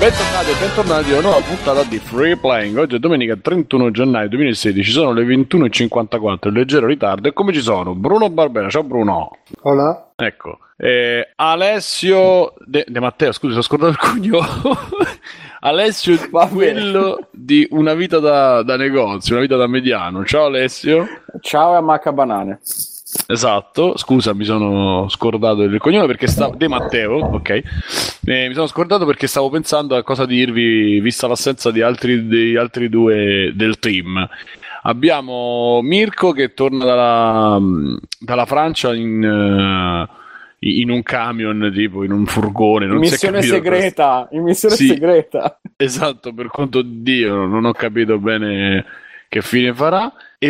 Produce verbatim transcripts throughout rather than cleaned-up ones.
Bentornati e bentornati a una nuova puntata di Free Playing. Oggi è domenica trentuno gennaio duemilasedici, sono le ventuno e cinquantaquattro, in leggero ritardo. E come ci sono? Bruno Barbera, ciao Bruno. Hola. Ecco, eh, Alessio De, De Matteo, scusi, ho scordato il cognome. Alessio, quello di Una vita da, da negozio, Una vita da mediano. Ciao Alessio. Ciao e ammacca banane. Esatto, scusa, mi sono scordato il cognome perché stavo De Matteo, ok. Eh, mi sono scordato perché stavo pensando a cosa dirvi, vista l'assenza di altri, di altri due del team. Abbiamo Mirko che torna dalla, dalla Francia in, uh, in un camion, tipo in un furgone. Non in missione si è segreta, in missione sì, segreta. Esatto, per conto di Dio, non ho capito bene che fine farà. E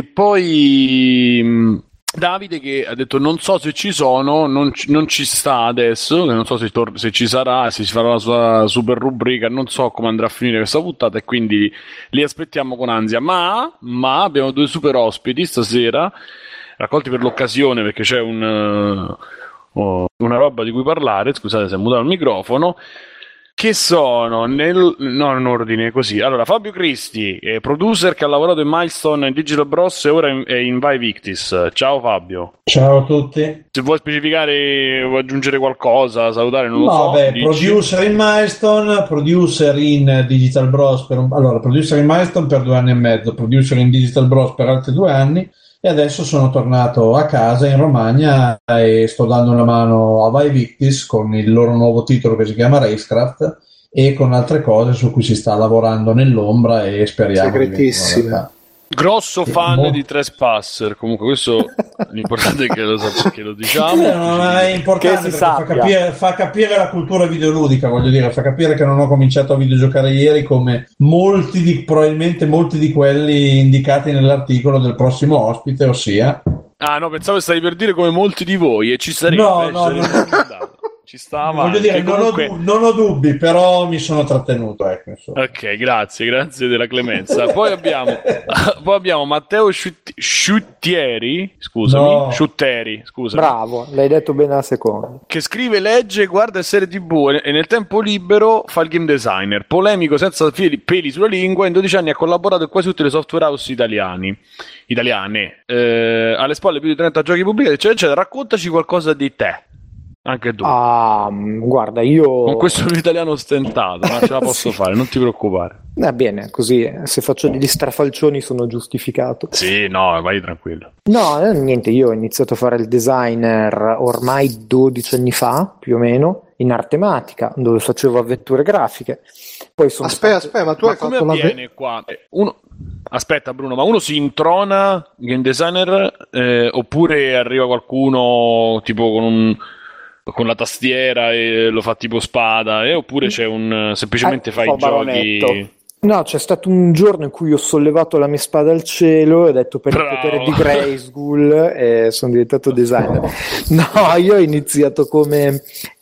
poi Davide che ha detto non so se ci sono, non ci, non ci sta adesso, non so se, tor- se ci sarà, se si farà la sua super rubrica, non so come andrà a finire questa puntata e quindi li aspettiamo con ansia, ma, ma abbiamo due super ospiti stasera, raccolti per l'occasione perché c'è un, uh, una roba di cui parlare, scusate se è mutato il microfono, che sono nel no, in ordine così. Allora, Fabio Cristi, eh, producer che ha lavorato in Milestone, in Digital Bros e ora in, è in Vai Victis. Ciao Fabio. Ciao a tutti. Se vuoi specificare o aggiungere qualcosa, salutare, non lo no, so. Beh, dici. Producer in Milestone, producer in Digital Bros per un... allora, producer in Milestone per due anni e mezzo, producer in Digital Bros per altri due anni e adesso sono tornato a casa in Romagna e sto dando una mano a Vai Victis con il loro nuovo titolo che si chiama Racecraft e con altre cose su cui si sta lavorando nell'ombra e speriamo segretissime. Grosso fan Mo- di Trespasser, comunque questo l'importante è che lo, sap- che lo diciamo. Eh, non è importante che si perché fa capire, fa capire la cultura videoludica, voglio dire, fa capire che non ho cominciato a videgiocare ieri come molti di, probabilmente molti di quelli indicati nell'articolo del prossimo ospite, ossia... Ah no, pensavo stavi per dire come molti di voi e ci sarebbe, No, eh, no, ci no. sarebbe ci sta Voglio dire, non, comunque... ho, non ho dubbi, però mi sono trattenuto, ecco, insomma. Ok, grazie, grazie della clemenza. Poi abbiamo, poi abbiamo Matteo Sciut- Sciuttieri, scusami, No. Sciutteri, scusami, Bravo, l'hai detto bene alla seconda. che scrive, legge, guarda serie tv e nel tempo libero fa il game designer, polemico senza fili- peli sulla lingua, in dodici anni ha collaborato in quasi tutte le software house italiani, italiane, eh, alle spalle più di trenta giochi pubblicati, eccetera, eccetera. Raccontaci qualcosa di te. Anche tu. Ah, guarda, io... Con questo è un italiano ostentato, ma ce la posso Sì. fare, non ti preoccupare. Va bene, così se faccio degli strafalcioni sono giustificato. Sì, no, vai tranquillo. No, eh, niente, io ho iniziato a fare il designer ormai dodici anni fa, più o meno, in artematica, dove facevo avventure grafiche. Poi sono Aspetta, stato... aspetta, ma tu Ma hai come fatto la... avviene qua? Uno... Aspetta Bruno, ma uno si introna game designer eh, oppure arriva qualcuno tipo con un... con la tastiera e lo fa tipo spada, eh? Oppure c'è un semplicemente Eh, fai fa i baronetto. giochi. No, c'è stato un giorno in cui ho sollevato la mia spada al cielo e ho detto per Bravo. il potere di Grayskull e sono diventato designer. No, io ho iniziato come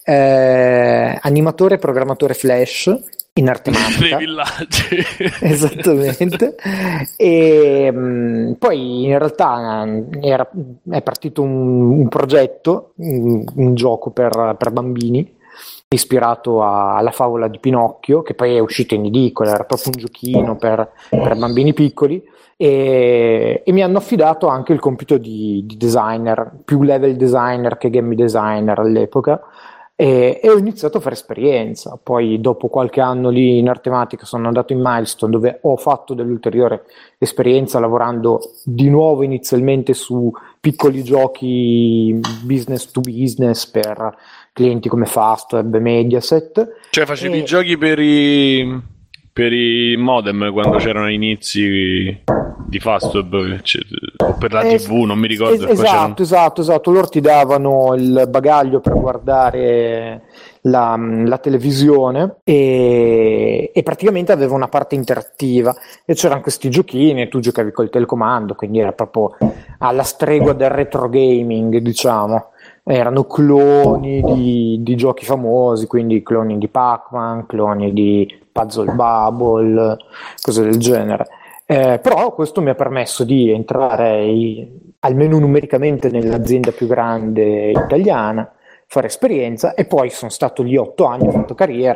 eh, animatore e programmatore Flash in artematica. Dei villaggi. Esattamente. E mh, poi in realtà era, è partito un, un progetto, un, un gioco per, per bambini ispirato a, alla favola di Pinocchio, che poi è uscito in edicola, era proprio un giochino per, per bambini piccoli, e, e mi hanno affidato anche il compito di, di designer, più level designer che game designer all'epoca, e, e ho iniziato a fare esperienza. Poi dopo qualche anno lì in artematica sono andato in Milestone, dove ho fatto dell'ulteriore esperienza lavorando di nuovo inizialmente su piccoli giochi business to business per clienti come Fastweb e Mediaset. Cioè facevi E- i giochi per i per i modem quando c'erano inizi di Fastweb cioè, o per la Es- tivù, non mi ricordo. es- poi esatto, c'erano- esatto, esatto. Loro ti davano il bagaglio per guardare la, la televisione e, e praticamente aveva una parte interattiva e c'erano questi giochini e tu giocavi col telecomando, quindi era proprio alla stregua del retro gaming, diciamo. Erano cloni di, di giochi famosi, quindi cloni di Pac-Man, cloni di Puzzle Bubble, cose del genere. Eh, però questo mi ha permesso di entrare i- almeno numericamente nell'azienda più grande italiana, fare esperienza, e poi sono stato lì otto anni, ho fatto carriera,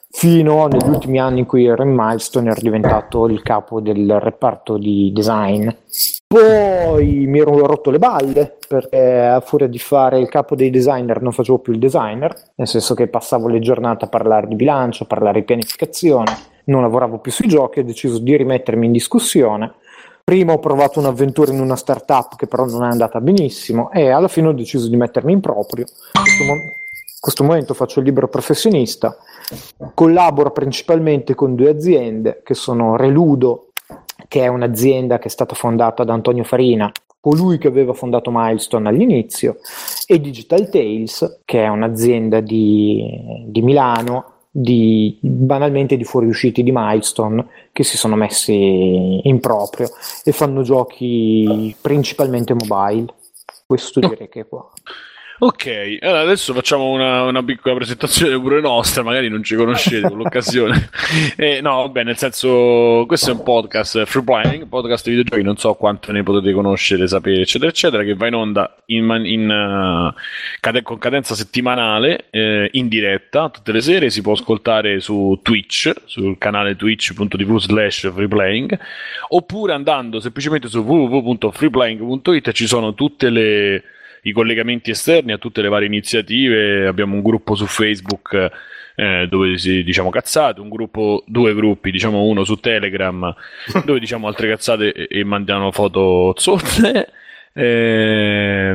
fino negli ultimi anni in cui ero in Milestone, ero diventato il capo del reparto di design. Poi mi ero rotto le balle perché a furia di fare il capo dei designer non facevo più il designer, nel senso che passavo le giornate a parlare di bilancio, a parlare di pianificazione, non lavoravo più sui giochi, ho deciso di rimettermi in discussione. Prima ho provato un'avventura in una startup che però non è andata benissimo e alla fine ho deciso di mettermi in proprio. In questo, mo- in questo momento faccio il libero professionista, collaboro principalmente con due aziende che sono Reludo, che è un'azienda che è stata fondata da Antonio Farina, colui che aveva fondato Milestone all'inizio, e Digital Tales, che è un'azienda di, di Milano, di banalmente di fuoriusciti di Milestone che si sono messi in proprio e fanno giochi principalmente mobile. Questo direi che è qua. Ok, allora adesso facciamo una, una piccola presentazione pure nostra, magari non ci conoscete con l'occasione. Eh, no, vabbè, nel senso, questo è un podcast free playing, podcast di videogiochi, non so quanto ne potete conoscere, sapere, eccetera, eccetera, che va in onda in, man- in, uh, cade- con cadenza settimanale, eh, in diretta, tutte le sere, si può ascoltare su Twitch, sul canale twitch.tv slash freeplaying, oppure andando semplicemente su w w w punto freeplaying punto it, ci sono tutte le... i collegamenti esterni a tutte le varie iniziative. Abbiamo un gruppo su Facebook eh, dove si diciamo cazzate, un gruppo, due gruppi, diciamo uno su Telegram dove diciamo altre cazzate e, e mandiamo foto zozze, e,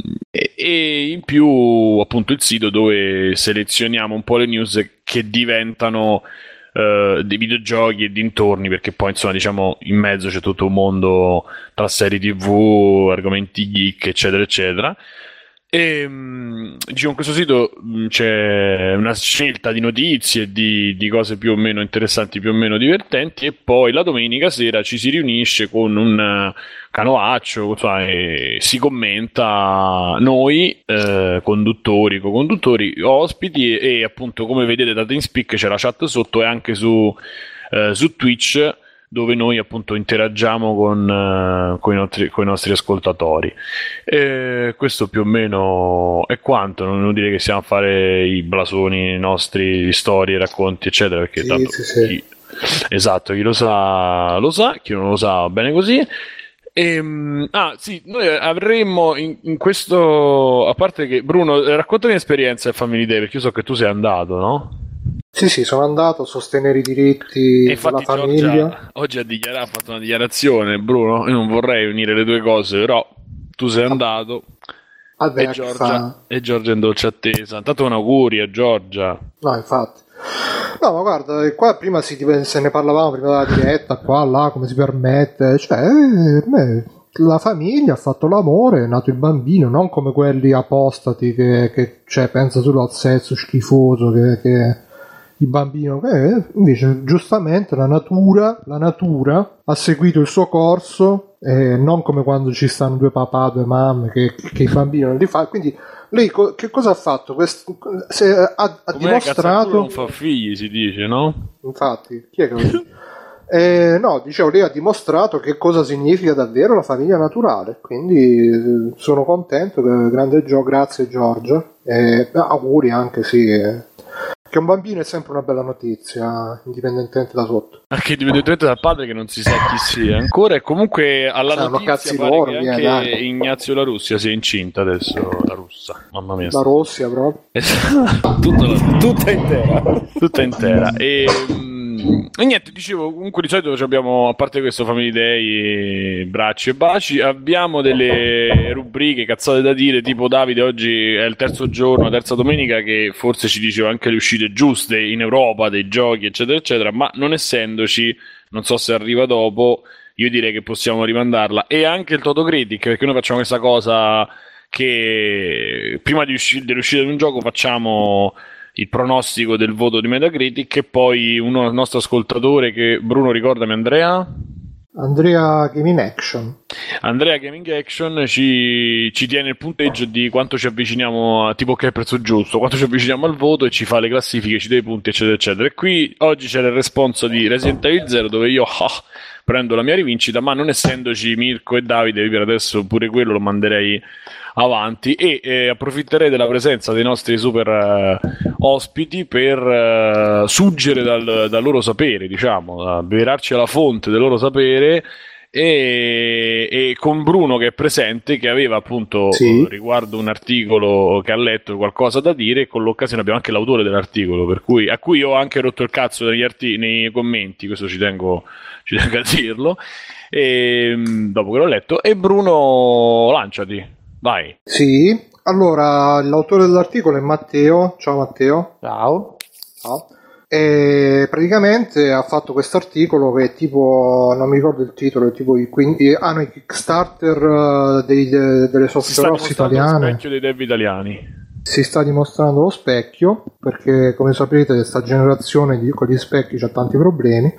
e in più appunto il sito dove selezioniamo un po' le news che diventano Uh, dei videogiochi e dintorni, perché poi insomma diciamo in mezzo c'è tutto un mondo tra serie tv, argomenti geek, eccetera eccetera. E diciamo in questo sito c'è una scelta di notizie, di, di cose più o meno interessanti, più o meno divertenti, e poi la domenica sera ci si riunisce con un canovaccio, insomma, e si commenta noi, eh, conduttori, co-conduttori, ospiti, e, e appunto come vedete da TeamSpeak c'è la chat sotto, e anche su, eh, su Twitch, dove noi appunto interagiamo con, uh, con, i, nostri, con i nostri ascoltatori. E questo più o meno è quanto. Non devo dire che stiamo a fare i blasoni nostri, storie, racconti, eccetera, perché sì, tanto sì, sì. Chi, esatto, chi lo sa lo sa, chi non lo sa va bene così. E, ah sì, noi avremmo in, in questo, a parte che Bruno, raccontami l'esperienza del Family Day, perché io so che tu sei andato, no? Sì, sì, sono andato a sostenere i diritti e della famiglia. Giorgia oggi ha dichiarato, ha fatto una dichiarazione, Bruno, io non vorrei unire le due cose, però tu sei andato. Vabbè, e, Giorgia, fa... e Giorgia è in dolce attesa. Tanto un augurio a Giorgia. No, infatti. No, ma guarda, qua prima si, se ne parlavamo prima della diretta, qua, là, come si permette, cioè, per me la famiglia ha fatto l'amore, è nato il bambino, non come quelli apostati che, che cioè, pensa solo al sesso schifoso, che... che... il bambino, eh, invece giustamente la natura, la natura ha seguito il suo corso, eh, non come quando ci stanno due papà, due mamme che, che il bambino non li fa. Quindi lei co- che cosa ha fatto? Quest- se, ha, ha dimostrato, non fa figli, si dice, no? Infatti, chi è che lo dice? Eh, no, dicevo, lei ha dimostrato che cosa significa davvero la famiglia naturale, quindi eh, sono contento, che, grande Gio, grazie Giorgia, eh, auguri anche, sì, eh. Che un bambino è sempre una bella notizia, indipendentemente da sotto. Anche indipendentemente dal padre, che non si sa chi sia ancora. E comunque alla Saranno notizia pare loro, che via, anche dai. Ignazio La Russia si è incinta adesso. La russa, mamma mia. La Russia proprio. tutta, la... Tutta intera. Tutta intera. E, e niente, dicevo, comunque di solito abbiamo, a parte questo Family Day, bracci e baci, abbiamo delle rubriche cazzate da dire, tipo Davide oggi è il terzo giorno, la terza domenica, che forse ci diceva anche le uscite giuste in Europa dei giochi, eccetera eccetera, ma non essendoci, non so se arriva dopo, io direi che possiamo rimandarla. E anche il Toto Critic, perché noi facciamo questa cosa che prima di usci- dell'uscita di un gioco facciamo il pronostico del voto di Metacritic, e poi uno, il nostro ascoltatore, che Bruno, ricordami, Andrea? Andrea Game in Action. Andrea Gaming Action ci, ci tiene il punteggio di quanto ci avviciniamo a, tipo che è il prezzo giusto, quanto ci avviciniamo al voto, e ci fa le classifiche, ci dà i punti, eccetera eccetera. E qui oggi c'era il responso di Resident Evil Zero, dove io ah, prendo la mia rivincita, ma non essendoci Mirko e Davide, per adesso pure quello lo manderei avanti, e eh, approfitterei della presenza dei nostri super eh, ospiti per eh, suggere dal, dal loro sapere, diciamo, beverarci alla fonte del loro sapere, e, e con Bruno che è presente, che aveva appunto Sì. riguardo un articolo che ha letto qualcosa da dire, e con l'occasione abbiamo anche l'autore dell'articolo, per cui, a cui ho anche rotto il cazzo negli, arti- nei commenti, questo ci tengo, ci tengo a dirlo, e, dopo che l'ho letto. E Bruno, lanciati. Vai. Sì, allora l'autore dell'articolo è Matteo. Ciao Matteo. Ciao. Ciao. E praticamente ha fatto questo articolo che è tipo, non mi ricordo il titolo, è tipo i, quindi, ah, no, i Kickstarter dei, delle software house italiane. Lo specchio dei dev italiani. Si sta dimostrando lo specchio, perché come sapete questa generazione di, con gli specchi c'ha tanti problemi.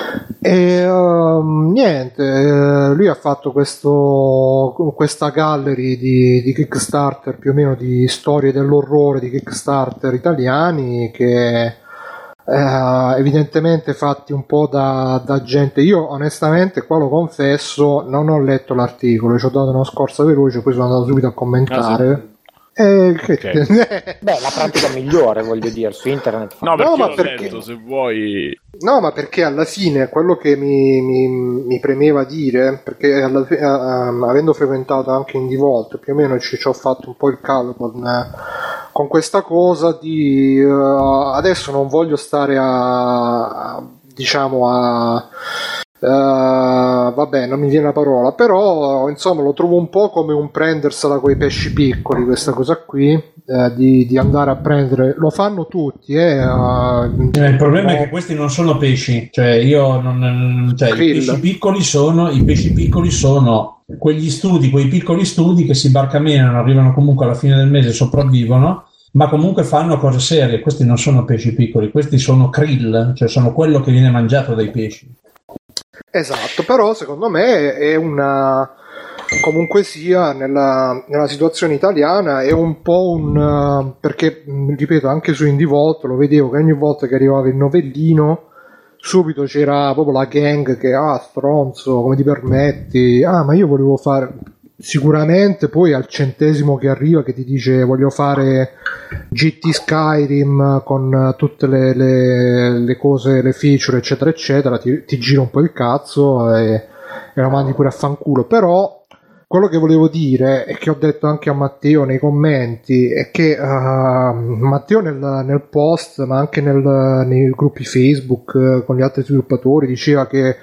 E uh, niente, eh, lui ha fatto questo, questa gallery di, di Kickstarter, più o meno di storie dell'orrore di Kickstarter italiani, che eh, evidentemente fatti un po' da, da gente. Io onestamente, qua lo confesso, non ho letto l'articolo, ci ho dato una scorsa veloce, poi sono andato subito a commentare. Ah, sì. Eh, che... Okay. Beh, la pratica migliore, voglio dire, su internet. No, perché No, ma l'ho perché- letto, se vuoi. No, ma perché alla fine quello che mi, mi, mi premeva dire, perché alla fi- eh, ehm, avendo frequentato anche Indie Vault, più o meno ci, ci ho fatto un po' il callo con, eh, con questa cosa di eh, adesso non voglio stare a, a diciamo a Uh, vabbè, non mi viene la parola, però insomma lo trovo un po' come un prendersela coi pesci piccoli, questa cosa qui, eh, di, di andare a prendere, lo fanno tutti, eh, uh, Eh, il problema no, è che questi non sono pesci, cioè io non, cioè, i Krill. pesci piccoli sono i pesci piccoli sono quegli studi, quei piccoli studi che si barcamenano, arrivano comunque alla fine del mese, sopravvivono, ma comunque fanno cose serie. Questi non sono pesci piccoli, questi sono krill, cioè sono quello che viene mangiato dai pesci. esatto, però secondo me è una, comunque sia nella, nella situazione italiana è un po' un uh, perché mh, ripeto, anche su Indie Vault lo vedevo che ogni volta che arrivava il novellino subito c'era proprio la gang che ah stronzo, come ti permetti, ah ma io volevo fare, sicuramente poi al centesimo che arriva che ti dice voglio fare G T Skyrim con tutte le, le, le cose, le feature eccetera eccetera, ti, ti gira un po' il cazzo e, e la mandi pure a fanculo. Però quello che volevo dire e che ho detto anche a Matteo nei commenti è che uh, Matteo nel, nel post ma anche nel, nei gruppi Facebook uh, con gli altri sviluppatori diceva che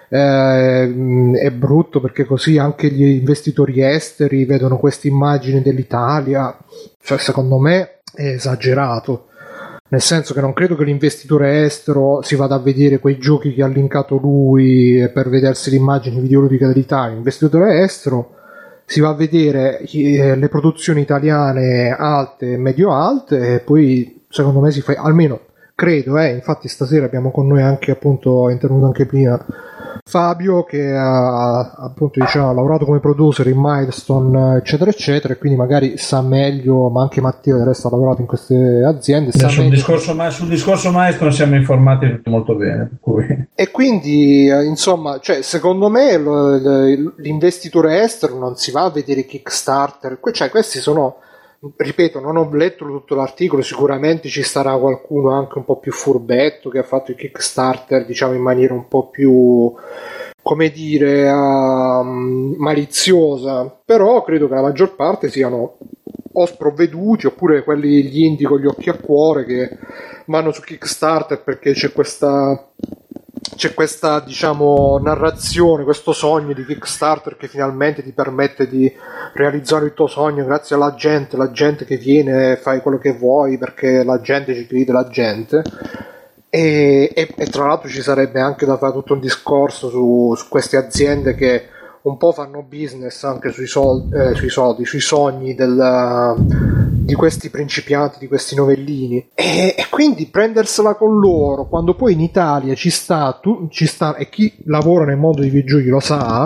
Eh, è brutto perché così anche gli investitori esteri vedono queste immagini dell'Italia. Cioè, secondo me è esagerato, nel senso che non credo che l'investitore estero si vada a vedere quei giochi che ha linkato lui per vedersi le immagini videoludiche dell'Italia. L'investitore estero si va a vedere eh, le produzioni italiane alte e medio alte, e poi secondo me si fa, almeno credo, eh, infatti stasera abbiamo con noi anche, appunto è intervenuto anche prima Fabio, che ha appunto diciamo, ha lavorato come producer in Milestone eccetera eccetera, e quindi magari sa meglio, ma anche Matteo del resto ha lavorato in queste aziende, sa Sul meglio. discorso, ma, sul discorso maestro siamo informati tutto molto bene, per cui... E quindi eh, insomma, cioè, secondo me lo- l- l'investitore estero non si va a vedere Kickstarter, que- cioè questi sono, ripeto, non ho letto tutto l'articolo, sicuramente ci sarà qualcuno anche un po' più furbetto che ha fatto il Kickstarter diciamo in maniera un po' più, come dire, um, maliziosa, però credo che la maggior parte siano o sprovveduti oppure quelli, gli indie con gli occhi a cuore, che vanno su Kickstarter perché c'è questa c'è questa diciamo narrazione, questo sogno di Kickstarter che finalmente ti permette di realizzare il tuo sogno grazie alla gente, la gente che viene, fai quello che vuoi perché la gente ci crede, la gente. E, e, e tra l'altro ci sarebbe anche da fare tutto un discorso su, su queste aziende che un po' fanno business anche sui soldi, eh, sui, soldi sui sogni del, di questi principianti, di questi novellini, e, e quindi prendersela con loro quando poi in Italia ci sta, tu, ci sta, e chi lavora nel mondo dei videogiochi lo sa,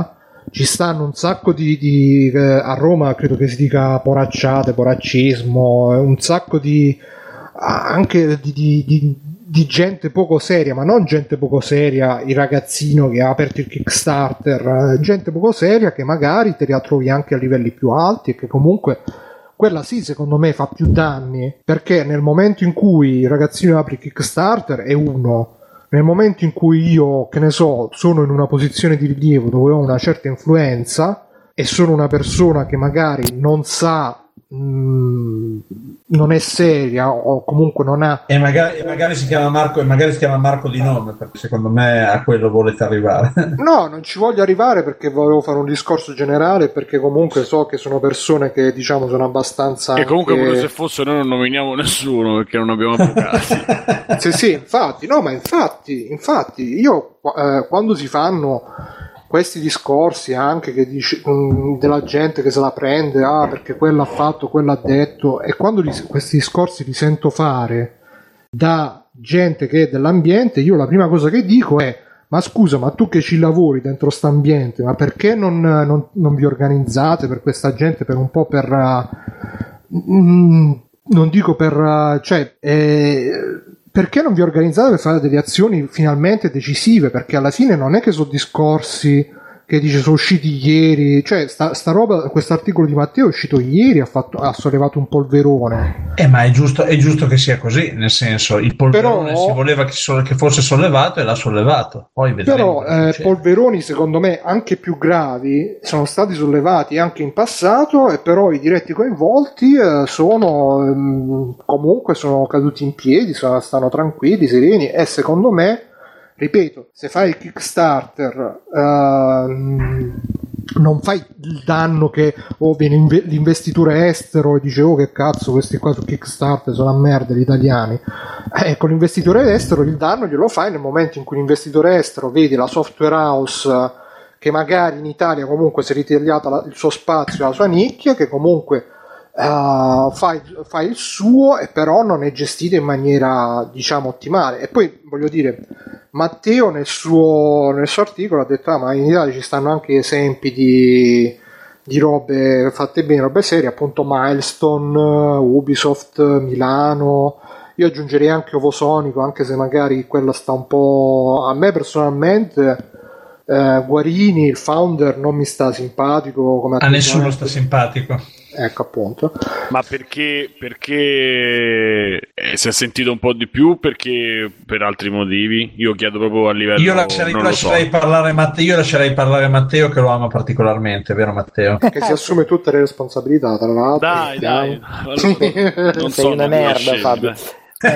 ci stanno un sacco di, di eh, a Roma credo che si dica poracciate, poraccismo, un sacco di anche di, di, di, di gente poco seria, ma non gente poco seria il ragazzino che ha aperto il Kickstarter, gente poco seria che magari te la trovi anche a livelli più alti e che comunque quella sì secondo me fa più danni, perché nel momento in cui il ragazzino apre il Kickstarter è uno, nel momento in cui io, che ne so, sono in una posizione di rilievo dove ho una certa influenza e sono una persona che magari non sa, mh, non è seria o comunque non ha, e magari, e magari si chiama Marco, e magari si chiama Marco di nome, perché secondo me a quello volete arrivare. No, non ci voglio arrivare perché volevo fare un discorso generale, perché comunque so che sono persone che diciamo sono abbastanza e anche... comunque pure se fosse noi non nominiamo nessuno perché non abbiamo avvocati. Sì, sì, infatti, no, ma infatti, infatti, io eh, quando si fanno questi discorsi anche che dice, mh, della gente che se la prende, ah, perché quello ha fatto, quello ha detto, e quando li, questi discorsi li sento fare da gente che è dell'ambiente, io la prima cosa che dico è: ma scusa, ma tu che ci lavori dentro st'ambiente, ma perché non, non, non vi organizzate per questa gente, per un po' per... Uh, mh, non dico per... Uh, cioè... Eh, perché non vi organizzate per fare delle azioni finalmente decisive? Perché alla fine non è che sono discorsi che dice sono usciti ieri, cioè sta, sta roba, quest'articolo di Matteo è uscito ieri, ha, fatto, ha sollevato un polverone. Eh, ma è giusto, è giusto che sia così, nel senso, il polverone però, si voleva che, so, che fosse sollevato e l'ha sollevato. Poi però eh, polveroni secondo me anche più gravi sono stati sollevati anche in passato, e però i diretti coinvolti eh, sono ehm, comunque sono caduti in piedi, sono, stanno tranquilli, sereni, e secondo me, ripeto, se fai il Kickstarter uh, non fai il danno che o oh, viene inve- l'investitore estero e dice oh che cazzo questi qua su Kickstarter sono a merda gli italiani, eh, con l'investitore estero il danno glielo fai nel momento in cui l'investitore estero vedi la software house uh, che magari in Italia comunque si è ritagliata la, il suo spazio, la sua nicchia, che comunque Uh, fa, fa il suo, e però non è gestito in maniera diciamo ottimale. E poi voglio dire, Matteo nel suo, nel suo articolo ha detto ah, ma in Italia ci stanno anche esempi di, di robe fatte bene, robe serie, appunto Milestone, Ubisoft, Milano. Io aggiungerei anche Ovosonico, anche se magari quello sta un po', a me personalmente eh, Guarini, il founder, non mi sta simpatico come a nessuno sta simpatico. Ecco appunto. Ma perché perché si è sentito un po' di più, perché per altri motivi? Io chiedo proprio a livello. Io lascerei, non lascerei lo so. parlare Matteo, io lascerei parlare Matteo, che lo ama particolarmente, vero Matteo? Che si assume tutte le responsabilità, tra l'altro. Dai, dai. Allora, non sei so, una non merda, scegli, Fabio. dai.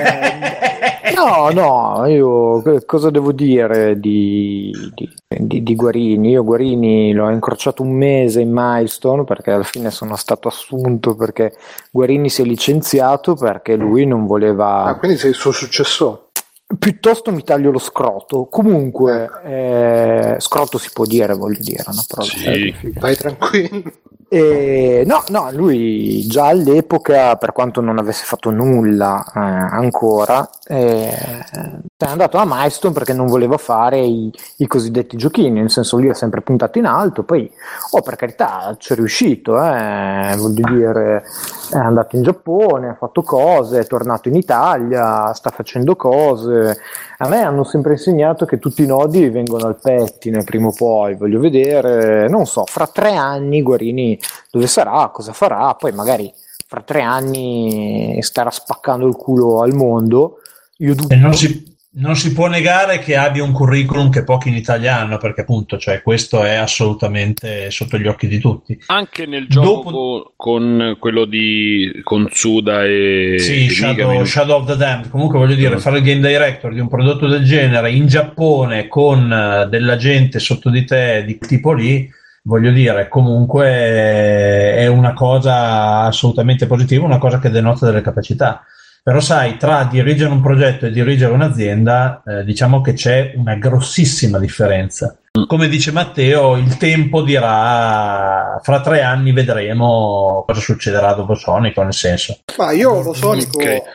Eh, no, no, io cosa devo dire di, di, di, di Guarini? Io Guarini l'ho incrociato un mese in Milestone, perché alla fine sono stato assunto perché Guarini si è licenziato perché lui non voleva. Ah, quindi sei il suo successore? Piuttosto mi taglio lo scroto. Comunque, eh, scroto si può dire, voglio dire, una parola. Sì. Vai tranquillo. Eh, no, no, lui già all'epoca, per quanto non avesse fatto nulla eh, ancora, eh, è andato a Milestone perché non voleva fare i, i cosiddetti giochini, nel senso lui ha sempre puntato in alto, poi, oh, per carità, ci è riuscito, eh, voglio dire, è andato in Giappone, ha fatto cose, è tornato in Italia, sta facendo cose. A me hanno sempre insegnato che tutti i nodi vengono al pettine prima o poi, voglio vedere, non so, fra tre anni Guarini dove sarà, cosa farà, poi magari fra tre anni starà spaccando il culo al mondo. Io dubito. E non si, non si può negare che abbia un curriculum che pochi in italiano, perché appunto, cioè, questo è assolutamente sotto gli occhi di tutti. Anche nel gioco Dopo... con quello di con Suda e sì, e Shadow, Shadow of the Damned, comunque voglio dire, fare il game director di un prodotto del genere in Giappone con della gente sotto di te di tipo lì, voglio dire, comunque è una cosa assolutamente positiva, una cosa che denota delle capacità. Però sai, tra dirigere un progetto e dirigere un'azienda, eh, diciamo che c'è una grossissima differenza. Come dice Matteo, il tempo dirà, fra tre anni vedremo cosa succederà dopo Sonico, nel senso. Ma io lo Sonico, Okay.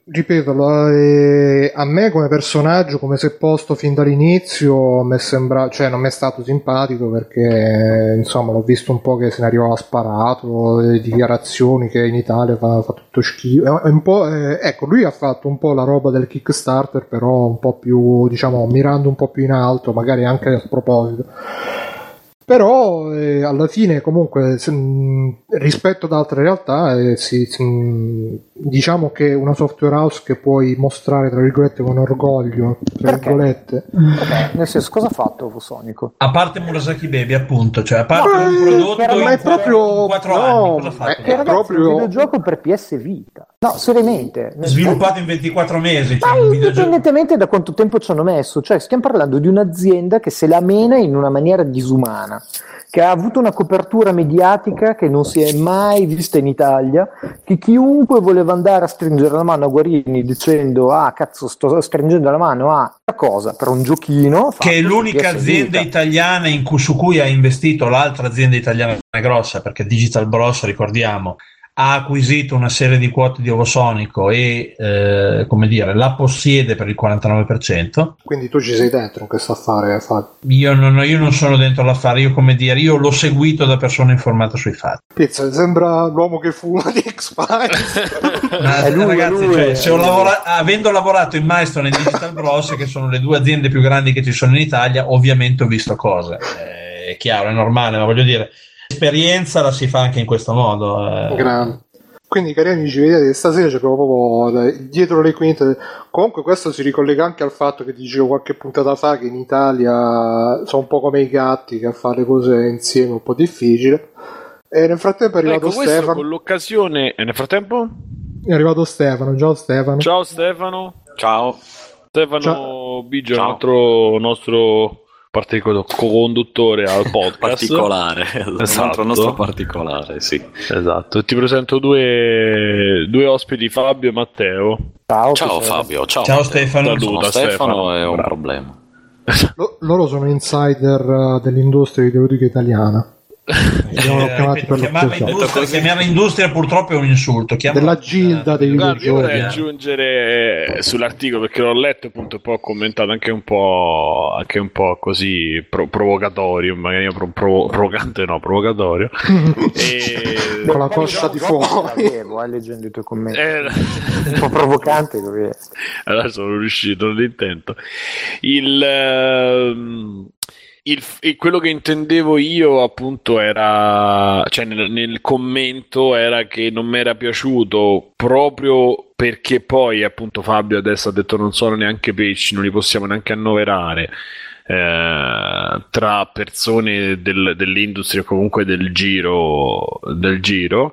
ripeto, lo- eh, a me come personaggio, come se posto fin dall'inizio, mi sembra, cioè non mi è stato simpatico perché insomma l'ho visto un po' che se ne arrivava sparato, le dichiarazioni che in Italia fa, fa tutto schifo. È un po', eh, ecco, lui ha fatto un po' la roba del Kickstarter, però un po' più, diciamo, mirando un po' più in alto, magari anche a sproposito. Però eh, alla fine comunque se, mh, rispetto ad altre realtà eh, si, si, mh, diciamo che una software house che puoi mostrare tra virgolette con orgoglio tra Perché? virgolette Perché? Nel senso, cosa ha fatto Fusonico? A parte Murasaki Baby, appunto, cioè a parte No, un eh, prodotto chiaramente in è proprio- quattro no, anni, cosa ha fatto? è- Che è ragazzi, proprio- un videogioco per P S Vita. No, seriamente. Sviluppato in ventiquattro mesi, Ma cioè un videogioco. indipendentemente da quanto tempo ci hanno messo, cioè stiamo parlando di un'azienda che se la mena in una maniera disumana, che ha avuto una copertura mediatica che non si è mai vista in Italia, che chiunque voleva andare a stringere la mano a Guarini dicendo ah cazzo sto stringendo la mano a una cosa per un giochino, Che è fatto l'unica su P S azienda Vita. italiana in cui, su cui ha investito l'altra azienda italiana grossa, perché Digital Bros, ricordiamo, ha acquisito una serie di quote di Ovosonico e eh, come dire, la possiede per il quarantanove per cento. quindi tu ci sei dentro in questo affare, Fabio. Io non, io non sono dentro l'affare, io come dire, io l'ho seguito da persona informata sui fatti. Pizza, sembra l'uomo che fuma di X-Files. Ma, È lui, ragazzi, è lui, cioè, è se ho lui. lavora- avendo lavorato in Milestone e in Digital Bros, che sono le due aziende più grandi che ci sono in Italia, ovviamente ho visto cose. Eh, è chiaro, è normale, ma voglio dire, l'esperienza la si fa anche in questo modo. eh. Grande. Quindi cari amici, vedete stasera c'è proprio eh, dietro le quinte. Comunque questo si ricollega anche al fatto che dicevo qualche puntata fa che in Italia sono un po' come i gatti, che a fare le cose insieme è un po' difficile. E nel frattempo è arrivato Ecco, questo Stefano. con l'occasione. E nel frattempo? È arrivato Stefano. Ciao Stefano. Ciao Stefano. Ciao. Stefano Ciao. Biggio, Ciao. un altro nostro partico- co-conduttore al podcast. Particolare, Esatto. un altro nostro particolare, sì. Esatto. Ti presento due, due ospiti, Fabio e Matteo. Ciao, Ciao piacere. Fabio, ciao. Ciao Matteo. Stefano. Saluta, Sono Stefano, Stefano. è un Bravo. problema. Lo- loro sono insider eh, dell'industria videoludica italiana. Abbiamo Eh, chiamati ripeto, per chiamarla l'occasione. industria, chiamarla industria purtroppo è un insulto. Chiamala- Della gilda dei Guarda, io vorrei videogiochi. aggiungere sull'articolo perché l'ho letto appunto e poi ho commentato anche un po', anche un po' così pro- provocatorio, magari pro- pro- provocante no, provocatorio. E... Con la Magari coscia già di un po' fuori. l'avevo, eh, leggendo i tuoi commenti. Eh, Un po' provocante lui è. allora sono riuscito, non intento. Il, ehm, il, e quello che intendevo io appunto era, cioè nel, nel commento era che non mi era piaciuto proprio perché poi appunto Fabio adesso ha detto non sono neanche pesci, non li possiamo neanche annoverare eh, tra persone del- dell'industria o comunque del giro del giro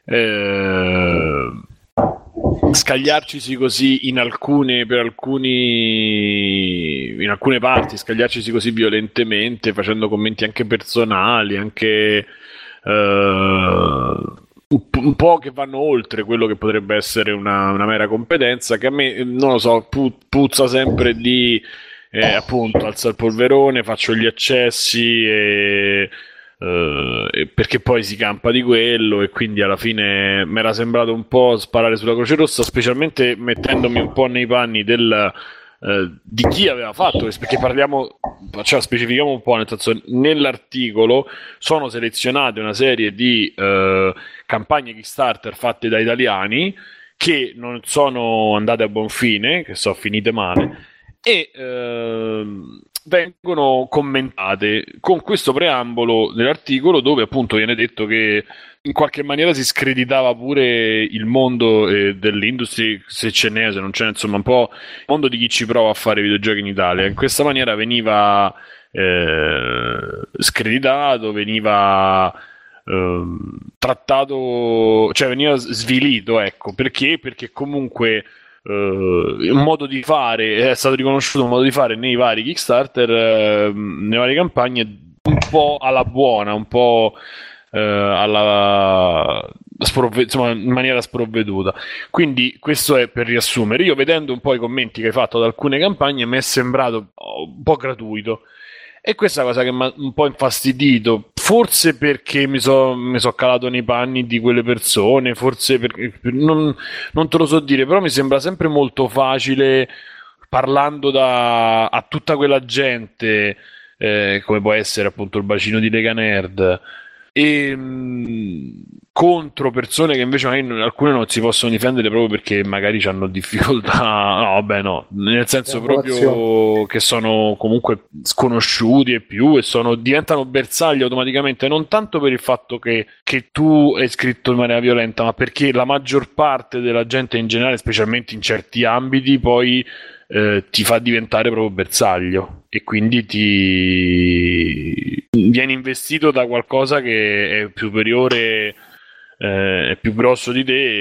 eh, scagliarcisi così in alcune per alcuni in alcune parti, scagliarcisi così violentemente facendo commenti anche personali, anche eh, un, p- un po' che vanno oltre quello che potrebbe essere una, una mera competenza, che a me, non lo so, pu- puzza sempre di eh, appunto alzo il polverone, faccio gli accessi e Uh, perché poi si campa di quello e quindi alla fine mi era sembrato un po' sparare sulla Croce Rossa, specialmente mettendomi un po' nei panni del, uh, di chi aveva fatto questo, perché parliamo, cioè specifichiamo un po', nel senso, nell'articolo sono selezionate una serie di uh, campagne Kickstarter fatte da italiani che non sono andate a buon fine, che sono finite male e uh, vengono commentate con questo preambolo dell'articolo dove appunto viene detto che in qualche maniera si screditava pure il mondo eh, dell'industria, se ce n'è, se non ce n'è, insomma un po' il mondo di chi ci prova a fare videogiochi in Italia. In questa maniera veniva eh, screditato, veniva eh, trattato, cioè veniva svilito, ecco, perché? Perché comunque Uh, un modo di fare è stato riconosciuto un modo di fare nei vari Kickstarter, uh, nelle varie campagne, un po' alla buona, un po' uh, alla sprovve- insomma in maniera sprovveduta. Quindi questo è per riassumere. Io vedendo un po' i commenti che hai fatto ad alcune campagne mi è sembrato oh, un po' gratuito. E questa è la cosa che mi ha un po' infastidito, forse perché mi sono mi so calato nei panni di quelle persone, forse perché non, non te lo so dire, però mi sembra sempre molto facile, parlando da, a tutta quella gente, eh, come può essere appunto il bacino di Lega Nerd, e mh, contro persone che invece magari non- alcune non si possono difendere proprio perché magari hanno difficoltà, no, vabbè, no, nel senso proprio che sono comunque sconosciuti e più, e sono, diventano bersagli automaticamente, non tanto per il fatto che, che tu hai scritto in maniera violenta, ma perché la maggior parte della gente in generale, specialmente in certi ambiti, poi eh, ti fa diventare proprio bersaglio, e quindi ti vieni investito da qualcosa che è superiore, eh, è più grosso di te, e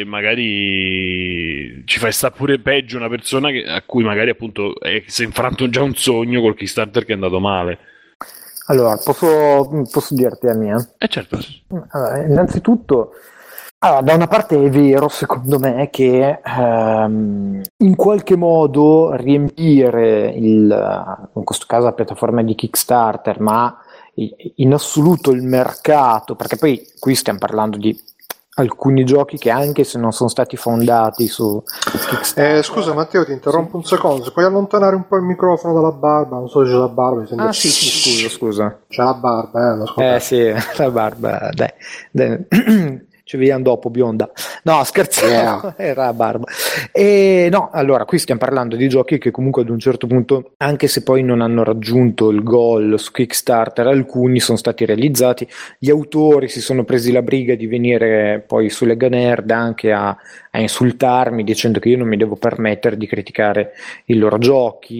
magari ci fai sta pure peggio una persona che, a cui magari appunto è, si è infranto già un sogno col Kickstarter che è andato male. Allora, posso, posso dirti la mia? E certo. Allora, innanzitutto, allora, da una parte è vero, secondo me, che ehm, in qualche modo riempire il, in questo caso la piattaforma di Kickstarter, ma i- in assoluto il mercato, perché poi qui stiamo parlando di alcuni giochi che, anche se non sono stati fondati su Kickstarter. Eh, scusa Matteo, ti interrompo un secondo, se puoi allontanare un po' il microfono dalla barba, non so se c'è la barba, mi sembra... Ah sì, sì, scusa, scusa. C'è la barba, eh, lo scoperto. Eh sì, la barba, dai, dai. Ci vediamo dopo, bionda. No, scherzavo, era la barba. E no, allora, qui stiamo parlando di giochi che comunque ad un certo punto, anche se poi non hanno raggiunto il goal su Kickstarter, alcuni sono stati realizzati, gli autori si sono presi la briga di venire poi su Lega Nerd anche a, a insultarmi, dicendo che io non mi devo permettere di criticare i loro giochi,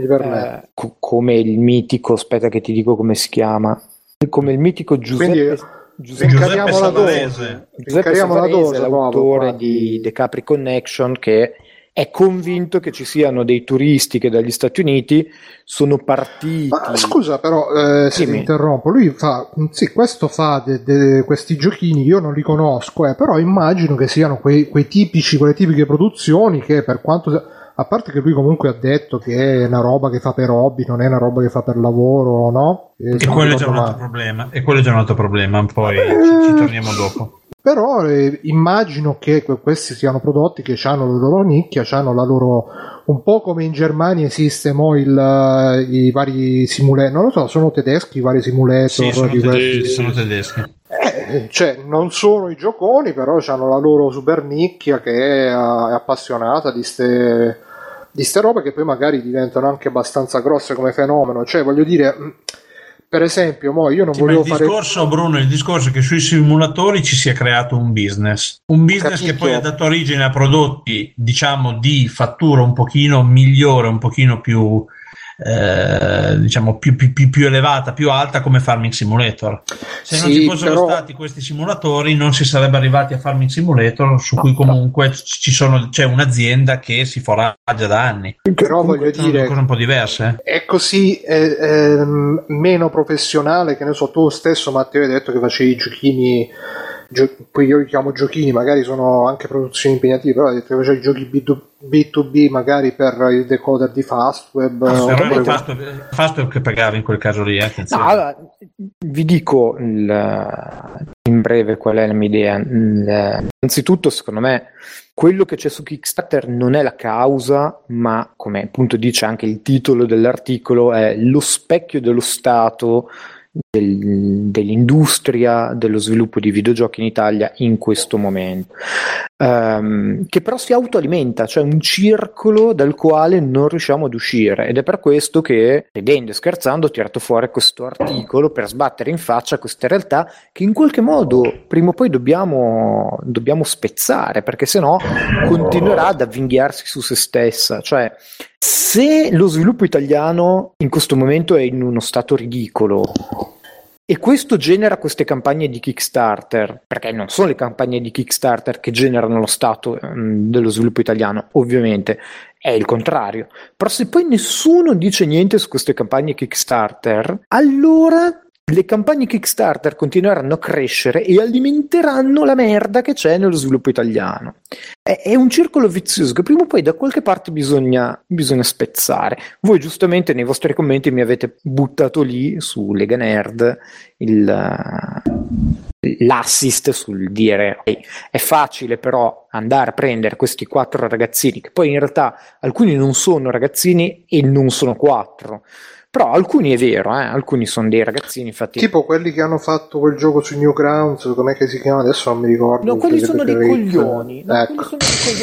eh, co- come il mitico, aspetta che ti dico come si chiama, come il mitico Giuseppe... Quindi Giuseppe, incariamo la dose, Savarese. Giuseppe incariamo la Savarese, dose, l'autore nuovo, di The Capri Connection, che è convinto che ci siano dei turisti che dagli Stati Uniti sono partiti. Ma scusa, però, eh, se ti Dimmi. interrompo, lui fa, sì, questo fa de- de- questi giochini, io non li conosco, eh, però immagino che siano quei, quei tipici, quelle tipiche produzioni che, per quanto, a parte che lui comunque ha detto che è una roba che fa per hobby, non è una roba che fa per lavoro, no? Eh, E se non quello è già ricordo un altro male. problema. E quello è già un altro problema. Poi Eh, ci, ci torniamo dopo. Però eh, immagino che que- questi siano prodotti che hanno la loro nicchia, hanno la loro, un po' come in Germania esiste mo il, eh, i vari simulator, non lo so, sono tedeschi i vari simulator Sì, sono di questi- tedeschi. Sono tedeschi. Eh, cioè, non sono i gioconi, però hanno la loro super nicchia che è, eh, è appassionata di ste, di ste robe che poi magari diventano anche abbastanza grosse come fenomeno. Cioè, voglio dire, mh, per esempio, mo io non Sì, ma volevo il fare... discorso, Bruno, il discorso è che sui simulatori ci si è creato un business, un business che Capito. poi ha dato origine a prodotti, diciamo, di fattura un pochino migliore, un pochino più, eh, diciamo, più, più, più, più elevata, più alta, come Farming Simulator. Se non Sì, ci fossero però- stati questi simulatori, non si sarebbe arrivati a Farming Simulator, su cui comunque ci sono, c'è un'azienda che si foraggia da anni. Però voglio Sono due dire, cose un po' diverse. è così eh, ehm, meno professionale, che ne so, tu stesso Matteo hai detto che facevi i giochini, gio- poi io li chiamo giochini, magari sono anche produzioni impegnative, però hai detto che facevi giochi B due B magari per il decoder di Fastweb. Ah, eh, però oppure- il Fastweb, Fastweb che pagavi in quel caso lì, eh, No, attenzione. allora, vi dico il- in breve qual è la mia idea. Il- innanzitutto, secondo me, quello che c'è su Kickstarter non è la causa, ma, come appunto dice anche il titolo dell'articolo, è lo specchio dello stato del- dell'industria dello sviluppo di videogiochi in Italia in questo momento. Ehm, che però si autoalimenta, cioè un circolo dal quale non riusciamo ad uscire, ed è per questo che, ridendo e scherzando, ho tirato fuori questo articolo per sbattere in faccia queste realtà che in qualche modo prima o poi dobbiamo, dobbiamo spezzare, perché sennò continuerà ad avvinghiarsi su se stessa. Cioè, se lo sviluppo italiano in questo momento è in uno stato ridicolo e questo genera queste campagne di Kickstarter, perché non sono le campagne di Kickstarter che generano lo stato ehm, dello sviluppo italiano, ovviamente è il contrario. Però se poi nessuno dice niente su queste campagne Kickstarter, allora le campagne Kickstarter continueranno a crescere e alimenteranno la merda che c'è nello sviluppo italiano. È, è un circolo vizioso che prima o poi da qualche parte bisogna, bisogna spezzare. Voi giustamente nei vostri commenti mi avete buttato lì su Lega Nerd il, l'assist sul dire okay, è facile però andare a prendere questi quattro ragazzini, che poi in realtà alcuni non sono ragazzini e non sono quattro. Però alcuni è vero, eh? Alcuni sono dei ragazzini, infatti. Tipo quelli che hanno fatto quel gioco su Newgrounds, com'è che si chiama? Adesso non mi ricordo. No, quelli sono dei coglioni. No, ecco. quelli sono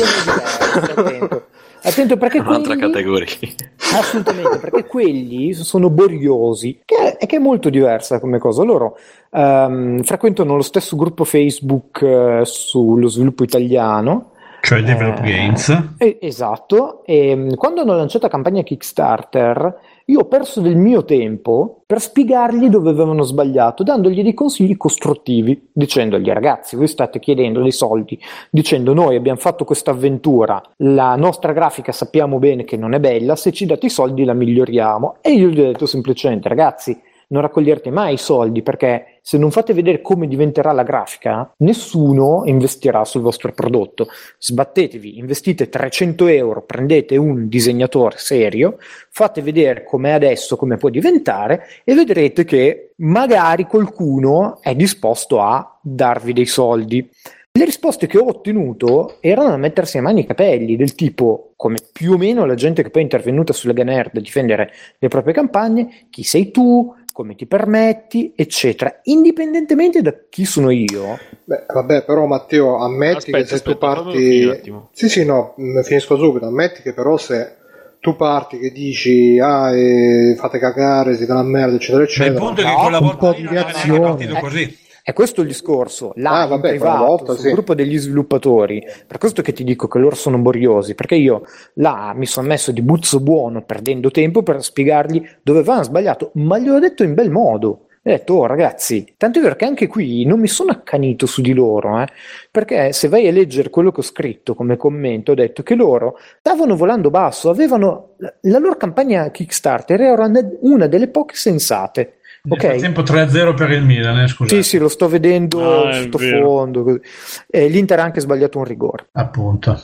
dei coglioni diversi, attento. Attento perché Un'altra quelli... categoria. Assolutamente, perché quelli sono boriosi, che è, che è molto diversa come cosa. Loro um, frequentano lo stesso gruppo Facebook uh, sullo sviluppo italiano. Cioè Develop eh, Games. Eh, esatto, e quando hanno lanciato la campagna Kickstarter io ho perso del mio tempo per spiegargli dove avevano sbagliato, dandogli dei consigli costruttivi, dicendogli ragazzi voi state chiedendo dei soldi, dicendo noi abbiamo fatto questa avventura, la nostra grafica sappiamo bene che non è bella, se ci date i soldi la miglioriamo. E io gli ho detto semplicemente ragazzi non raccoglierete mai i soldi, perché se non fate vedere come diventerà la grafica nessuno investirà sul vostro prodotto. Sbattetevi, investite trecento euro, prendete un disegnatore serio, fate vedere com'è adesso, come può diventare e vedrete che magari qualcuno è disposto a darvi dei soldi. Le risposte che ho ottenuto erano da mettersi le mani ai capelli, del tipo, come più o meno la gente che poi è intervenuta sulla Lega Nerd a difendere le proprie campagne: chi sei tu, come ti permetti, eccetera, indipendentemente da chi sono io. Beh, vabbè, però Matteo, ammetti Aspetta, che se aspetta, tu parti... fammi un attimo. Sì, sì, no, mh, finisco subito. Ammetti che però se tu parti che dici ah, eh, fate cagare, siete una merda, eccetera, Ma il eccetera... punto è che no, quella un volta po' lì di non era neanche reazione. partito così. È questo il discorso, là Ah, in vabbè, quella privato, volta, sul sì. gruppo degli sviluppatori, per questo che ti dico che loro sono boriosi, perché io là mi sono messo di buzzo buono perdendo tempo per spiegargli dove avevano sbagliato, ma gli ho detto in bel modo. Ho detto, oh ragazzi, tanto è vero che anche qui non mi sono accanito su di loro, eh, perché se vai a leggere quello che ho scritto come commento, ho detto che loro stavano volando basso, avevano la loro campagna Kickstarter era una delle poche sensate. Nel Ok. frattempo tre a zero per il Milan, eh, scusate. Sì, sì, lo sto vedendo Ah, è sottofondo. così. Eh, L'Inter ha anche sbagliato un rigore. Appunto.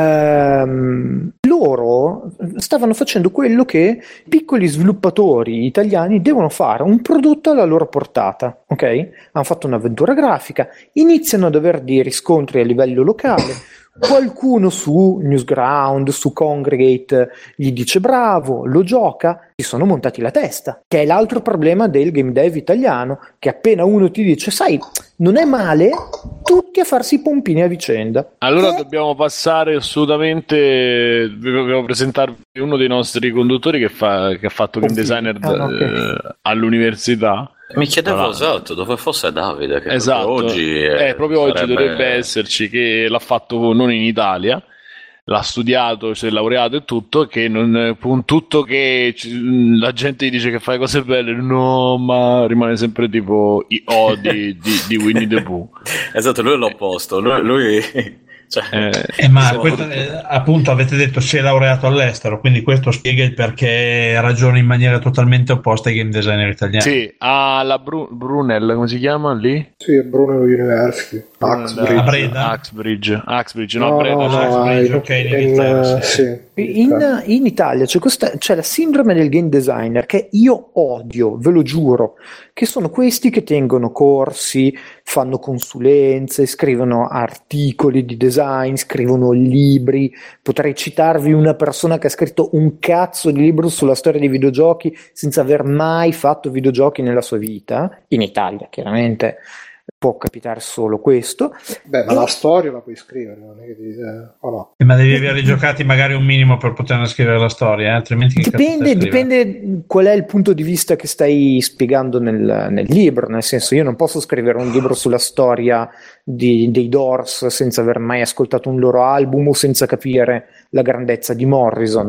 Ehm, loro stavano facendo quello che piccoli sviluppatori italiani devono fare, un prodotto alla loro portata, ok? Hanno fatto un'avventura grafica, iniziano ad avere dei riscontri a livello locale. Qualcuno su Newsground, su Congregate gli dice bravo, lo gioca, si sono montati la testa, che è l'altro problema del game dev italiano, che appena uno ti dice sai, non è male, tutti a farsi i pompini a vicenda. Allora Eh, dobbiamo passare assolutamente, dobbiamo presentarvi uno dei nostri conduttori che, fa, che ha fatto game designer Ah, no, ok. eh, all'università. Mi chiedevo Allora, esatto dove fosse Davide, che esatto, proprio oggi eh, proprio oggi sarebbe- dovrebbe esserci, che l'ha fatto non in Italia, l'ha studiato, si è laureato e tutto, che non, con tutto che ci- la gente gli dice che fai cose belle, no, ma rimane sempre tipo i O di, di, di Winnie the Pooh. Esatto, lui è l'opposto, lui, lui cioè, Eh, Eh, ma insomma, questo, eh, appunto avete detto si è laureato all'estero, quindi questo spiega il perché ragiona in maniera totalmente opposta ai game designer italiani. sì, alla Bru- Brunel, come si chiama lì? Sì, è Bruno University. Brunel, Axbridge. A Breda? Axbridge, Axbridge, no, No, a Breda, no, cioè, no, Axbridge, in- ok, in in, Inghilterra, eh, sì. sì. In, in Italia c'è, questa, c'è la sindrome del game designer che io odio, ve lo giuro, che sono questi che tengono corsi, fanno consulenze, scrivono articoli di design, scrivono libri. Potrei citarvi una persona che ha scritto un cazzo di libro sulla storia dei videogiochi senza aver mai fatto videogiochi nella sua vita, in Italia chiaramente. Può capitare solo questo. Beh, ma E- la storia la puoi scrivere, non è che devi... eh, o no? Eh, Ma devi aver giocati magari un minimo per poter scrivere la storia, eh, altrimenti che cazzo Dipende, stai scrivendo? dipende qual è il punto di vista che stai spiegando nel, nel libro, nel senso io non posso scrivere un libro sulla storia di- dei Doors senza aver mai ascoltato un loro album o senza capire la grandezza di Morrison, no?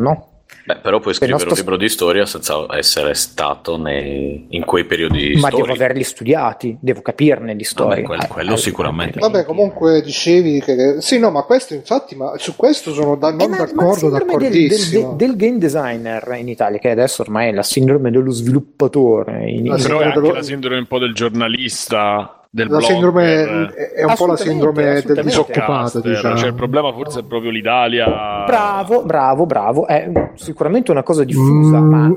Beh, però puoi scrivere nostro... un libro di storia senza essere stato nei... in quei periodi ma storici. devo averli studiati, devo capirne di storia. Vabbè, quello, quello eh, sicuramente. Vabbè, comunque dicevi che sì, no, ma questo infatti, ma su questo sono da, non eh, ma, d'accordo, ma d'accordissimo. Del, del, del, del game designer in Italia, che adesso ormai è la sindrome dello sviluppatore. In, La in... Però è anche dello... la sindrome un po' del giornalista. Del la sindrome è un po' la sindrome del disoccupato, diciamo. Cioè, il problema forse è proprio l'Italia. Bravo, bravo, bravo. È sicuramente una cosa diffusa, mm. ma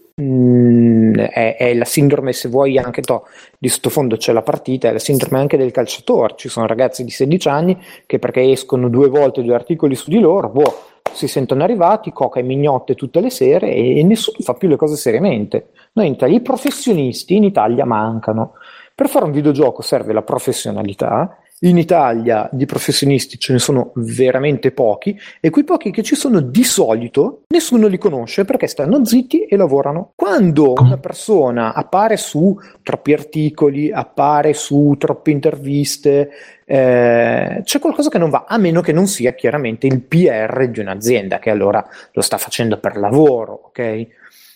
mm, è, è la sindrome, se vuoi, anche to, di sottofondo c'è la partita, è la sindrome anche del calciatore. Ci sono ragazzi di sedici anni che, perché escono due volte due articoli su di loro, boh, si sentono arrivati, coca e mignotte tutte le sere e, e nessuno fa più le cose seriamente. Noi in Italia, i professionisti in Italia mancano. Per fare un videogioco serve la professionalità. In Italia di professionisti ce ne sono veramente pochi e quei pochi che ci sono di solito nessuno li conosce perché stanno zitti e lavorano. Quando una persona appare su troppi articoli, appare su troppe interviste, eh, c'è qualcosa che non va, a meno che non sia chiaramente il P R di un'azienda che allora lo sta facendo per lavoro, ok?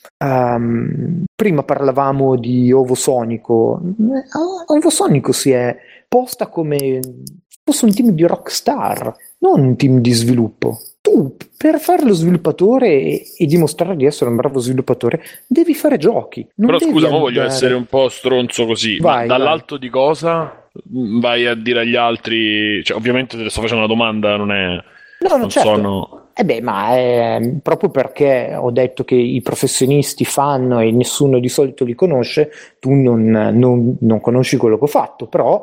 Um, prima parlavamo di Ovosonico. Ovosonico si è posta come fosse un team di rockstar, non un team di sviluppo. Tu per fare lo sviluppatore e, e dimostrare di essere un bravo sviluppatore devi fare giochi. Non Però devi scusa, ma andare... voglio essere un po' stronzo così. Vai, ma dall'alto vai. di cosa vai a dire agli altri? Cioè, ovviamente te ne sto facendo una domanda, non è. No, no, non certo. sono. Eh beh, ma è proprio perché ho detto che i professionisti fanno e nessuno di solito li conosce, tu non, non, non conosci quello che ho fatto, però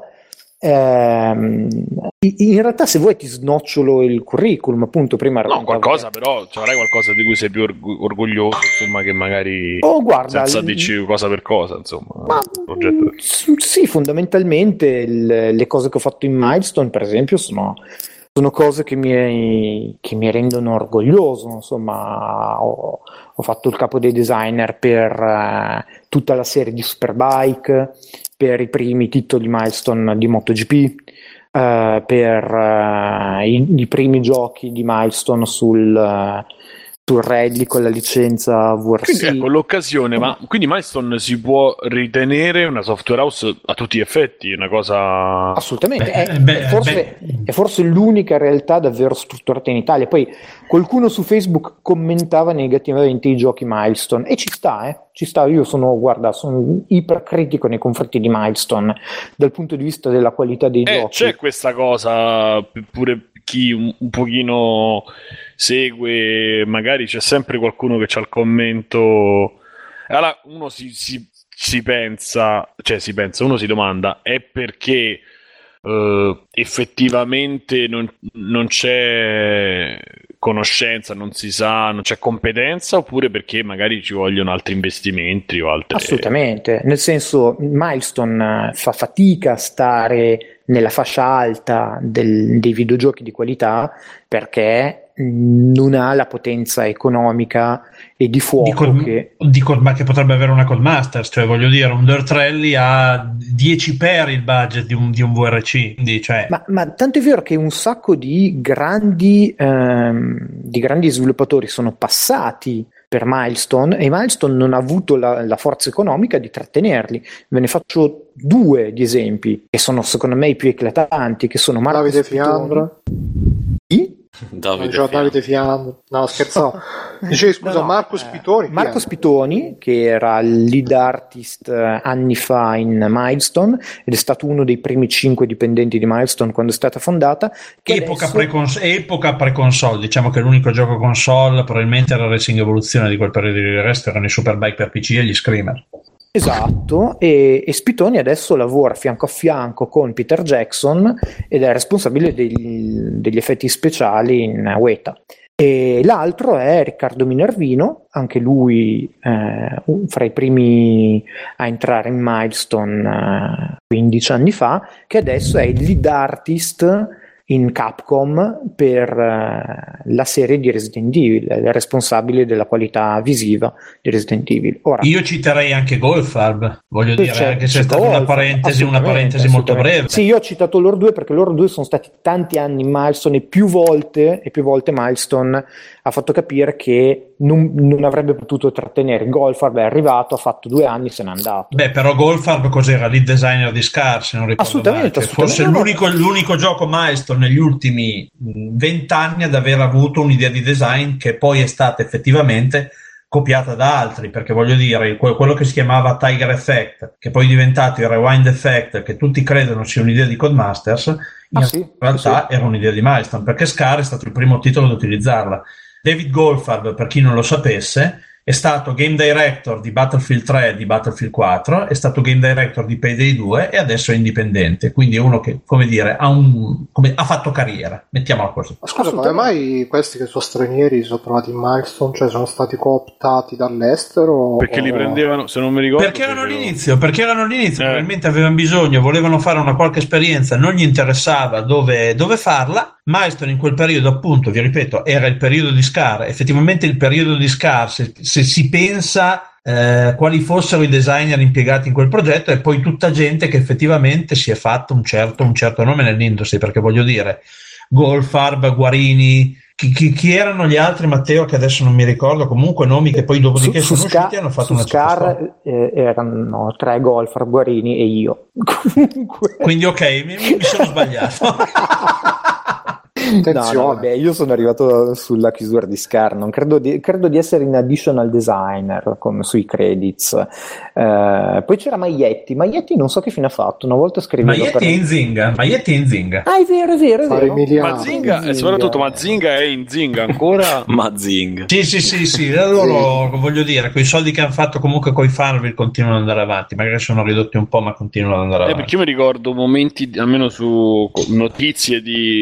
ehm, in realtà se vuoi ti snocciolo il curriculum, appunto prima No, qualcosa che... però ci avrai qualcosa di cui sei più org- orgoglioso, insomma, che magari oh, guarda, senza il... dirci cosa per cosa, insomma. Ma, progetto. Sì, fondamentalmente il, le cose che ho fatto in Milestone, per esempio, sono... sono cose che mi, che mi rendono orgoglioso. Insomma, ho, ho fatto il capo dei designer per uh, tutta la serie di Superbike, per i primi titoli Milestone di MotoGP, uh, per uh, i, i primi giochi di Milestone sul, uh, sul rally con la licenza V R C. Quindi ecco l'occasione, ma quindi Milestone si può ritenere una software house a tutti gli effetti, una cosa assolutamente, beh, è, beh, è, forse, è forse l'unica realtà davvero strutturata in Italia. Poi qualcuno su Facebook commentava negativamente i giochi Milestone e ci sta, eh? ci sta. Io sono, guarda, sono ipercritico nei confronti di Milestone dal punto di vista della qualità dei eh, giochi. C'è questa cosa, pure chi un, un pochino segue, magari c'è sempre qualcuno che c'ha il commento. Allora uno si, si, si pensa, cioè si pensa, uno si domanda, è perché uh, effettivamente non, non c'è conoscenza, non si sa, non c'è competenza, oppure perché magari ci vogliono altri investimenti o altre... Assolutamente, nel senso Milestone fa fatica a stare nella fascia alta del, dei videogiochi di qualità perché non ha la potenza economica e di fuoco di col, che... Di col, ma che potrebbe avere una Codemasters, cioè voglio dire, un Dirt Rally ha dieci per il budget di un, di un V R C, quindi, cioè... ma, ma tanto è vero che un sacco di grandi ehm, di grandi sviluppatori sono passati per Milestone e Milestone non ha avuto la, la forza economica di trattenerli. Ve ne faccio due di esempi che sono secondo me i più eclatanti, che sono Marco Davide Spitoni. Fiandra. Chi? Davide, Fiandra. Davide Fiandra. No, scherzavo. Dicevi scusa, No, no, Marco Spitoni. eh, Marco Spitoni, che era il lead artist eh, anni fa in Milestone ed è stato uno dei primi cinque dipendenti di Milestone quando è stata fondata. Che epoca, adesso... pre-cons- epoca pre-console, diciamo che l'unico gioco console probabilmente era Racing Evoluzione di quel periodo, il resto erano i Superbike per P C e gli Screamer. Esatto, e, e Spitoni adesso lavora fianco a fianco con Peter Jackson ed è responsabile degli, degli effetti speciali in Weta. E l'altro è Riccardo Minervino, anche lui eh, fra i primi a entrare in Milestone eh, quindici anni fa, che adesso è il lead artist in Capcom per uh, la serie di Resident Evil, è il responsabile della qualità visiva di Resident Evil. Ora, io citerei anche Goldfarb, voglio dire, c'è, anche se è stata una parentesi, una parentesi molto breve. Sì, io ho citato loro due perché loro due sono stati tanti anni in Milestone e più volte, e più volte Milestone ha fatto capire che non, non avrebbe potuto trattenere. Goldfarb è arrivato, ha fatto due anni, se n'è andato. Beh, però Goldfarb cos'era? Lead designer di Scar, se non ricordo assolutamente, male. Cioè, assolutamente. Forse l'unico, l'unico gioco milestone negli ultimi vent'anni ad aver avuto un'idea di design che poi è stata effettivamente copiata da altri, perché voglio dire, quello che si chiamava Tiger Effect, che poi è diventato il Rewind Effect, che tutti credono sia un'idea di Codemasters, in ah, sì, realtà sì. era un'idea di Milestone, perché Scar è stato il primo titolo ad utilizzarla. David Goldfarb, per chi non lo sapesse, è stato game director di Battlefield tre e di Battlefield quattro, è stato game director di Payday due e adesso è indipendente, quindi è uno che, come dire, ha, un, come, ha fatto carriera, mettiamola così. Ma scusa, come mai questi che sono stranieri si sono trovati in Milestone, cioè sono stati cooptati dall'estero? Perché o... li prendevano, se non mi ricordo. Perché erano perché... all'inizio, perché erano all'inizio, eh. probabilmente avevano bisogno, volevano fare una qualche esperienza, non gli interessava dove, dove farla. Milestone in quel periodo, appunto, vi ripeto, era il periodo di Scar, effettivamente il periodo di Scar, se, se si pensa eh, quali fossero i designer impiegati in quel progetto, e poi tutta gente che effettivamente si è fatto un certo, un certo nome nell'industria, perché voglio dire, Goldfarb, Guarini, chi, chi, chi erano gli altri, Matteo, che adesso non mi ricordo, comunque nomi che poi dopodiché su, sono su usciti e hanno fatto su una Scar eh, erano tre Goldfarb, Guarini e io. Comunque... Quindi ok, mi, mi sono sbagliato. No, no, vabbè, io sono arrivato sulla chiusura di Scar, non credo di, credo di essere in additional designer come sui credits. Eh, poi c'era Maietti, Maietti non so che fine ha fatto, una volta scriveva Maietti per... è in Zinga, Maietti è in Zinga. Ah, è vero, è vero, è vero. Mazinga, e soprattutto Mazinga è in Zinga ancora. Mazinga. Sì, sì, sì, sì, loro voglio dire, con i soldi che hanno fatto comunque coi Farmville continuano ad andare avanti, magari sono ridotti un po', ma continuano ad andare Eh, avanti. perché io mi ricordo momenti, almeno su notizie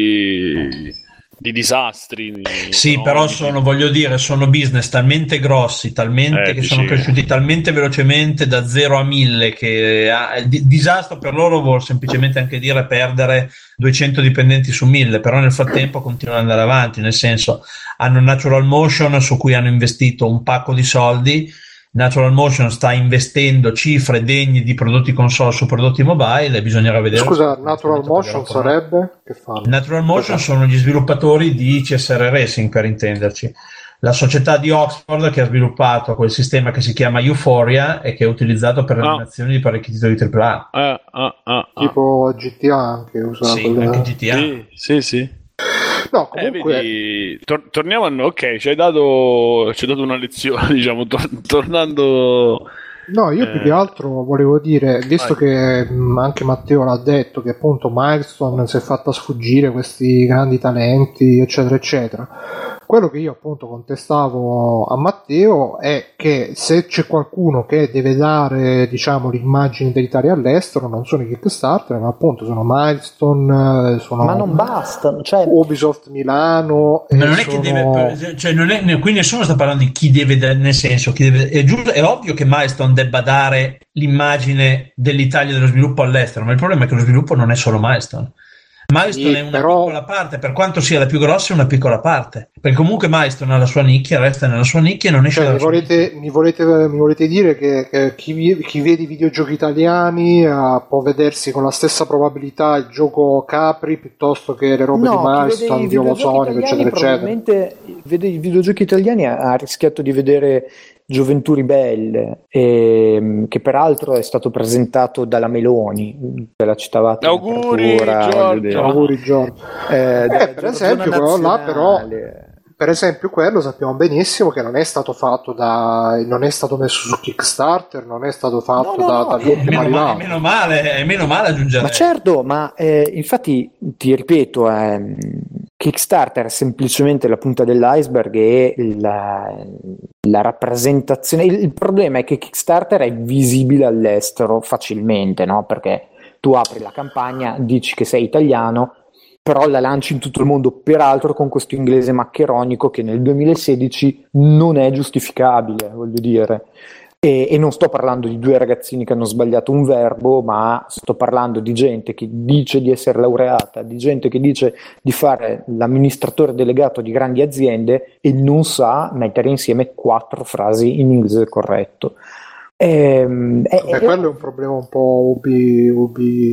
di, di disastri. Sì, però sono, voglio dire, sono business talmente grossi, talmente Eh, che sono dici- cresciuti talmente velocemente da zero a mille che ah, il di- disastro per loro vuol semplicemente anche dire perdere duecento dipendenti su mille, però nel frattempo continuano ad andare avanti, nel senso hanno Natural Motion su cui hanno investito un pacco di soldi. Natural Motion sta investendo cifre degne di prodotti console su prodotti mobile e bisognerà vedere. Scusa, Natural Motion sarebbe? Che fanno? Natural Motion sono gli sviluppatori di C S R Racing, per intenderci. La società di Oxford che ha sviluppato quel sistema che si chiama Euphoria e che è utilizzato per le Ah. animazioni di parecchi titoli tripla A. Ah, ah, ah, ah. Tipo G T A anche usa Sì, quelle- anche G T A. Sì, sì, sì. No, Eh, comunque vedi, tor- torniamo a noi. Ok, ci hai dato, ci hai dato una lezione, diciamo, tor- tornando. no, io eh, più che altro volevo dire, visto vai. che mh, anche Matteo l'ha detto, che appunto Milestone si è fatta sfuggire questi grandi talenti, eccetera, eccetera. Quello che io appunto contestavo a Matteo è che se c'è qualcuno che deve dare, diciamo, l'immagine dell'Italia all'estero, non sono i Kickstarter, ma appunto sono Milestone, sono Ma non basta, cioè... Ubisoft Milano. Ma e non è che sono- deve, cioè non è, qui nessuno sta parlando di chi deve dare, nel senso, chi deve, è giusto, è ovvio che Milestone debba dare l'immagine dell'Italia dello sviluppo all'estero, ma il problema è che lo sviluppo non è solo Milestone. Milestone Sì, è una però- piccola parte, per quanto sia la più grossa è una piccola parte, perché comunque Milestone ha la sua nicchia, resta nella sua nicchia e non esce Cioè, dalla mi, sua volete, mi, volete, mi volete dire che, che chi, vi- chi vede i videogiochi italiani uh, può vedersi con la stessa probabilità il gioco Capri piuttosto che le robe No, di chi vede i Milestone, di videogiochi Ovosonic, italiani eccetera, eccetera. probabilmente vede i videogiochi italiani ha, ha rischiato di vedere Gioventù Ribelle, ehm, che peraltro è stato presentato dalla Meloni, ve la citavate in Auguri, apertura, voglio Giorgio. dire. Auguri Giorgio. Eh, dalla per zona esempio, quello là, però, nazionale. per esempio, quello sappiamo benissimo che non è stato fatto da, non è stato messo su Kickstarter, non è stato fatto No, no, da, no, dagli eh, ultimi Meno, ma- arrivati. meno male, è meno male aggiungere. Ma certo, ma eh, infatti ti ripeto, ehm, Kickstarter è semplicemente la punta dell'iceberg e la, la rappresentazione. Il, il problema è che Kickstarter è visibile all'estero facilmente, no? Perché tu apri la campagna, dici che sei italiano, però la lanci in tutto il mondo, peraltro con questo inglese maccheronico che nel duemilasedici non è giustificabile, voglio dire. E, e non sto parlando di due ragazzini che hanno sbagliato un verbo, ma sto parlando di gente che dice di essere laureata, di gente che dice di fare l'amministratore delegato di grandi aziende e non sa mettere insieme quattro frasi in inglese corretto. Ehm, è, Beh, è- quello è un problema un po' ubi, ubi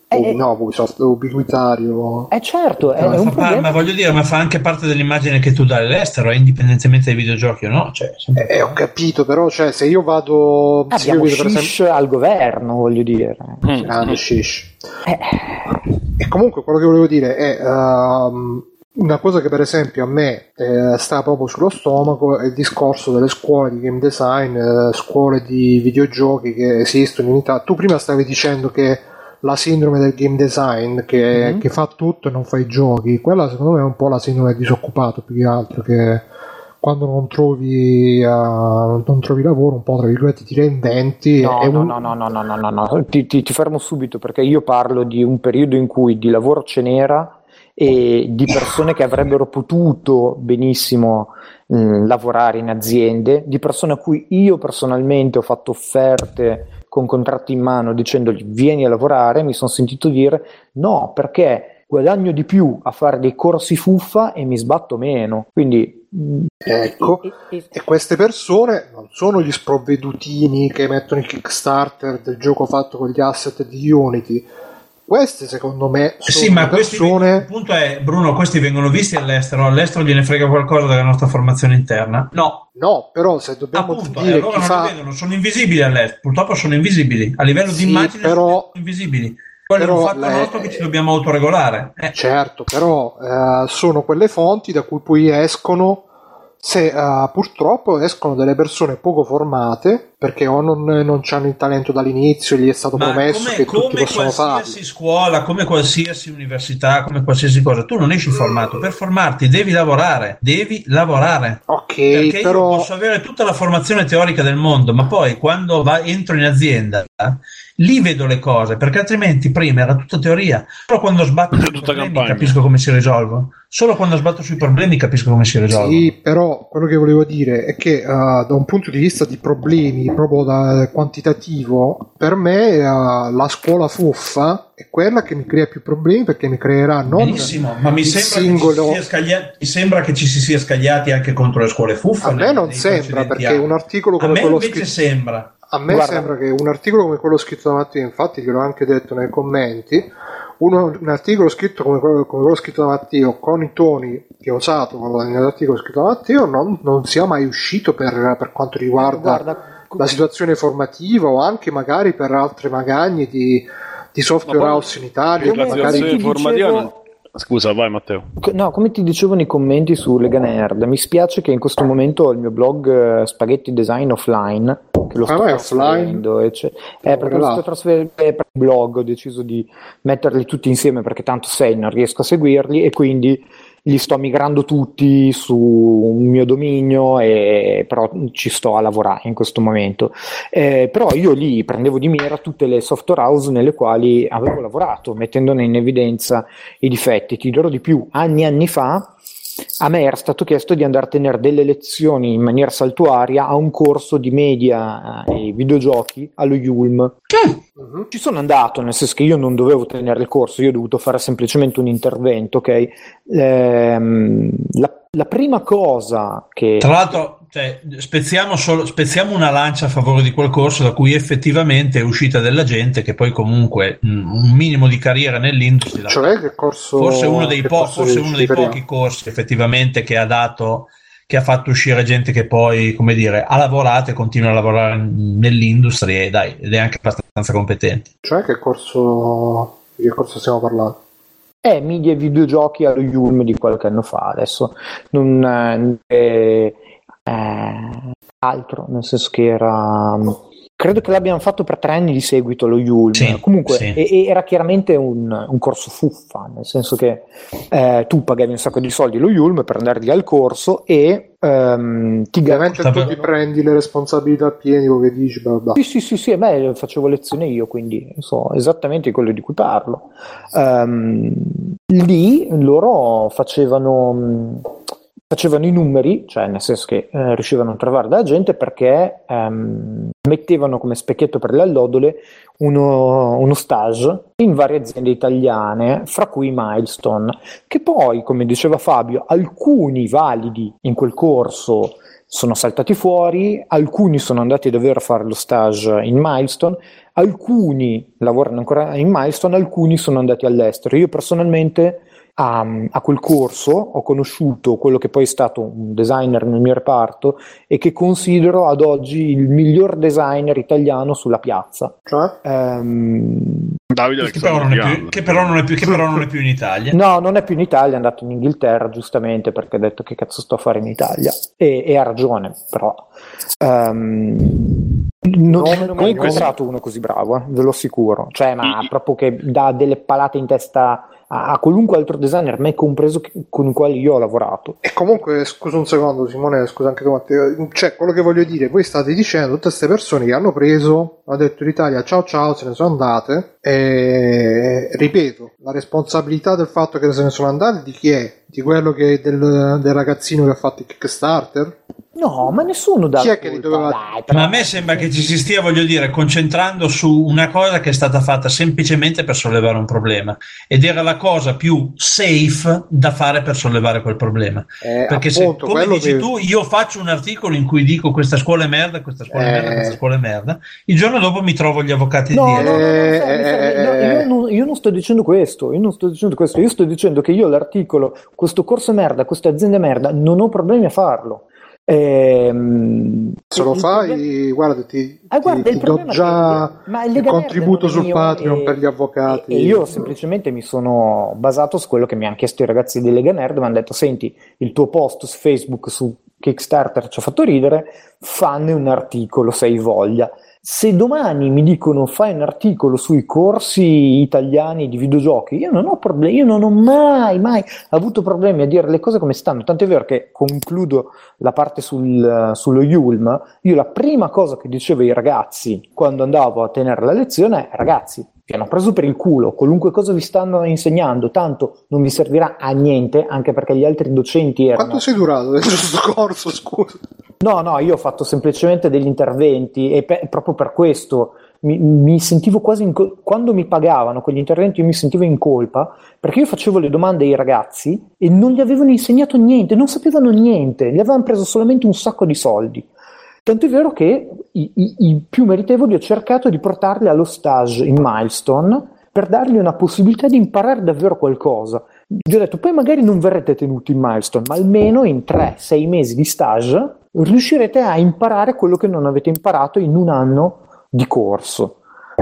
Eh, no, Ubisoft, ubiquitario. Eh certo, è, No, è un fa par- problema. ma voglio dire, ma fa anche parte dell'immagine che tu dai all'estero, eh, indipendentemente dai videogiochi o no? Cioè, sempre- Eh, ho capito, però, cioè, se io vado... se io Abbiamo vedo, per esempio, shish al governo, voglio dire. Mm. grande shish. Eh, E comunque quello che volevo dire è ehm, una cosa che per esempio a me eh, sta proprio sullo stomaco è il discorso delle scuole di game design, eh, scuole di videogiochi che esistono in Italia. Tu prima stavi dicendo che la sindrome del game design che, Mhm. che fa tutto e non fa i giochi, quella secondo me è un po' la sindrome del disoccupato più che altro, che quando non trovi, uh, non trovi lavoro un po' tra virgolette ti reinventi. no, è no, un- no, no, no, no, no, no, no. Ti, ti- ti fermo subito perché io parlo di un periodo in cui di lavoro ce n'era e di persone che avrebbero potuto benissimo mh, lavorare in aziende, di persone a cui io personalmente ho fatto offerte con contratti in mano dicendogli vieni a lavorare, mi sono sentito dire no perché guadagno di più a fare dei corsi fuffa e mi sbatto meno, quindi mh, Ecco, e- e- e queste persone non sono gli sprovvedutini che mettono il Kickstarter del gioco fatto con gli asset di Unity. Queste secondo me sono Sì, ma questi vengono- il persone... punto è, Bruno, questi vengono visti all'estero, all'estero gliene frega qualcosa della nostra formazione interna? No, No, però se dobbiamo appunto, e dire allora chi non fa... li vedono, sono invisibili all'estero, purtroppo sono invisibili, a livello Sì, di immagine però- sono invisibili. Quello è un però fatto le- nostro che ci dobbiamo autoregolare. Eh. Certo, però eh, sono quelle fonti da cui poi escono, se eh, purtroppo escono delle persone poco formate, perché o non, non hanno il talento dall'inizio, gli è stato Ma promesso come, che tutti come possono qualsiasi farlo. scuola, come qualsiasi università, come qualsiasi cosa, tu non esci formato. Per formarti devi lavorare, devi lavorare. Ok, Perché però... io posso avere tutta la formazione teorica del mondo, ma poi quando va, entro in azienda, lì vedo le cose, perché altrimenti prima era tutta teoria. Solo quando sbatto sui Tutta problemi campagna. capisco come si risolvono. Solo quando sbatto sui problemi capisco come si risolvono. Sì, però quello che volevo dire è che uh, da un punto di vista di problemi proprio da quantitativo, per me uh, la scuola fuffa è quella che mi crea più problemi, perché mi creerà non Benissimo, ma mi il sembra, singolo... che ci si sia scaglia- mi sembra che ci si sia scagliati anche contro le scuole fuffe. A me nei- non nei sembra, precedenti perché anni. un articolo A come me quello invece scritto... sembra. A me Guarda. sembra che un articolo come quello scritto da Matteo, infatti gliel'ho anche detto nei commenti, uno- un articolo scritto come quello, come quello scritto da Matteo, con i toni che ho usato nell'articolo scritto da Matteo, non, non sia mai uscito per, per quanto riguarda guarda, la situazione formativa, o anche magari per altre magagne di, di software Ma poi- house in Italia. Come- magari... come situazione ti formativa dicevo- non- Scusa, vai Matteo. No, come ti dicevo nei commenti su Lega Nerd, mi spiace che in questo momento ho il mio blog eh, Spaghetti Design offline, che lo sto Ah, ma è trasferendo, e c'è- eh, perché lo là. sto trasferendo eh, per il blog, ho deciso di metterli tutti insieme perché tanto sei, non riesco a seguirli e quindi li sto migrando tutti su un mio dominio, e però ci sto a lavorare in questo momento. Eh, però io lì prendevo di mira tutte le software house nelle quali avevo lavorato, mettendone in evidenza i difetti. Ti dirò di più, anni e anni fa a me era stato chiesto di andare a tenere delle lezioni in maniera saltuaria a un corso di media e videogiochi allo Yulm. Mhm. Ci sono andato, nel senso che io non dovevo tenere il corso, io ho dovuto fare semplicemente un intervento, ok? Ehm, la, la prima cosa che... Tra l'altro, cioè, spezziamo, solo, spezziamo una lancia a favore di quel corso da cui effettivamente è uscita della gente che poi comunque mh, un minimo di carriera nell'industria l'ha Cioè, fatto. che corso... Forse uno dei, che po- corso forse ci uno dei riferiamo? pochi corsi effettivamente che ha dato, che ha fatto uscire gente che poi, come dire, ha lavorato e continua a lavorare nell'industria e dai, ed è anche abbastanza competente. Cioè, che corso... di che corso stiamo parlando? Eh, media e videogiochi allo Yulm di qualche anno fa, adesso non eh, eh, altro, nel senso che era... Credo che l'abbiano fatto per tre anni di seguito lo Yulm. Sì, Comunque sì. e- e era chiaramente un, un corso fuffa, nel senso che eh, tu pagavi un sacco di soldi allo Yulm per andare lì al corso e ehm, ti Ovviamente tu Stavo- ti prendi le responsabilità piene, quello che dici, bla bla. Sì, sì, sì, sì, beh, facevo lezione io, quindi so esattamente di quello di cui parlo. Ehm, lì loro facevano, mh, facevano i numeri, cioè nel senso che eh, riuscivano a trovare della gente perché ehm, mettevano come specchietto per le allodole uno, uno stage in varie aziende italiane, fra cui Milestone, che poi, come diceva Fabio, alcuni validi in quel corso sono saltati fuori, alcuni sono andati davvero a fare lo stage in Milestone, alcuni lavorano ancora in Milestone, alcuni sono andati all'estero. Io personalmente a, a quel corso ho conosciuto quello che poi è stato un designer nel mio reparto e che considero ad oggi il miglior designer italiano sulla piazza. Cioè? Um, Davide che però, non è più, che, però non è più, che però non è più in Italia. No, non è più in Italia, è andato in Inghilterra giustamente perché ha detto che cazzo sto a fare in Italia e, e ha ragione, però um, non ho no, mai incontrato uno così bravo, eh, ve lo assicuro, cioè ma proprio che dà delle palate in testa a, a qualunque altro designer, me compreso, che, con il quale io ho lavorato. E comunque, scusa un secondo Simone, scusa anche tu Matteo, cioè quello che voglio dire, voi state dicendo tutte queste persone che hanno preso, hanno detto l'Italia ciao ciao, se ne sono andate, e ripeto, la responsabilità del fatto che se ne sono andate di chi è? Di quello che del, del ragazzino che ha fatto il Kickstarter? No, ma nessuno dà chi è che li doveva... Dai, però... Ma a me sembra che ci si stia, voglio dire, concentrando su una cosa che è stata fatta semplicemente per sollevare un problema, ed era la cosa più safe da fare per sollevare quel problema. Eh, perché appunto, se, come dici che... tu, io faccio un articolo in cui dico questa scuola è merda, questa scuola è eh... merda, questa scuola è merda, il giorno dopo mi trovo gli avvocati no, di no, no, no, eh... fermi, fermi. No, io, non, io non sto dicendo questo, io non sto dicendo questo, io sto dicendo che io l'articolo, questo corso è merda, queste aziende merda, non ho problemi a farlo. Ehm, se lo fai, problema... guarda, ti, ah, guarda, ti, ti do già che, ma il contributo sul Patreon e, per gli avvocati. E, e io semplicemente mi sono basato su quello che mi hanno chiesto i ragazzi di Lega Nerd, mi hanno detto: senti, il tuo post su Facebook su Kickstarter ci ha fatto ridere, fanne un articolo se hai voglia. Se domani mi dicono fai un articolo sui corsi italiani di videogiochi, io non ho problemi, io non ho mai, mai avuto problemi a dire le cose come stanno, tant'è vero che concludo la parte sul, sullo Yulm, io la prima cosa che dicevo ai ragazzi quando andavo a tenere la lezione è: ragazzi, vi hanno preso per il culo, qualunque cosa vi stanno insegnando, tanto non vi servirà a niente, anche perché gli altri docenti erano... Quanto sei durato dentro questo corso, scusa? No, no, io ho fatto semplicemente degli interventi e pe- proprio per questo mi, mi sentivo quasi in col- quando mi pagavano quegli interventi io mi sentivo in colpa, perché io facevo le domande ai ragazzi e non gli avevano insegnato niente, non sapevano niente, gli avevano preso solamente un sacco di soldi. Tanto è vero che i, i, i più meritevoli ho cercato di portarli allo stage in Milestone per dargli una possibilità di imparare davvero qualcosa. Gli ho detto: poi magari non verrete tenuti in Milestone, ma almeno in tre sei mesi di stage riuscirete a imparare quello che non avete imparato in un anno di corso.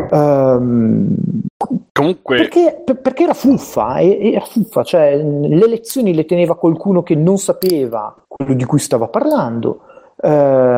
Um, Comunque, perché, per, perché era fuffa, era fuffa, cioè le lezioni le teneva qualcuno che non sapeva quello di cui stava parlando. Uh,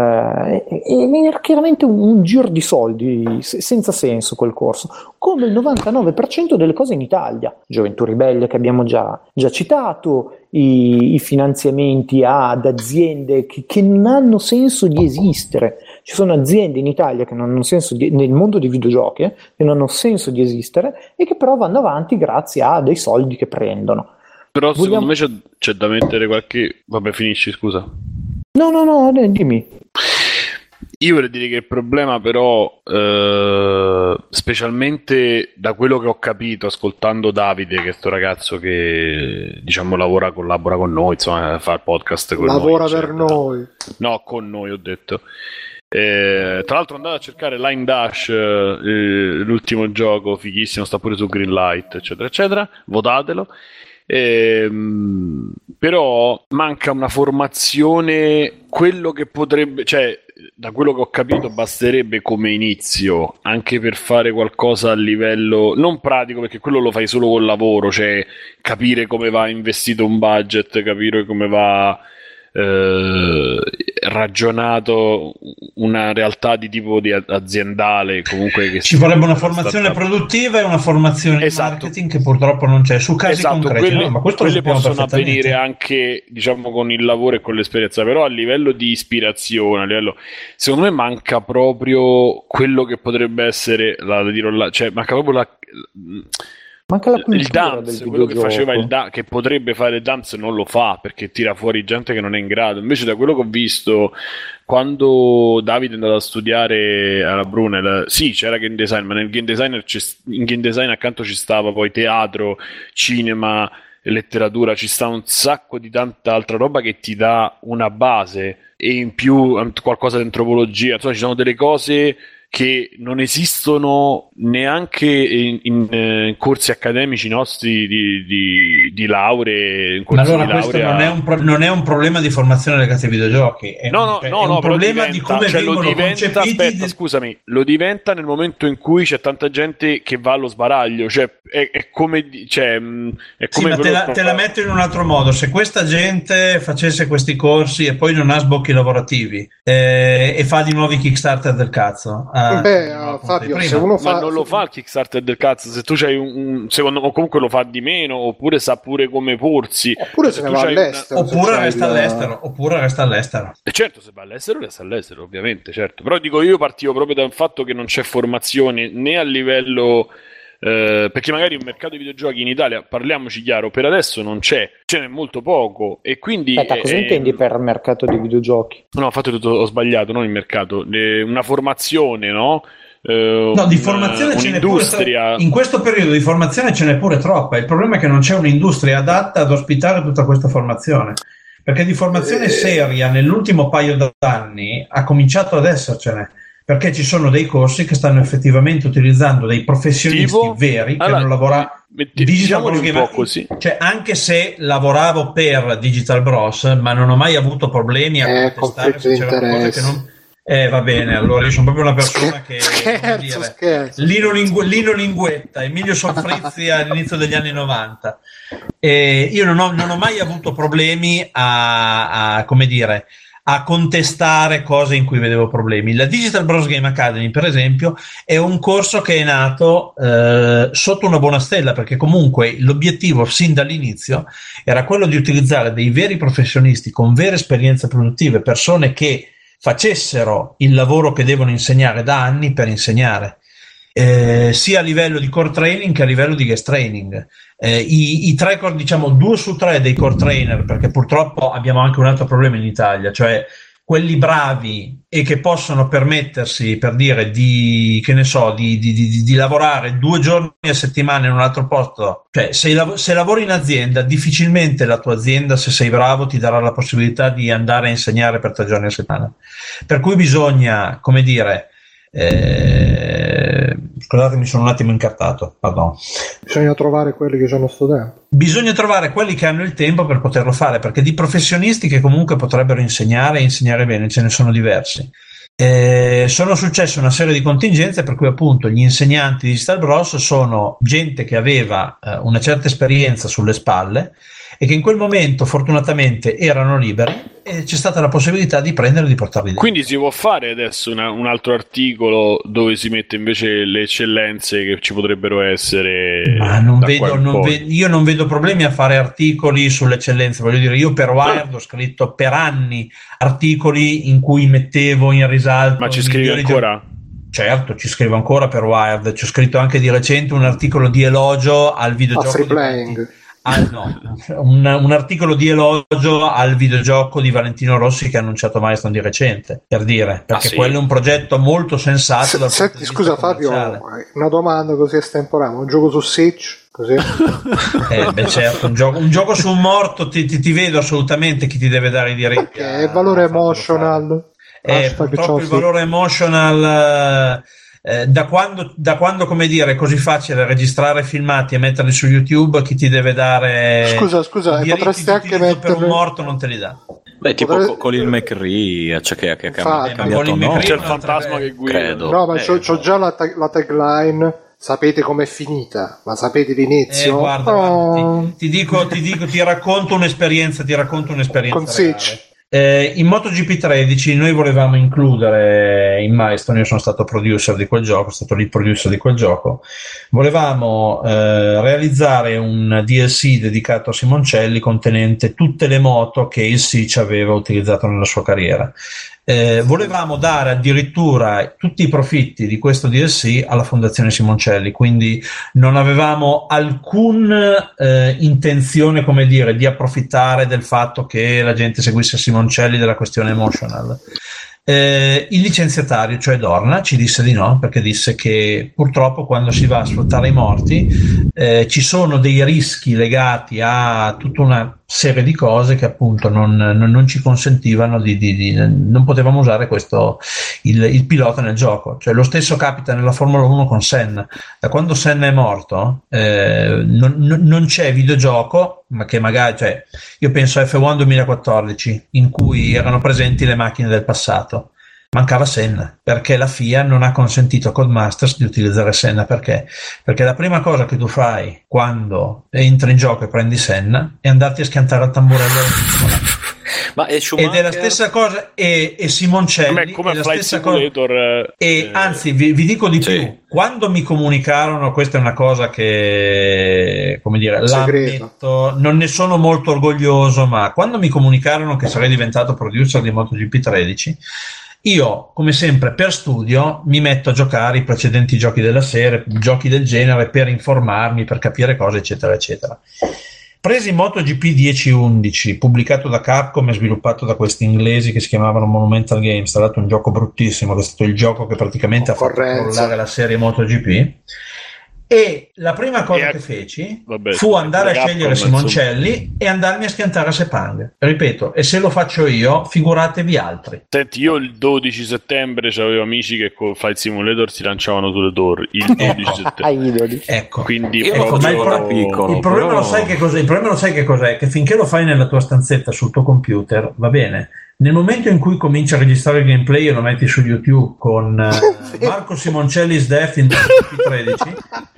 e, e era chiaramente un, un giro di soldi se, senza senso quel corso, come il novantanove per cento delle cose in Italia. Gioventù Ribelle che abbiamo già, già citato, i, i finanziamenti ad aziende che, che non hanno senso di esistere. Ci sono aziende in Italia che non hanno senso di, nel mondo dei videogiochi eh, che non hanno senso di esistere e che però vanno avanti grazie a dei soldi che prendono. Però Vogliamo... secondo me c'è, c'è da mettere qualche... Vabbè, finisci, scusa. No, no, no, dimmi. Io vorrei dire che il problema però, eh, specialmente da quello che ho capito ascoltando Davide, che è sto ragazzo che diciamo lavora, collabora con noi, insomma fa il podcast con lavora noi. Lavora per noi. No, con noi ho detto. Eh, tra l'altro andate a cercare Line Dash, eh, l'ultimo gioco fighissimo, sta pure su Greenlight, eccetera, eccetera. Votatelo. Ehm, però manca una formazione, quello che potrebbe, cioè da quello che ho capito basterebbe come inizio anche per fare qualcosa a livello non pratico, perché quello lo fai solo col lavoro, cioè capire come va investito un budget, capire come va eh, ragionato una realtà di tipo di aziendale, comunque che ci vorrebbe una formazione startup. Produttiva e una formazione esatto. in marketing che purtroppo non c'è su casi esatto, concreti, quelle, no? Ma questo quelle lo possono avvenire anche diciamo con il lavoro e con l'esperienza, però a livello di ispirazione, a livello, secondo me manca proprio quello che potrebbe essere la, la dirò là, cioè manca proprio la Manca la il dance, quello che faceva il da- che potrebbe fare il dance non lo fa perché tira fuori gente che non è in grado. Invece da quello che ho visto quando Davide è andato a studiare alla Brunel, sì c'era game design, ma nel game designer in game design accanto ci stava poi teatro, cinema, letteratura, ci sta un sacco di tanta altra roba che ti dà una base, e in più qualcosa di antropologia, insomma ci sono delle cose che non esistono neanche in, in, in corsi accademici nostri di, di, di lauree. In corsi Ma allora di questo laurea... non, è un pro- non è un problema di formazione legato ai videogiochi, è, no, no, è no, un no, problema diventa, di come cioè vengono lo diventa, concepiti. aspetta, di... scusami, lo diventa nel momento in cui c'è tanta gente che va allo sbaraglio, cioè è, è come, cioè, è come sì, ma te la, te la metto in un altro modo. Se questa gente facesse questi corsi e poi non ha sbocchi lavorativi eh, e fa di nuovi Kickstarter del cazzo, eh, beh, uh, Fabio, se uno fa... ma non lo fa il Kickstarter del cazzo, se tu c'hai un, un secondo, o comunque lo fa di meno, oppure sa pure come porsi, oppure se, se ne va all'estero, una... oppure resta il... all'estero oppure resta all'estero e certo, se va all'estero resta all'estero, ovviamente, certo. Però dico, io partivo proprio dal fatto che non c'è formazione né a livello eh, perché magari un mercato di videogiochi in Italia, parliamoci chiaro, per adesso non c'è, ce n'è molto poco, e quindi aspetta, cosa è, intendi per mercato di videogiochi? No, ho fatto tutto, ho sbagliato, non il mercato, eh, una formazione, no? Uh, no, di formazione un, ce n'è un'industria. Pure, in questo periodo di formazione ce n'è pure troppa. Il problema è che non c'è un'industria adatta ad ospitare tutta questa formazione, perché di formazione seria nell'ultimo paio d'anni ha cominciato ad essercene, perché ci sono dei corsi che stanno effettivamente utilizzando dei professionisti tipo? veri che allora, non lavorano. Diciamo un po' così. Cioè, anche se lavoravo per Digital Bros, ma non ho mai avuto problemi a eh, contestare se c'erano cose che non. Eh, va bene, allora io sono proprio una persona che scherzo, dire, scherzo. Lino, Lingu- Lino Linguetta, Emilio Solfrizzi all'inizio degli anni novanta. E io non ho, non ho mai avuto problemi a, a, come dire, a contestare cose in cui vedevo problemi. La Digital Bros Game Academy, per esempio, è un corso che è nato eh, sotto una buona stella, perché comunque l'obiettivo sin dall'inizio era quello di utilizzare dei veri professionisti con vere esperienze produttive, persone che facessero il lavoro che devono insegnare da anni per insegnare, eh, sia a livello di core training che a livello di guest training. Eh, i, i tre, diciamo due su tre dei core trainer, perché purtroppo abbiamo anche un altro problema in Italia, cioè quelli bravi e che possono permettersi, per dire, di, che ne so, di, di, di, di lavorare due giorni a settimana in un altro posto. Cioè, se, lav- se lavori in azienda, difficilmente la tua azienda, se sei bravo, ti darà la possibilità di andare a insegnare per tre giorni a settimana. Per cui bisogna, come dire, eh, scusate, mi sono un attimo incartato, pardon. Bisogna trovare quelli che hanno sto tempo. Bisogna trovare quelli che hanno il tempo per poterlo fare, perché di professionisti che comunque potrebbero insegnare e insegnare bene ce ne sono diversi. Eh, sono successe una serie di contingenze per cui appunto gli insegnanti di Digital Bros sono gente che aveva eh, una certa esperienza sulle spalle e che in quel momento fortunatamente erano liberi, e c'è stata la possibilità di prendere e di portarli dentro. Quindi si può fare adesso una, un altro articolo dove si mette invece le eccellenze che ci potrebbero essere. Ma non vedo, non ve- io non vedo problemi a fare articoli sulle eccellenze. Voglio dire, io per Wired ho scritto per anni articoli in cui mettevo in risalto. Ma ci scrivi ancora? Di... Certo, ci scrivo ancora per Wired. Ci ho scritto anche di recente un articolo di elogio al videogioco. A free playing. Ah, no, un, un articolo di elogio al videogioco di Valentino Rossi che ha annunciato Milestone di recente, per dire, perché ah, sì. quello è un progetto molto sensato. S- dal senti, scusa Fabio, una domanda così estemporanea, un gioco su Switch? Così? eh, beh, certo, un gioco, un gioco su un morto ti, ti, ti vedo assolutamente chi ti deve dare i diritti. È il valore emotional. Eh, purtroppo il valore emotional... Eh, da quando, da quando, come dire, è così facile registrare filmati e metterli su YouTube, chi ti deve dare scusa scusa i potresti anche metterli per un morto non te li dà. Beh, tipo Potrei... Colin McRae, cioè che, che, che ha cambiato nome, c'è il fantasma che guida, credo. No, ma eh, c'ho, c'ho già la, tag- la tagline. Sapete com'è finita, ma sapete l'inizio? Eh, guarda, oh. guarda ti, ti dico, ti dico, ti racconto un'esperienza, ti racconto un'esperienza con Switch. Eh, in MotoGP tredici noi volevamo includere in Milestone, io sono stato producer di quel gioco, sono stato lead producer di quel gioco, volevamo eh, realizzare un D L C dedicato a Simoncelli contenente tutte le moto che il Sitch aveva utilizzato nella sua carriera. Eh, volevamo dare addirittura tutti i profitti di questo D L C alla Fondazione Simoncelli, quindi non avevamo alcuna eh, intenzione, come dire, di approfittare del fatto che la gente seguisse Simoncelli della questione emotional. Eh, il licenziatario, cioè Dorna, ci disse di no, perché disse che purtroppo quando si va a sfruttare i morti eh, ci sono dei rischi legati a tutta una serie di cose che appunto non, non, non ci consentivano di, di, di non potevamo usare questo il, il pilota nel gioco. Cioè lo stesso capita nella Formula uno con Senna. Da quando Senna è morto eh, non, non c'è videogioco, ma che magari, cioè, io penso a F uno duemilaquattordici in cui erano presenti le macchine del passato, mancava Senna, perché la F I A non ha consentito a Codemasters di utilizzare Senna. Perché? Perché la prima cosa che tu fai quando entri in gioco e prendi Senna è andarti a schiantare al tamburello Ma è ed è la stessa cosa e, e Simoncelli Beh, come è la Flight stessa Simulator, cosa e eh, anzi vi, vi dico di sì. più, quando mi comunicarono, questa è una cosa che, come dire, l'ammetto, non ne sono molto orgoglioso, ma quando mi comunicarono che sarei diventato producer di MotoGP tredici, io, come sempre, per studio mi metto a giocare i precedenti giochi della serie, giochi del genere, per informarmi, per capire cose, eccetera, eccetera. Presi MotoGP dieci undici, pubblicato da Capcom e sviluppato da questi inglesi che si chiamavano Monumental Games, tra l'altro un gioco bruttissimo, che è stato il gioco che praticamente ha fatto crollare la serie MotoGP. E la prima cosa e che feci vabbè, fu andare a Capcom, scegliere Simoncelli insomma, e andarmi a schiantare a Sepang. Ripeto, e se lo faccio io, figuratevi altri. Senti, io il dodici settembre avevo amici che con Flight Simulator si lanciavano sulle torri. Il dodici settembre. Ecco. Quindi io ecco, ma il, pro- piccolo, il problema però... lo sai che cos'è? Il problema lo sai che cos'è? Che finché lo fai nella tua stanzetta sul tuo computer, va bene. Nel momento in cui cominci a registrare il gameplay e lo metti su YouTube con uh, Marco Simoncelli's Death in tredici,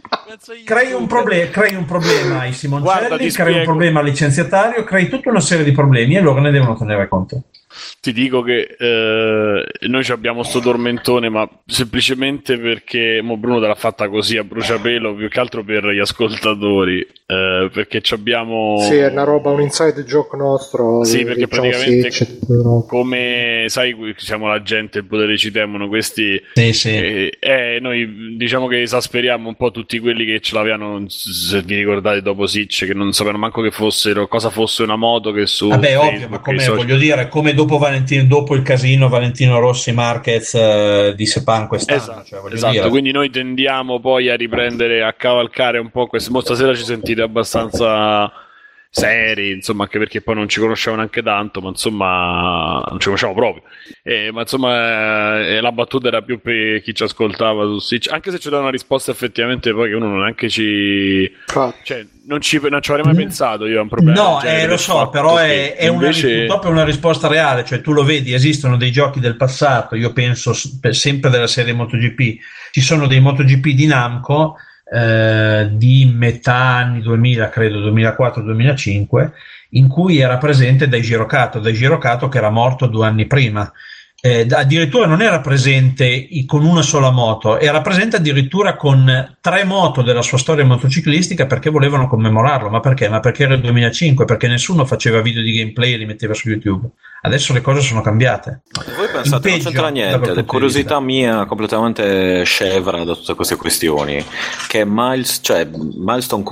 crei un, proble- crei un problema ai Simoncelli, Guarda, crei spiego. un problema al licenziatario, crei tutta una serie di problemi e loro ne devono tenere conto. Ti dico che eh, noi abbiamo sto tormentone, ma semplicemente perché mo Bruno te l'ha fatta così a bruciapelo, più che altro per gli ascoltatori, eh, perché abbiamo... Sì, è una roba, un inside joke nostro. Sì, perché praticamente sì, come sai, siamo la gente, il potere ci temono, questi... Sì, sì. Eh, eh, noi diciamo che esasperiamo un po' tutti quelli che ce l'avevano, se vi ricordate, dopo Sitch, che non sapevano manco che fossero, cosa fosse una moto che su... Vabbè, Facebook, ovvio, ma come voglio dire, come dopo Valentino, dopo il casino Valentino Rossi Marquez uh, di Sepang quest'anno, esatto, cioè, esatto. dire. Quindi noi tendiamo poi a riprendere, a cavalcare un po' questo. Stasera ci sentite abbastanza seri, insomma, anche perché poi non ci conosciamo neanche tanto, ma insomma non ci conosciamo proprio, eh, ma insomma eh, la battuta era più per chi ci ascoltava su Switch, anche se ci dà una risposta effettivamente poi che uno non neanche ci cioè non ci, non ci avrei mai pensato io a un problema no, eh, lo so, però è, è invece... una, una risposta reale, cioè tu lo vedi, esistono dei giochi del passato, io penso sempre della serie MotoGP, ci sono dei MotoGP di Namco Eh, di metà anni duemila, credo duemilaquattro duemilacinque, in cui era presente Daijiro Kato, Daijiro Kato che era morto due anni prima. Eh, addirittura non era presente con una sola moto, era presente addirittura con tre moto della sua storia motociclistica, perché volevano commemorarlo. Ma perché? Ma perché era il duemilacinque, perché nessuno faceva video di gameplay e li metteva su YouTube. Adesso le cose sono cambiate. Voi pensate, non c'entra niente, la curiosità mia completamente scevra da tutte queste questioni, che Miles, cioè Milestone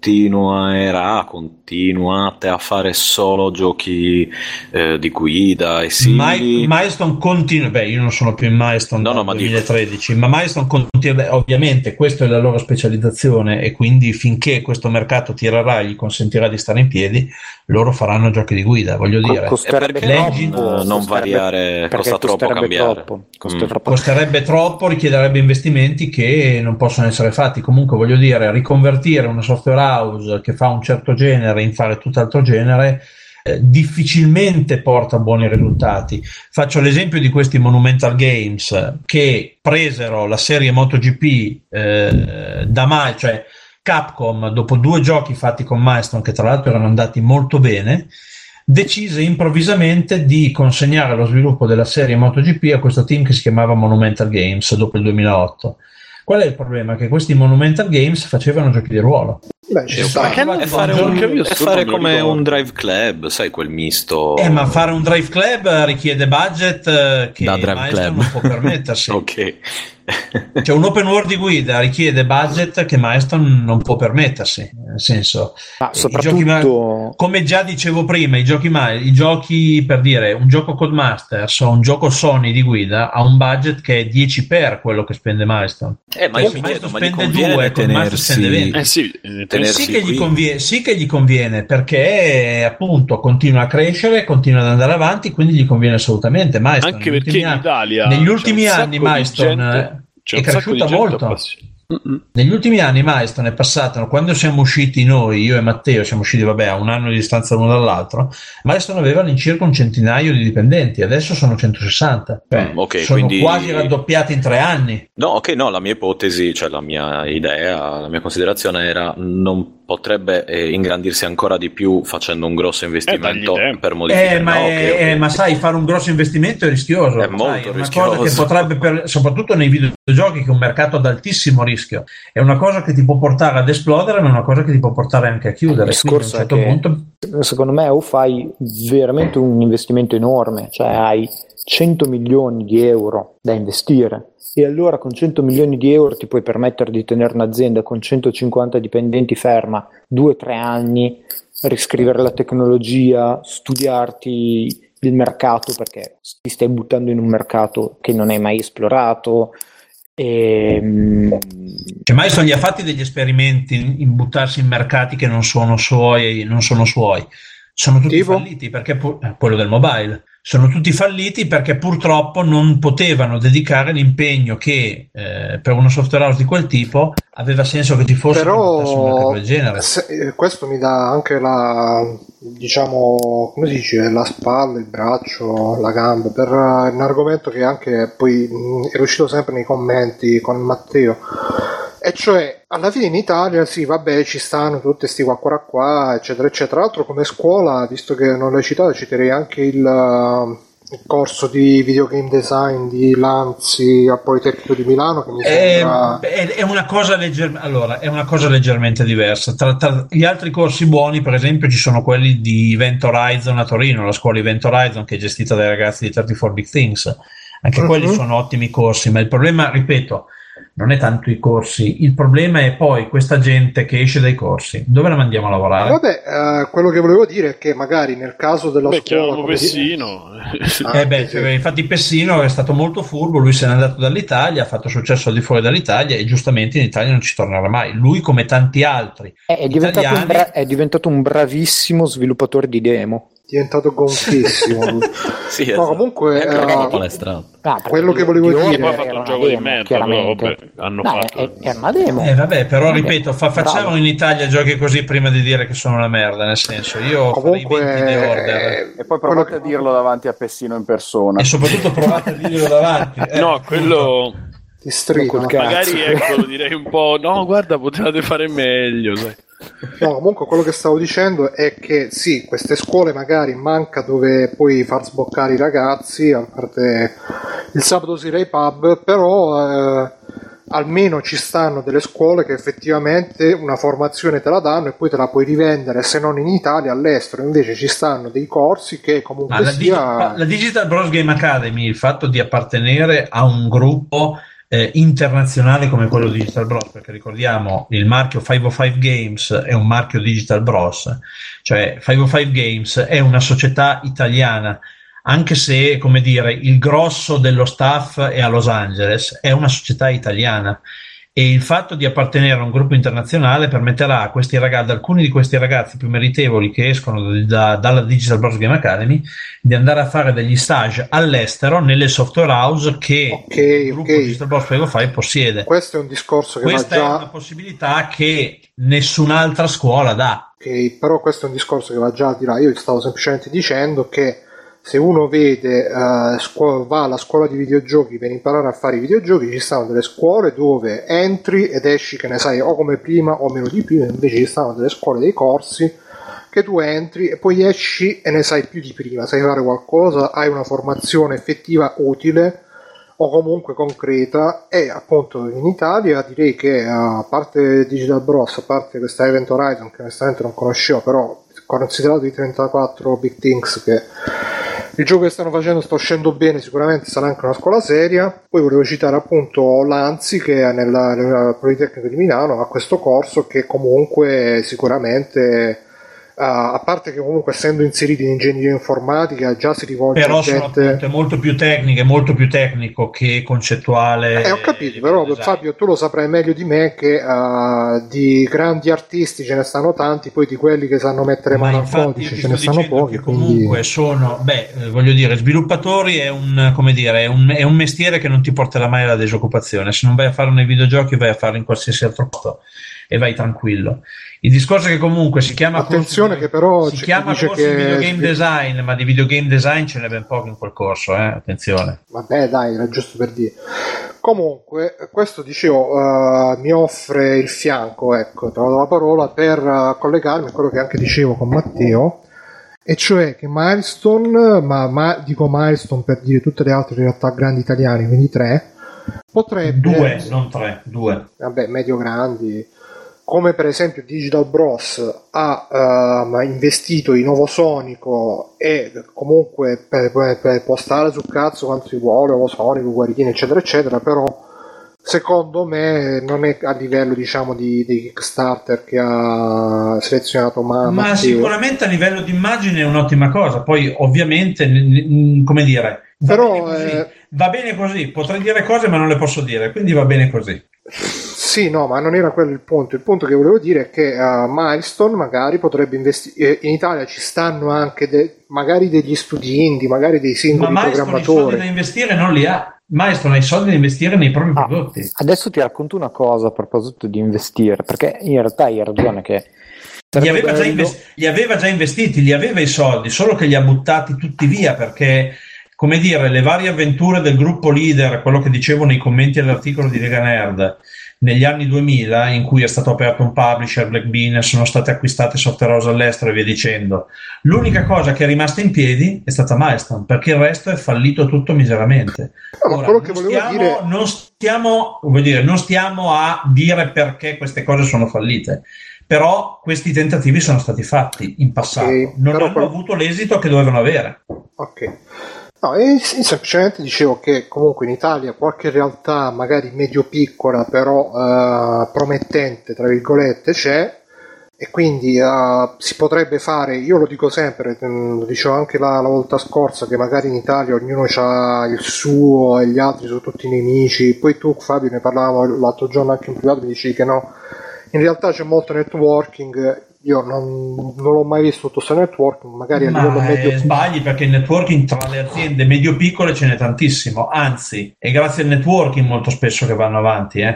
continuerà, continuate a fare solo giochi eh, di guida e simili. My, Milestone continua, beh io non sono più in Milestone no, dal no, duemilatredici, ma, ma Milestone continua, ovviamente questa è la loro specializzazione e quindi finché questo mercato tirerà e gli consentirà di stare in piedi, loro faranno giochi di guida, voglio dire. Costerebbe troppo, non, non variare, costa troppo cambiare. Troppo, mm. troppo. Costerebbe troppo, richiederebbe investimenti che non possono essere fatti. Comunque voglio dire, riconvertire una software house che fa un certo genere in fare tutt'altro genere eh, difficilmente porta buoni risultati. Faccio l'esempio di questi Monumental Games che presero la serie MotoGP eh, da mai, cioè Capcom, dopo due giochi fatti con Milestone che tra l'altro erano andati molto bene, decise improvvisamente di consegnare lo sviluppo della serie MotoGP a questo team che si chiamava Monumental Games dopo il duemilaotto. Qual è il problema? Che questi Monumental Games facevano giochi di ruolo. Beh, ci sta. È fare, un, è fare come un Drive Club, sai, quel misto. Eh, ma fare un Drive Club richiede budget che da Drive Milestone Club non può permettersi. Ok. Cioè un open world di guida richiede budget che Milestone non può permettersi, nel senso, ah, soprattutto i giochi, come già dicevo prima, i giochi, i giochi per dire un gioco Codemasters o un gioco Sony di guida ha un budget che è dieci per quello che spende Milestone. Eh, ma io mi chiedo, ma gli conviene tenersi, eh sì, tenersi sì, che gli conviene, sì che gli conviene, perché appunto continua a crescere, continua ad andare avanti, quindi gli conviene assolutamente. Milestone, anche perché in Italia negli ultimi anni Milestone c'è è cresciuta molto. Negli ultimi anni Milestone è passato, quando siamo usciti noi, io e Matteo siamo usciti vabbè a un anno di distanza l'uno dall'altro, Milestone aveva all'incirca un centinaio di dipendenti, adesso sono centosessanta, cioè, mm, okay, sono quindi... quasi raddoppiati in tre anni. No, ok, no, la mia ipotesi, cioè la mia idea, la mia considerazione era non potrebbe eh, ingrandirsi ancora di più facendo un grosso investimento eh, per modificare. Eh, ma, no, è, okay, okay. Eh, ma sai, fare un grosso investimento è rischioso. È sai, molto è una rischioso. cosa che potrebbe, per, soprattutto nei videogiochi, che è un mercato ad altissimo rischio, è una cosa che ti può portare ad esplodere, ma è una cosa che ti può portare anche a chiudere. Il discorso Quindi, a un certo punto... secondo me, o fai veramente un investimento enorme, cioè hai cento milioni di euro da investire. E allora con cento milioni di euro ti puoi permettere di tenere un'azienda con centocinquanta dipendenti ferma due o tre anni, riscrivere la tecnologia, studiarti il mercato, perché ti stai buttando in un mercato che non hai mai esplorato. E... Cioè, Milestone gli ha fatti degli esperimenti in, in buttarsi in mercati che non sono suoi, non sono suoi. Sono tutti tipo? falliti perché pu- quello del mobile. Sono tutti falliti perché purtroppo non potevano dedicare l'impegno che eh, per uno software house di quel tipo aveva senso che ci fosse. Però un mercato del genere. Se, questo mi dà anche la, diciamo, come si dice, la spalla, il braccio, la gamba per uh, un argomento che anche poi mh, è uscito sempre nei commenti con Matteo. E cioè, alla fine in Italia, sì, vabbè, ci stanno tutti sti qua qua qua, eccetera, eccetera. Tra l'altro come scuola, visto che non l'hai citato, citerei anche il, uh, il corso di videogame design di Lanzi al Politecnico di Milano, che mi è, sembra... È una cosa legger... allora, è una cosa leggermente diversa. Tra, tra gli altri corsi buoni, per esempio, ci sono quelli di Event Horizon a Torino, la scuola Event Horizon, che è gestita dai ragazzi di trentaquattro Big Things. Anche uh-huh. quelli sono ottimi corsi, ma il problema, ripeto, non è tanto i corsi, il problema è poi questa gente che esce dai corsi, dove la mandiamo a lavorare? Vabbè, uh, quello che volevo dire è che magari nel caso della beh, scuola come Pessino di... ah, eh beh, cioè, infatti Pessino è stato molto furbo, lui se n'è andato dall'Italia, ha fatto successo al di fuori dall'Italia e giustamente in Italia non ci tornerà mai, lui come tanti altri è, è, diventato, italiani... un bra- è diventato un bravissimo sviluppatore di demo, diventato gonfissimo. Sì, no, comunque uh, ah, quello che volevo dire poi ha fatto un gioco di merda, però vabbè, hanno no, fatto è, è una demo. Eh, vabbè, però vabbè, ripeto, fa, facciamo bravo. in Italia giochi così prima di dire che sono una merda, nel senso, io comunque farei venti The Order e poi provate che... a dirlo davanti a Pessino in persona e soprattutto provate a dirlo davanti eh, no, quello ti strico, magari ecco, lo direi un po' no, guarda, potevate fare meglio, sai. No, comunque quello che stavo dicendo è che sì, queste scuole magari manca dove puoi far sboccare i ragazzi, a parte il sabato sera ai pub, però eh, almeno ci stanno delle scuole che effettivamente una formazione te la danno e poi te la puoi rivendere, se non in Italia, all'estero. Invece ci stanno dei corsi che comunque la, sia... Digi- la Digital Bros Game Academy, il fatto di appartenere a un gruppo Eh, internazionale come quello di Digital Bros, perché ricordiamo il marchio cinquecentocinque Games è un marchio Digital Bros, cioè cinquecentocinque Games è una società italiana, anche se, come dire, il grosso dello staff è a Los Angeles, è una società italiana. E il fatto di appartenere a un gruppo internazionale permetterà a questi ragazzi, ad alcuni di questi ragazzi più meritevoli che escono da, dalla Digital Bros Game Academy, di andare a fare degli stage all'estero nelle software house che okay, il gruppo okay. Digital Bros cinquecentocinque possiede. Questo è un discorso che Questa va già... è una possibilità che nessun'altra scuola dà. Ok, però questo è un discorso che va già al di là. Io stavo semplicemente dicendo che se uno vede uh, scu- va alla scuola di videogiochi per imparare a fare i videogiochi, ci stanno delle scuole dove entri ed esci, che ne sai, o come prima o meno di prima. Invece ci stanno delle scuole, dei corsi che tu entri e poi esci e ne sai più di prima, sai fare qualcosa, hai una formazione effettiva utile o comunque concreta. E appunto in Italia direi che a parte Digital Bros, a parte questa Event Horizon che onestamente non conoscevo, però considerato i trentaquattro Big Things che il gioco che stanno facendo sta uscendo bene, sicuramente sarà anche una scuola seria. Poi volevo citare appunto Lanzi, che è nella, nella Politecnico di Milano ha questo corso che comunque sicuramente Uh, a parte che comunque essendo inseriti in ingegneria informatica già si rivolge però a gente... sono appunto molto più tecniche, molto più tecnico che concettuale. Eh, ho capito, però design. Fabio, tu lo saprai meglio di me che uh, di grandi artisti ce ne stanno tanti, poi di quelli che sanno mettere mano al codice ce ne stanno pochi. Comunque quindi... sono, beh, voglio dire, sviluppatori è un, come dire, è un, è un mestiere che non ti porterà mai alla disoccupazione. Se non vai a farlo nei videogiochi, vai a farlo in qualsiasi altro posto e vai tranquillo. Il discorso è che comunque si chiama attenzione corso, che però si chiama corso che... di videogame design, ma di videogame design ce n'è ben poco in quel corso, eh? Attenzione. Vabbè, dai, era giusto per dire. Comunque, questo dicevo uh, mi offre il fianco, ecco, trovo la parola per uh, collegarmi a quello che anche dicevo con Matteo, e cioè che Milestone, ma, ma dico Milestone per dire tutte le altre realtà grandi italiane, quindi tre, potrebbe... Due, non tre, due. Vabbè, medio-grandi... come per esempio Digital Bros ha uh, investito in Ovosonico e comunque per, per, per può stare sul cazzo quanto si vuole, Ovosonico, Guarini eccetera eccetera, però secondo me non è a livello diciamo di, di Kickstarter che ha selezionato ma, ma Matteo. Sicuramente a livello di immagine è un'ottima cosa, poi ovviamente n- n- come dire va, però, bene così, eh... va bene così, potrei dire cose ma non le posso dire, quindi va bene così. Sì, no, ma non era quello il punto. Il punto che volevo dire è che uh, Milestone magari potrebbe investire. In Italia ci stanno anche de- magari degli studi indie, magari dei singoli ma programmatori. Ma i soldi da investire non li ha. Milestone ha i soldi da investire nei propri ah, prodotti. Adesso ti racconto una cosa a proposito di investire, perché in realtà hai ragione che Li aveva, già invest- li aveva già investiti, li aveva i soldi, solo che li ha buttati tutti via perché, come dire, le varie avventure del gruppo leader, quello che dicevo nei commenti all'articolo di Lega Nerd, negli anni duemila, in cui è stato aperto un publisher, Black Bean, sono state acquistate Software House all'estero e via dicendo. L'unica cosa che è rimasta in piedi è stata Milestone, perché il resto è fallito tutto miseramente. No, Ora, quello che volevo stiamo, dire... non stiamo, vuol dire, non stiamo a dire perché queste cose sono fallite, però questi tentativi sono stati fatti in passato, okay, non hanno quel... avuto l'esito che dovevano avere. Ok. No, e semplicemente dicevo che comunque in Italia qualche realtà magari medio-piccola però uh, promettente tra virgolette c'è, e quindi uh, si potrebbe fare, io lo dico sempre, lo dicevo anche la, la volta scorsa, che magari in Italia ognuno ha il suo e gli altri sono tutti nemici. Poi tu Fabio ne parlavamo l'altro giorno anche in privato, mi dicevi che no, in realtà c'è molto networking. Io non, non l'ho mai visto tutto questo networking, magari a Ma livello medio. Eh, sbagli, perché il networking tra le aziende medio-piccole ce n'è tantissimo, anzi, è grazie al networking molto spesso che vanno avanti. Eh.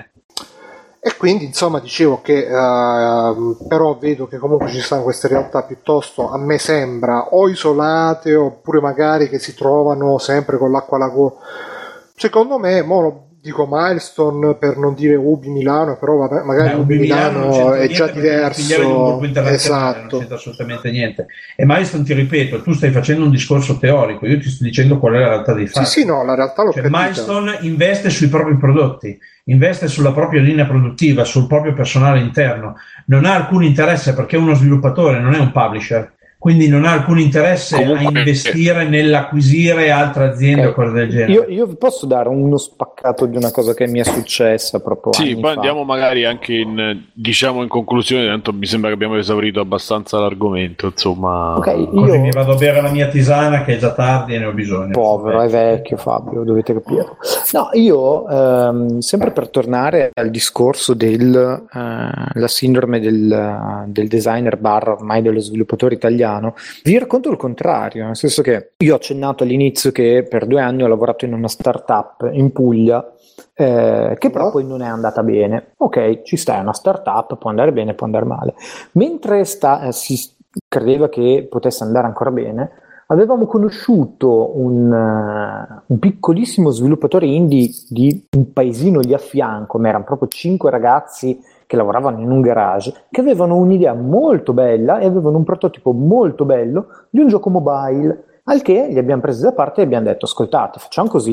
E quindi, insomma, dicevo che uh, però vedo che comunque ci stanno queste realtà piuttosto, a me sembra, o isolate, oppure magari che si trovano sempre con l'acqua alla gola. Secondo me, mo, dico Milestone per non dire Ubi Milano, però vabbè, magari Beh, Ubi Milano, Milano è già diverso, esatto, non c'entra assolutamente niente. E Milestone, ti ripeto, tu stai facendo un discorso teorico, io ti sto dicendo qual è la realtà dei fatti. Sì, sì, no, la realtà l'ho cioè, capita. Milestone investe sui propri prodotti, investe sulla propria linea produttiva, sul proprio personale interno, non ha alcun interesse, perché è uno sviluppatore, non è un publisher. Quindi non ha alcun interesse Comunque, a investire eh. nell'acquisire altre aziende okay. o cose del genere. Io, io posso dare uno spaccato di una cosa che mi è successa proprio sì, anni poi fa. Andiamo magari anche in, diciamo in conclusione, tanto mi sembra che abbiamo esaurito abbastanza l'argomento, insomma. Okay, Così io... mi vado a bere la mia tisana che è già tardi e ne ho bisogno. Povero, è vecchio Fabio, dovete capire. No, io ehm, sempre per tornare al discorso del eh, la sindrome del, del designer barra ormai dello sviluppatore italiano, vi racconto il contrario, nel senso che io ho accennato all'inizio che per due anni ho lavorato in una startup in Puglia eh, che però poi non è andata bene. Ok, ci sta, è una startup, può andare bene, può andare male. Mentre sta, eh, si credeva che potesse andare ancora bene, avevamo conosciuto un, uh, un piccolissimo sviluppatore indie di un paesino lì a fianco, ma erano proprio cinque ragazzi che lavoravano in un garage, che avevano un'idea molto bella e avevano un prototipo molto bello di un gioco mobile, al che li abbiamo presi da parte e abbiamo detto: ascoltate, facciamo così,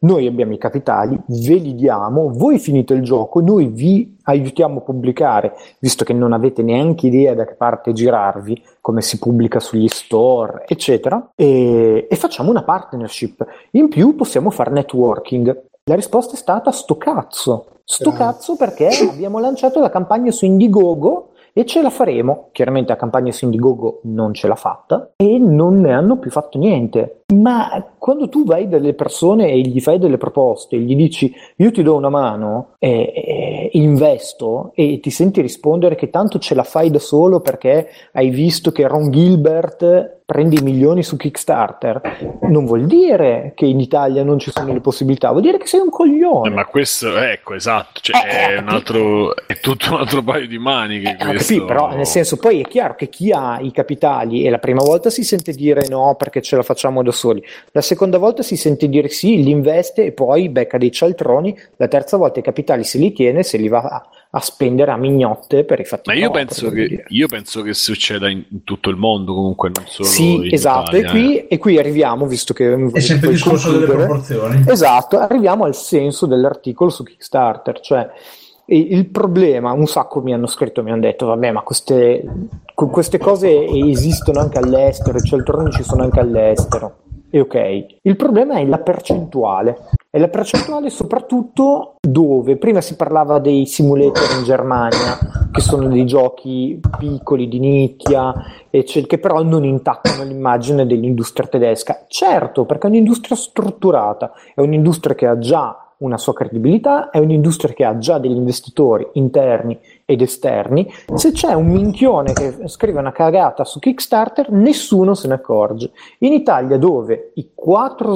noi abbiamo i capitali, ve li diamo, voi finite il gioco, noi vi aiutiamo a pubblicare, visto che non avete neanche idea da che parte girarvi, come si pubblica sugli store, eccetera, e, e facciamo una partnership. In più possiamo fare networking. La risposta è stata sto cazzo, sto cazzo perché abbiamo lanciato la campagna su Indiegogo e ce la faremo. Chiaramente la campagna su Indiegogo non ce l'ha fatta e non ne hanno più fatto niente. Ma quando tu vai dalle persone e gli fai delle proposte, gli dici io ti do una mano, e, e investo, e ti senti rispondere che tanto ce la fai da solo perché hai visto che Ron Gilbert prende i milioni su Kickstarter, non vuol dire che in Italia non ci sono le possibilità, vuol dire che sei un coglione. Eh, ma questo, ecco, esatto, cioè, eh, è, un altro, è tutto un altro paio di maniche. Eh, questo. Però nel senso, poi è chiaro che chi ha i capitali e la prima volta si sente dire no perché ce la facciamo da soli, la seconda volta si sente dire sì, li investe e poi becca dei cialtroni, la terza volta i capitali se li tiene, se li va a, a spendere a mignotte per i fatti. Ma io penso, che, io penso che succeda in, in tutto il mondo comunque, non solo sì, in esatto, Italia, e qui, eh. e qui arriviamo, visto che è sempre il discorso delle proporzioni. Esatto, arriviamo al senso dell'articolo su Kickstarter, cioè il problema, un sacco mi hanno scritto, mi hanno detto vabbè ma queste, queste cose esistono anche all'estero, i cialtroni ci sono anche all'estero. E ok, il problema è la percentuale, e la percentuale soprattutto dove prima si parlava dei simulator in Germania, che sono dei giochi piccoli di nicchia, che però non intaccano l'immagine dell'industria tedesca. Certo, perché è un'industria strutturata, è un'industria che ha già una sua credibilità, è un'industria che ha già degli investitori interni ed esterni. Se c'è un minchione che scrive una cagata su Kickstarter, nessuno se ne accorge. In Italia, dove i quattro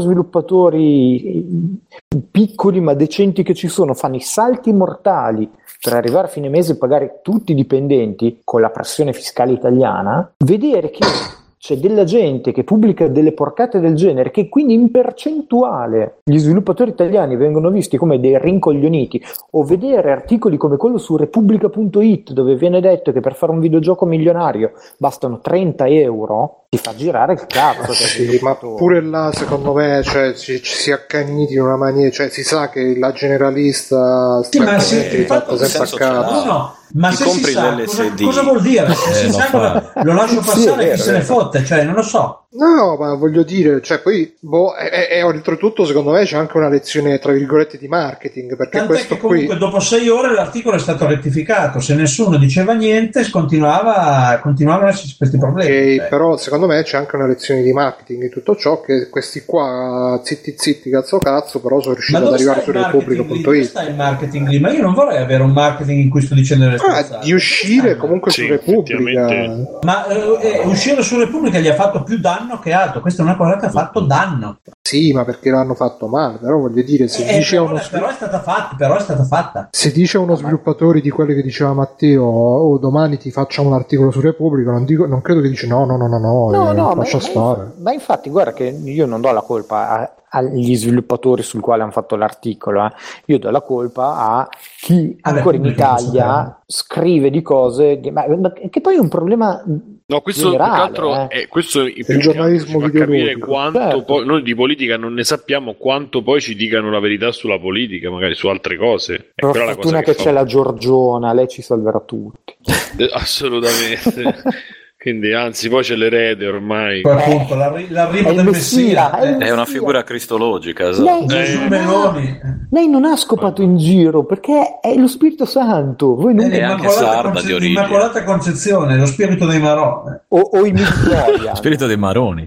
sviluppatori piccoli ma decenti che ci sono fanno i salti mortali per arrivare a fine mese e pagare tutti i dipendenti con la pressione fiscale italiana, vedere che c'è della gente che pubblica delle porcate del genere, che quindi in percentuale gli sviluppatori italiani vengono visti come dei rincoglioniti, o vedere articoli come quello su Repubblica punto it dove viene detto che per fare un videogioco milionario bastano trenta euro, ti fa girare il cazzo. Sì, ma pure là secondo me, cioè, ci, ci si è accaniti in una maniera, cioè si sa che la generalista sì, ma si, fatto sempre a caso. No, no. Ma ti se compri si sa, l'L S D. cosa, cosa vuol dire? Se si Eh, sa, lo cosa, lo lascio passare, sì, chi se ne fotte, cioè non lo so. No, ma voglio dire, cioè poi boh, è, è, oltretutto secondo me c'è anche una lezione tra virgolette di marketing, perché Tant'è questo che comunque qui dopo sei ore l'articolo è stato rettificato, se nessuno diceva niente continuava, continuavano ad esserci questi problemi. Okay, però secondo me c'è anche una lezione di marketing di tutto ciò, che questi qua zitti zitti cazzo cazzo però sono riusciti ad arrivare su Repubblica punto it. Dove sta il marketing lì? Ma io non vorrei avere un marketing in cui sto dicendo le ah, di uscire comunque sì, su Repubblica, ma eh, uscire su Repubblica gli ha fatto più danno che altro. Questa è una cosa che ha fatto danno. sì, ma perché l'hanno fatto male, però voglio dire, se eh, dice però, uno però è stata fatta però è stata fatta se dice uno sviluppatore di quelli che diceva Matteo o oh, domani ti facciamo un articolo su Repubblica, non, dico, non credo che dice no no no no no, no, eh, no lascia ma, stare ma, ma infatti guarda che io non do la colpa a, agli sviluppatori sul quale hanno fatto l'articolo, eh. Io do la colpa a chi ancora in Italia scrive di cose che, ma, ma, che poi è un problema no, questo generale, più che altro eh. è questo il giornalismo ci fa capire videoludico. quanto Certo. poi noi di politica non ne sappiamo, quanto poi ci dicano la verità sulla politica, magari su altre cose. È per quella la fortuna cosa che, che c'è fa... la Giorgiona, lei ci salverà tutti. Eh, assolutamente. Quindi anzi poi c'è l'erede ormai. poi appunto l'arri- l'arrivo È il del Messia, Messia, è il eh. È una Messia. figura cristologica, esatto. Lei, Gesù Eh. Meloni lei non ha scopato in giro perché è lo Spirito Santo, voi non... È anche sarda di origine. l'Immacolata Concezione, lo spirito dei Marò. o, o i Midichlorian. Spirito dei Maroni.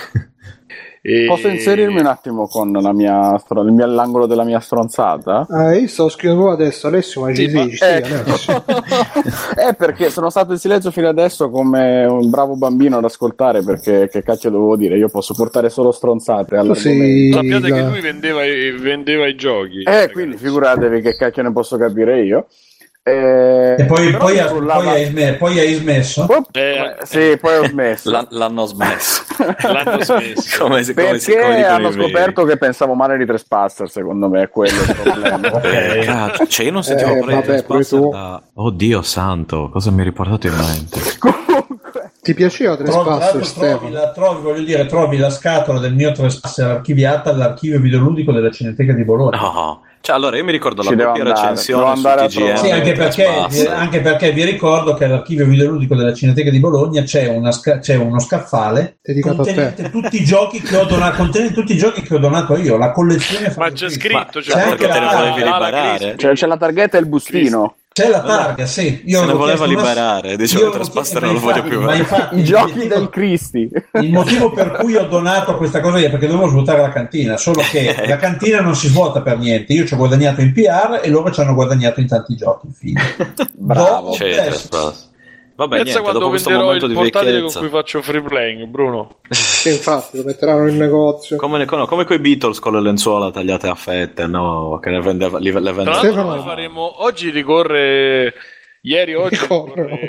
E... Posso inserirmi un attimo con la mia, il mio, l'angolo della mia stronzata? ah, io stavo scrivendo adesso Alessio, ma Sì, ci ma- dici, sì, eh. Alessio. È perché sono stato in silenzio fino adesso come un bravo bambino ad ascoltare, perché che cacchio dovevo dire? Io posso portare solo stronzate Tu all'argomento. sei Sappiate la- che lui vendeva i, vendeva i giochi. Eh, quindi figuratevi che cacchio ne posso capire io. Eh, E poi, però poi, mi ha- frullava- poi hai sme- poi hai smesso. Oh, Eh, sì, poi ho smesso. L'han- l'hanno smesso. L'hanno smesso. come, se- come, si- Perché come dicono hanno i veri. scoperto che pensavo male di Trespasser, secondo me è quello il problema. Eh, cazzo, cioè io non sentivo Eh, parlare di vabbè, pure Trespasser tu. da... Oddio santo, cosa mi hai riportato in mente? Comunque, Ti piaceva Trespasser, Stefano? Trovi, la, trovi, voglio dire, trovi la scatola del mio Trespasser archiviata all'archivio videoludico della Cineteca di Bologna. No, cioè allora io mi ricordo Ci la propria andare, recensione su T G M. Sì, anche perché, anche perché vi ricordo che all'archivio videoludico della Cineteca di Bologna c'è, una, c'è uno scaffale contenente tutti i giochi che ho donato, contenente tutti i giochi che ho donato io, la collezione. Ma c'è scritto, c'è, c'è anche te ne volevi liberare. C'è, c'è la targhetta e il bustino. C'è la targa, sì. Io se ne voleva una... liberare, diceva che Trespasser non lo voglio più vedere. I giochi del Cristi. Il motivo per cui ho donato questa cosa è perché dovevo svuotare la cantina, solo che la cantina non si svuota per niente. Io ci ho guadagnato in P R e loro ci hanno guadagnato in tanti giochi. Fine. Bravo. C'è Trespasser. Vabbè, pensa niente, quando dopo venderò il portatile vecchiezza... con cui faccio free playing, Bruno. Sì, infatti lo metteranno in negozio come, no, come quei Beatles con le lenzuola tagliate a fette, no? Che ne vendeva, li, le vendeva. Tra l'altro noi faremo oggi ricorre ieri oggi ricorre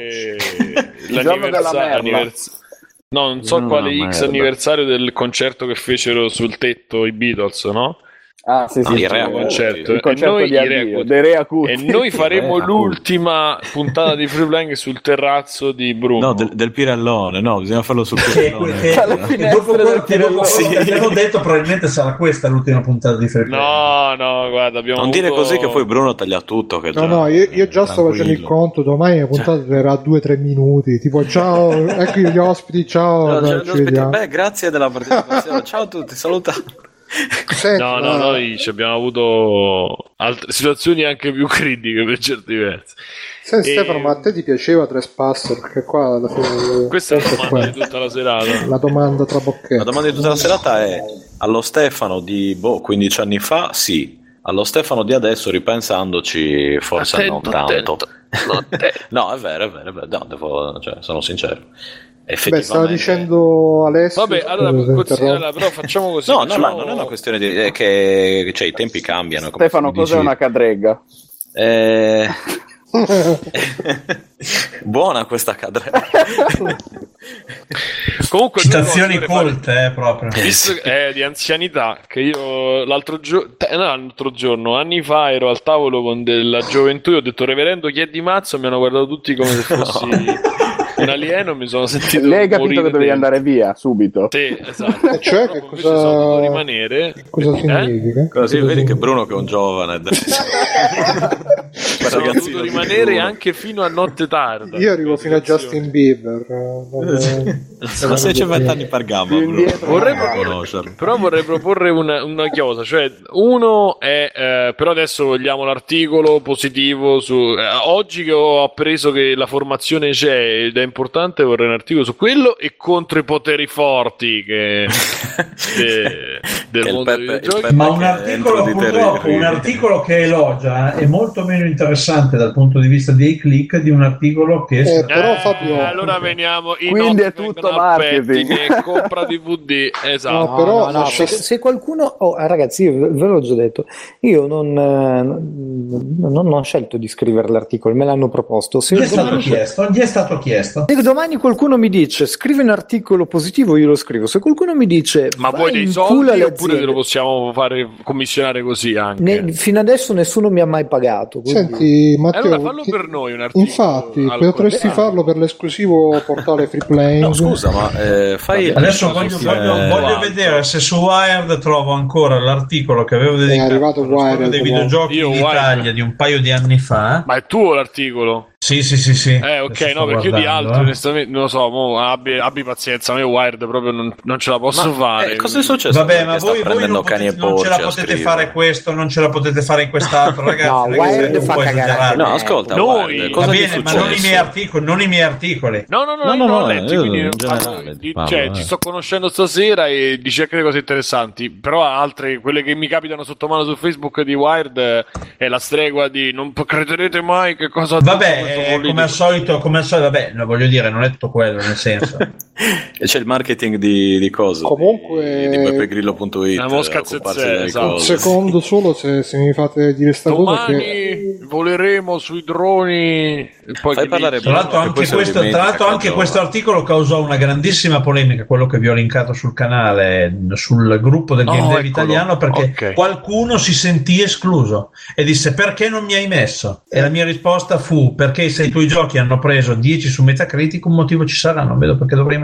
l'anniversario annivers... no non so no, quale X merda. Anniversario del concerto che fecero sul tetto i Beatles, no? Ah, sì, sì, ah, sì, il Re concerto, il concerto e noi, di addio, dei Re Acuti. E noi faremo l'ultima puntata di Free Playing sul terrazzo di Bruno. No, del, del Pirellone, no, bisogna farlo sul Pirellone. E, e, e dopo quello che dopo sì. abbiamo detto, probabilmente sarà questa l'ultima puntata di Free Playing. No, no, guarda, abbiamo non avuto... dire così che poi Bruno taglia tutto. Che no, già, no, io, io già sto facendo il conto, domani la puntata durerà due o tre minuti, tipo ciao, ecco gli ospiti, ciao. No, dai, gli ospiti, beh, grazie della partecipazione, ciao a tutti, salutiamo. Senti, no, no, noi ci abbiamo avuto altre situazioni anche più critiche per certi versi. Senti, e... Stefano, ma a te ti piaceva Trespasser? Perché qua alla fine questa è la domanda di tutta la serata. La domanda tra bocchetti. La domanda di tutta la serata è: allo Stefano di boh, quindici anni fa, sì. Allo Stefano di adesso, ripensandoci, forse attento, non tanto. No, è vero, è vero, è vero. No, devo, cioè, sono sincero. Beh, stava dicendo Alessio. Vabbè, allora, allora però facciamo così. No, facciamo... no, no, non è una questione di è che cioè, i tempi cambiano. Stefano, cos'è dici... una cadrega? Eh... Buona questa cadrega. Comunque citazioni colte fare... eh, proprio è di anzianità che io l'altro giorno no, l'altro giorno anni fa ero al tavolo con della gioventù e ho detto reverendo chi è di mazzo, mi hanno guardato tutti come se fossi no. un alieno, mi sono sentito lei ha capito che dovevi andare via subito. Sì, esatto. E cioè che cosa sono dovuto rimanere. Cosa significa? Eh? Cosa sì, vedi che Bruno che è un giovane sono dovuto rimanere anche fino a notte tarda. Io arrivo fino a Justin Bieber. Ma se c'è vent'anni per gamba, vorrei proporre, però vorrei proporre una, una cosa, cioè uno è eh, però adesso vogliamo l'articolo positivo su eh, oggi che ho appreso che la formazione c'è ed è importante, vorrei un articolo su quello e contro i poteri forti che, che del che mondo Peppe, dei giochi. Ma un articolo purtroppo un articolo che elogia è molto meno interessante dal punto di vista dei click di un articolo che eh, però Fabio eh, allora veniamo in quindi è tutto marketing e compra D V D, esatto. No, però no, no, se, se qualcuno oh, ragazzi io ve l'ho già detto, io non, non, non ho scelto di scrivere l'articolo, me l'hanno proposto. Se gli è stato domani, chiesto, gli è stato chiesto. Se domani qualcuno mi dice scrivi un articolo positivo, io lo scrivo. Se qualcuno mi dice ma vuoi dei soldi oppure te lo possiamo fare commissionare così anche? Ne, fino adesso nessuno mi ha mai pagato. Quindi... Senti Matteo, allora fallo che... per noi un articolo. Infatti potresti ah. farlo per l'esclusivo portale Free Playing. No scusa, ma eh, fai adesso voglio, voglio, voglio vedere se su Wired trovo ancora l'articolo che avevo dedicato è arrivato Wired, dei videogiochi io, in Italia Wired. Di un paio di anni fa. Ma è tuo l'articolo? Sì, sì, sì, sì. Eh, ok, no, perché io di altri, eh. onestamente, non lo so, mo, abbi, abbi pazienza, ma io Wired proprio non, non ce la posso ma, fare. Eh, cosa è successo? Vabbè, ma voi, voi non, potete, non ce la potete fare questo, non ce la potete fare in quest'altro, ragazzi. No, Wired fa cagare. No, ascolta, noi, Wired, cosa va bene, ma non i miei articoli, non i miei articoli. No, no, no, no, no, no, no, letti, no, quindi in generale, di, parlo, cioè, eh. ci sto conoscendo stasera e dice anche le cose interessanti, però altre, quelle che mi capitano sotto mano su Facebook di Wired è la stregua di non crederete mai che cosa ha Vabbè, eh, come al solito, come al solito, vabbè, no, voglio dire, non è tutto quello, nel senso. E c'è il marketing di, di cose comunque di, di beppegrillo punto it, la mosca zezze, esatto. Un secondo solo, se, se mi fate dire sta cosa che voleremo sui droni e poi fai parlare tra l'altro anche, questo, tra l'altro anche questo articolo causò una grandissima polemica, quello che vi ho linkato sul canale, sul gruppo del Game oh, Dev italiano, perché okay. qualcuno si sentì escluso e disse: perché non mi hai messo? E la mia risposta fu: perché se i tuoi giochi hanno preso dieci su Metacritic un motivo ci sarà, non vedo perché dovrei metterti.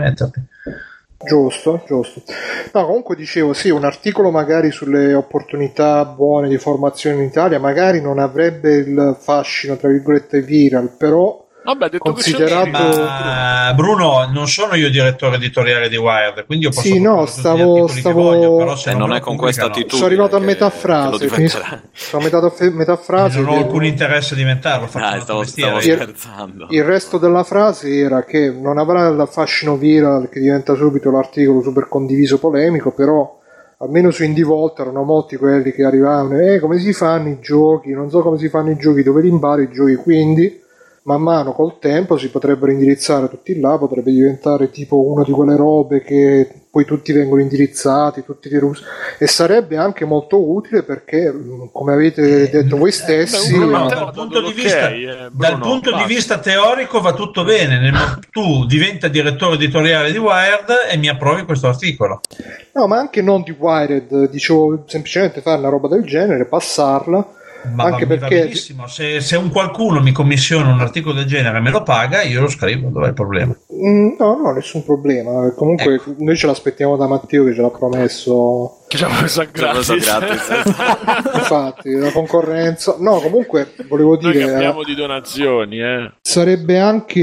Giusto, giusto. No, comunque dicevo, sì, un articolo magari sulle opportunità buone di formazione in Italia magari non avrebbe il fascino, tra virgolette, viral, però vabbè, detto considerato... Ma, Bruno, non sono io direttore editoriale di Wired, quindi io posso sì, no, stavo, stavo... voglio, però se eh, non, non è con questa attitudine. Sono arrivato a metà frase, finisco... sono a metà, metà frase. Non ho alcun interesse a diventarlo. Dai, stavo, stavo scherzando. Il, il resto della frase era che non avrà il fascino viral che diventa subito l'articolo super condiviso polemico, però almeno su IndieVolt erano molti quelli che arrivavano, eh, come si fanno i giochi, non so come si fanno i giochi, dove li impari i giochi, quindi man mano col tempo si potrebbero indirizzare tutti là, potrebbe diventare tipo una di quelle robe che poi tutti vengono indirizzati, tutti li rus- e sarebbe anche molto utile perché, come avete detto voi stessi, no, no, dal punto, di vista, okay, eh, dal punto di vista teorico va tutto bene. Tu diventa direttore editoriale di Wired e mi approvi questo articolo. No, ma anche non di Wired, dicevo semplicemente fare una roba del genere, passarla. Ma anche va, perché va benissimo. Se, se un qualcuno mi commissiona un articolo del genere e me lo paga, io lo scrivo, dov'è il problema? Mm, no, no, nessun problema. Comunque ecco. Noi ce l'aspettiamo da Matteo che ce l'ha promesso. Che ci ha preso a gratis. gratis. Infatti, la concorrenza. No, comunque volevo dire. Noi cambiamo di donazioni, eh. Sarebbe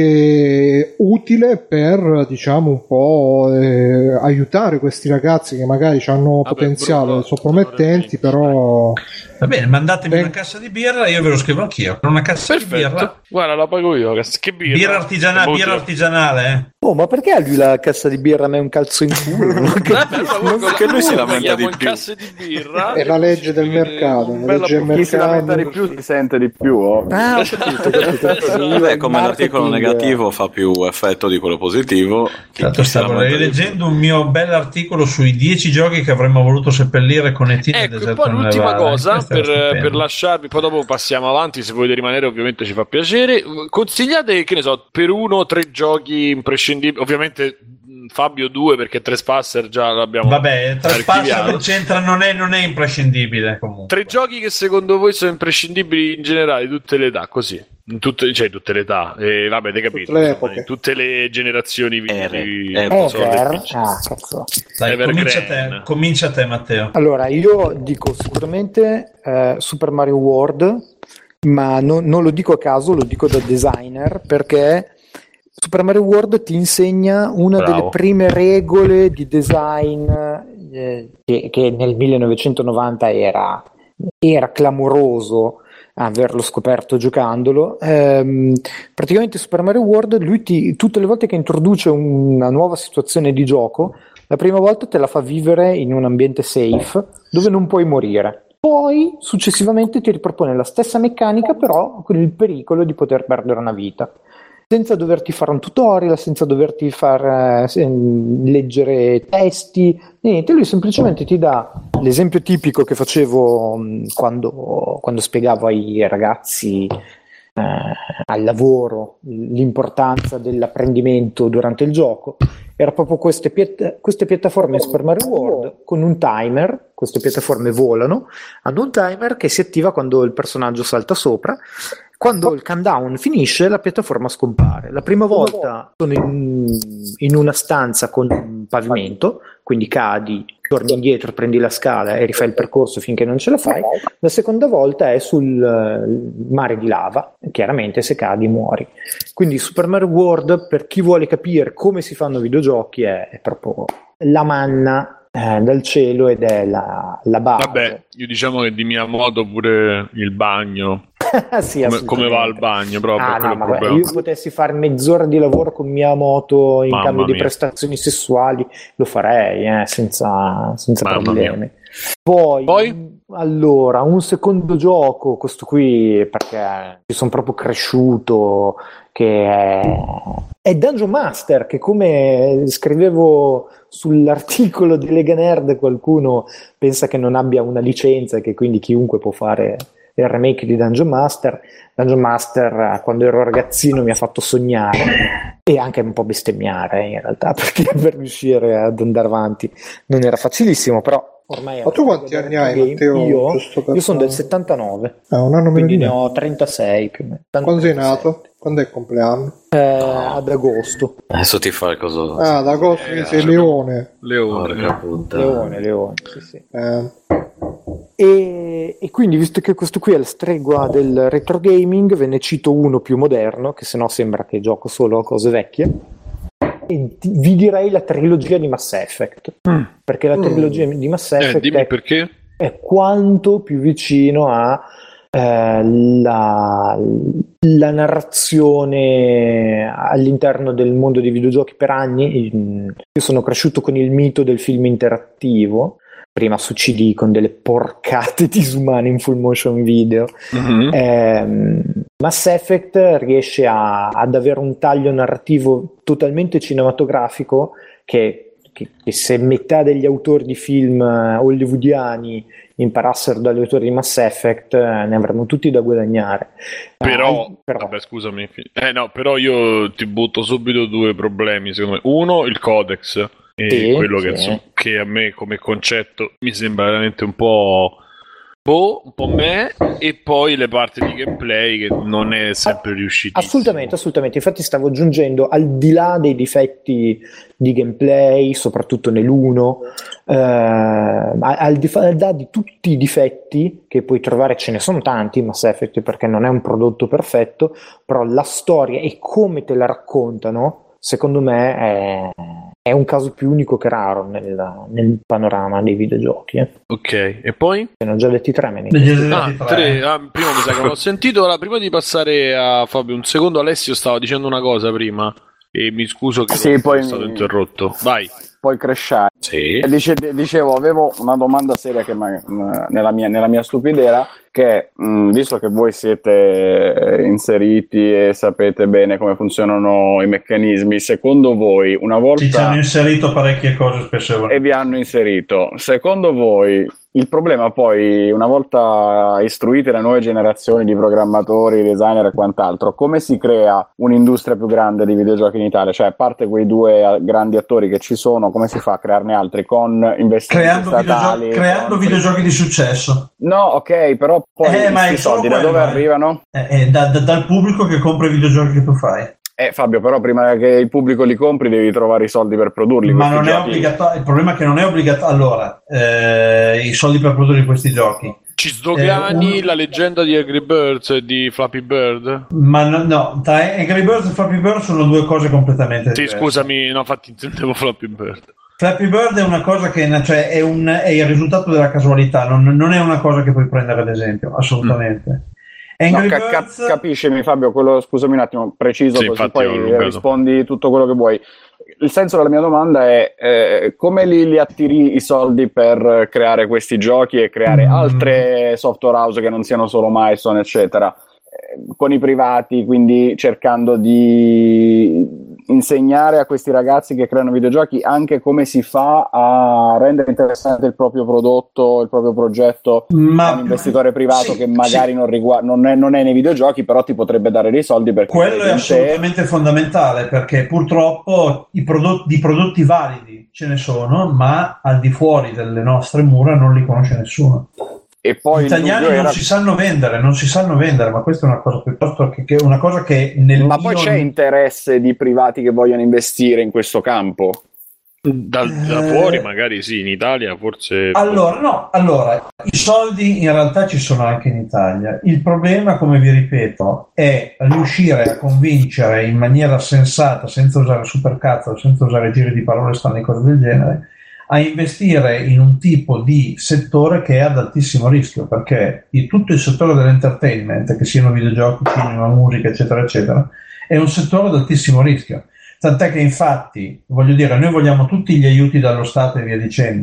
anche utile per, diciamo, un po' eh, aiutare questi ragazzi che magari hanno Vabbè, potenziale, Bruno, sono promettenti, però. Va bene, mandatemi ben... una cassa di birra, io ve lo scrivo anch'io. Una cassa Perfetto. di birra. Guarda, la pago io. Che birra? Birra, artigiana... birra artigianale, eh. Oh, ma perché a lui la cassa di birra a me è un calzo in culo? Non non perché lui si lamenta di più. Casse di birra. È la legge del mercato. La legge del mercato. Chi si lamenta di più si sente di più. Oh. Ah, ho capito, ho capito. Vabbè, come l'articolo negativo fa più effetto di quello positivo. Certo, stavo rileggendo un mio bell'articolo sui dieci giochi che avremmo voluto seppellire con E T nel ecco, deserto poi l'ultima Nevada. cosa per, per lasciarvi, poi dopo passiamo avanti, se volete rimanere ovviamente ci fa piacere. Consigliate, che ne so, per uno o tre giochi imprescindibili, ovviamente Fabio due perché Trespasser già l'abbiamo vabbè, Trespasser c'entra, non è, non è imprescindibile comunque. Tre giochi che secondo voi sono imprescindibili in generale, tutte le età, così in tutte, cioè tutte le età, e vabbè, avete capito, tutte le, insomma, in tutte le generazioni di, eh, so, ah, cazzo. Dai, comincia te, comincia te Matteo. Allora io dico sicuramente eh, Super Mario World, ma non, non lo dico a caso, lo dico da designer, perché Super Mario World ti insegna una Bravo. delle prime regole di design eh, che, che nel millenovecentonovanta era, era clamoroso averlo scoperto giocandolo. Ehm, praticamente Super Mario World, lui ti, tutte le volte che introduce una nuova situazione di gioco, la prima volta te la fa vivere in un ambiente safe dove non puoi morire. Poi successivamente ti ripropone la stessa meccanica, però con il pericolo di poter perdere una vita, senza doverti fare un tutorial, senza doverti far eh, leggere testi, niente. Lui semplicemente ti dà l'esempio tipico che facevo mh, quando, quando spiegavo ai ragazzi eh, al lavoro l'importanza dell'apprendimento durante il gioco. Era proprio queste, piatta- queste piattaforme Super Mario World con un timer. Queste piattaforme volano, hanno un timer che si attiva quando il personaggio salta sopra. Quando il countdown finisce, la piattaforma scompare. La prima volta sono in, in una stanza con un pavimento, quindi cadi, torni indietro, prendi la scala e rifai il percorso finché non ce la fai. La seconda volta è sul uh, mare di lava, chiaramente se cadi muori. Quindi Super Mario World, per chi vuole capire come si fanno videogiochi, è, è proprio la manna Eh, dal cielo ed è la, la base. Vabbè, io diciamo che di mia modo pure il bagno. Sì, come, come va al bagno proprio. Ah, no, ma guarda, io potessi fare mezz'ora di lavoro con Miyamoto in Mamma cambio mia. di prestazioni sessuali, lo farei eh, senza, senza problemi. Mia. Poi, Poi? allora, un secondo gioco, questo qui perché ci sono proprio cresciuto, che è, è Dungeon Master, che come scrivevo sull'articolo di Lega Nerd, qualcuno pensa che non abbia una licenza e che quindi chiunque può fare il remake di Dungeon Master. Dungeon Master, quando ero ragazzino, mi ha fatto sognare e anche un po' bestemmiare in realtà, perché per riuscire ad andare avanti non era facilissimo, però ormai. Ma tu quanti anni hai, game. Matteo? Io, per io sono del fare- settantanove, Ah, un anno meno quindi di ne me. ho trentasei più o meno. Quando sei trentasei. nato? Quando è il compleanno? Eh, ad agosto. Adesso ti fa il coso. Ah, ad agosto, quindi sei leone. Leone. Porca puttana. Leone, Leone, sì, sì. Eh, E, e quindi, visto che questo qui è la stregua del retro gaming, ve ne cito uno più moderno, che sennò sembra che gioco solo a cose vecchie. E ti- vi direi la trilogia di Mass Effect, perché la trilogia di Mass Eh, Effect dimmi è, perché? è quanto più vicino a eh, la, la narrazione all'interno del mondo dei videogiochi per anni. Io sono cresciuto con il mito del film interattivo, prima su C D con delle porcate disumane in full motion video. Mhm. Ehm, Mass Effect riesce a- ad avere un taglio narrativo totalmente cinematografico che, che- che se metà degli autori di film eh, hollywoodiani imparassero dagli autori di Mass Effect, eh, ne avremmo tutti da guadagnare. Però, Ah, però- vabbè, scusami. Eh no, però io ti butto subito due problemi, secondo me. Uno, il codex, e Sì, quello che, sì. insomma, che a me come concetto mi sembra veramente un po'... boh, un po' me, e poi le parti di gameplay che non è sempre riuscito. Assolutamente, assolutamente. Infatti stavo aggiungendo, al di là dei difetti di gameplay, soprattutto nell'uno, eh, al, al di al là di tutti i difetti che puoi trovare, ce ne sono tanti in Mass Effect perché non è un prodotto perfetto, però la storia e come te la raccontano, secondo me è, è un caso più unico che raro nel, nel panorama dei videogiochi. Eh. Ok, e poi? Ne ho già letti tre, me ne Degli intendo. esempi Ah, tre. tre. Ah, prima mi sa che non ho sentito. Ora, prima di passare a Fabio, un secondo, Alessio stava dicendo una cosa prima e mi scuso che Sì, l'ho- poi è stato mi- interrotto. Vai. Poi cresciare. Sì. E dice- dicevo, avevo una domanda seria che ma- mh, nella, mia, nella mia stupidera, che mh, visto che voi siete inseriti e sapete bene come funzionano i meccanismi, secondo voi una Ci ci hanno volta inserito parecchie cose spesso e e volentieri. vi hanno inserito, secondo voi il problema poi, una volta istruite le nuove generazioni di programmatori, designer e quant'altro, come si crea un'industria più grande di videogiochi in Italia? Cioè, a parte quei due eh, grandi attori che ci sono, come si fa a crearne altri? Con investimenti Creando, statali? videogio- creando con- videogiochi di successo. No, ok, però poi Eh, ma è questi solo soldi da quello, dove eh. arrivano? Eh, eh, da- da- dal pubblico che compra i videogiochi che tu fai. Eh, Fabio, però prima che il pubblico li compri devi trovare i soldi per produrli. Ma questi non è giochi. obbligatorio. Il problema è che non è obbligatorio. Allora, eh, i soldi per produrre questi giochi. Ci sdogani Eh, un- la leggenda di Angry Birds e di Flappy Bird? Ma no, no, tra Angry Birds e Flappy Bird sono due cose completamente Sì, diverse. scusami, no, infatti intendevo Flappy Bird. Flappy Bird è una cosa che cioè, è, un, è il risultato della casualità, non, non è una cosa che puoi prendere ad esempio, assolutamente. No, Angry ca- ca- Birds, capiscimi Fabio, quello, scusami un attimo, preciso, Sì, così infatti ho poi allungato. rispondi tutto quello che vuoi. Il senso della mia domanda è eh, come li, li attiri i soldi per creare questi giochi e creare Mm. altre software house che non siano solo Milestone, eccetera, eh, con i privati, quindi cercando di insegnare a questi ragazzi che creano videogiochi anche come si fa a rendere interessante il proprio prodotto, il proprio progetto ma a un investitore privato sì, che magari sì. non, riguarda, non, è, non è nei videogiochi, però ti potrebbe dare dei soldi perché Quello crede è in te. assolutamente fondamentale perché purtroppo i prodotti, di prodotti validi ce ne sono, ma al di fuori delle nostre mura non li conosce nessuno. E poi Gli il italiani dubbio non era- si sanno vendere, non si sanno vendere, ma questa è una cosa piuttosto che, che una cosa che nel Ma poi mio- c'è interesse di privati che vogliono investire in questo campo? Da, da Eh, fuori magari sì, in Italia forse... Allora, no, allora, i soldi in realtà ci sono anche in Italia. Il problema, come vi ripeto, è riuscire a convincere in maniera sensata, senza usare supercazzo, senza usare giri di parole strane e cose del genere, a investire in un tipo di settore che è ad altissimo rischio, perché il- tutto il settore dell'entertainment, che siano videogiochi, cinema, musica, eccetera, eccetera, è un settore ad altissimo rischio. Tant'è che infatti, voglio dire, noi vogliamo tutti gli aiuti dallo Stato e via dicendo,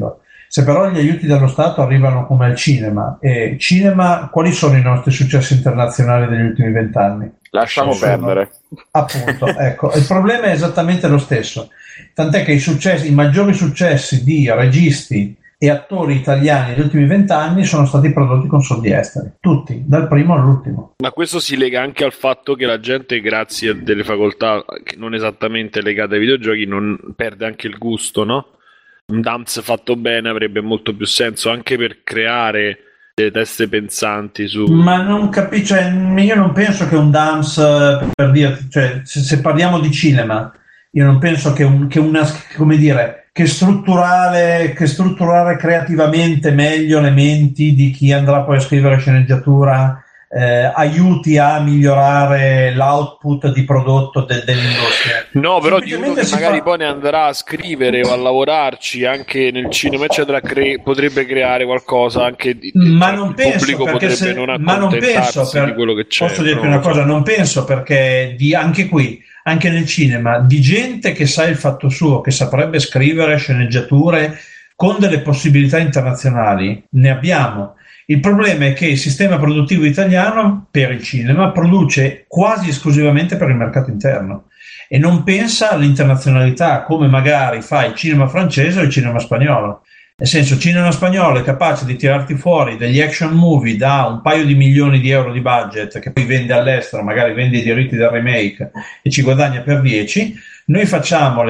Se però gli aiuti dello Stato arrivano come al cinema, e cinema, quali sono i nostri successi internazionali degli ultimi vent'anni? Lasciamo Sono, perdere. Appunto, ecco, il problema è esattamente lo stesso, tant'è che i successi, i maggiori successi di registi e attori italiani negli ultimi vent'anni sono stati prodotti con soldi esteri, tutti, dal primo all'ultimo. Ma questo si lega anche al fatto che la gente, grazie a delle facoltà che non esattamente legate ai videogiochi, non perde anche il gusto, no? Un D A M S fatto bene avrebbe molto più senso anche per creare delle teste pensanti su... Ma non capisco, cioè, io non penso che un D A M S, per dirti, cioè, se, se parliamo di cinema, io non penso che, un, che una, come dire, che strutturare, che strutturare creativamente meglio le menti di chi andrà poi a scrivere sceneggiatura eh, aiuti a migliorare l'output di prodotto de, dell'industria. No, però di uno che magari fa... poi ne andrà a scrivere o a lavorarci anche nel cinema, eccetera, cre- potrebbe creare qualcosa anche di... Ma cioè, non il penso, pubblico perché potrebbe se, non ma non penso per, di quello che c'è. posso dirti però, una cosa, so. non penso perché di, anche qui, anche nel cinema, di gente che sa il fatto suo, che saprebbe scrivere sceneggiature con delle possibilità internazionali, ne abbiamo. Il problema è che il sistema produttivo italiano per il cinema produce quasi esclusivamente per il mercato interno e non pensa all'internazionalità come magari fa il cinema francese o il cinema spagnolo. Nel senso, il cinema spagnolo è capace di tirarti fuori degli action movie da un paio di milioni di euro di budget che poi vende all'estero, magari vende i diritti del remake e ci guadagna per dieci. Noi facciamo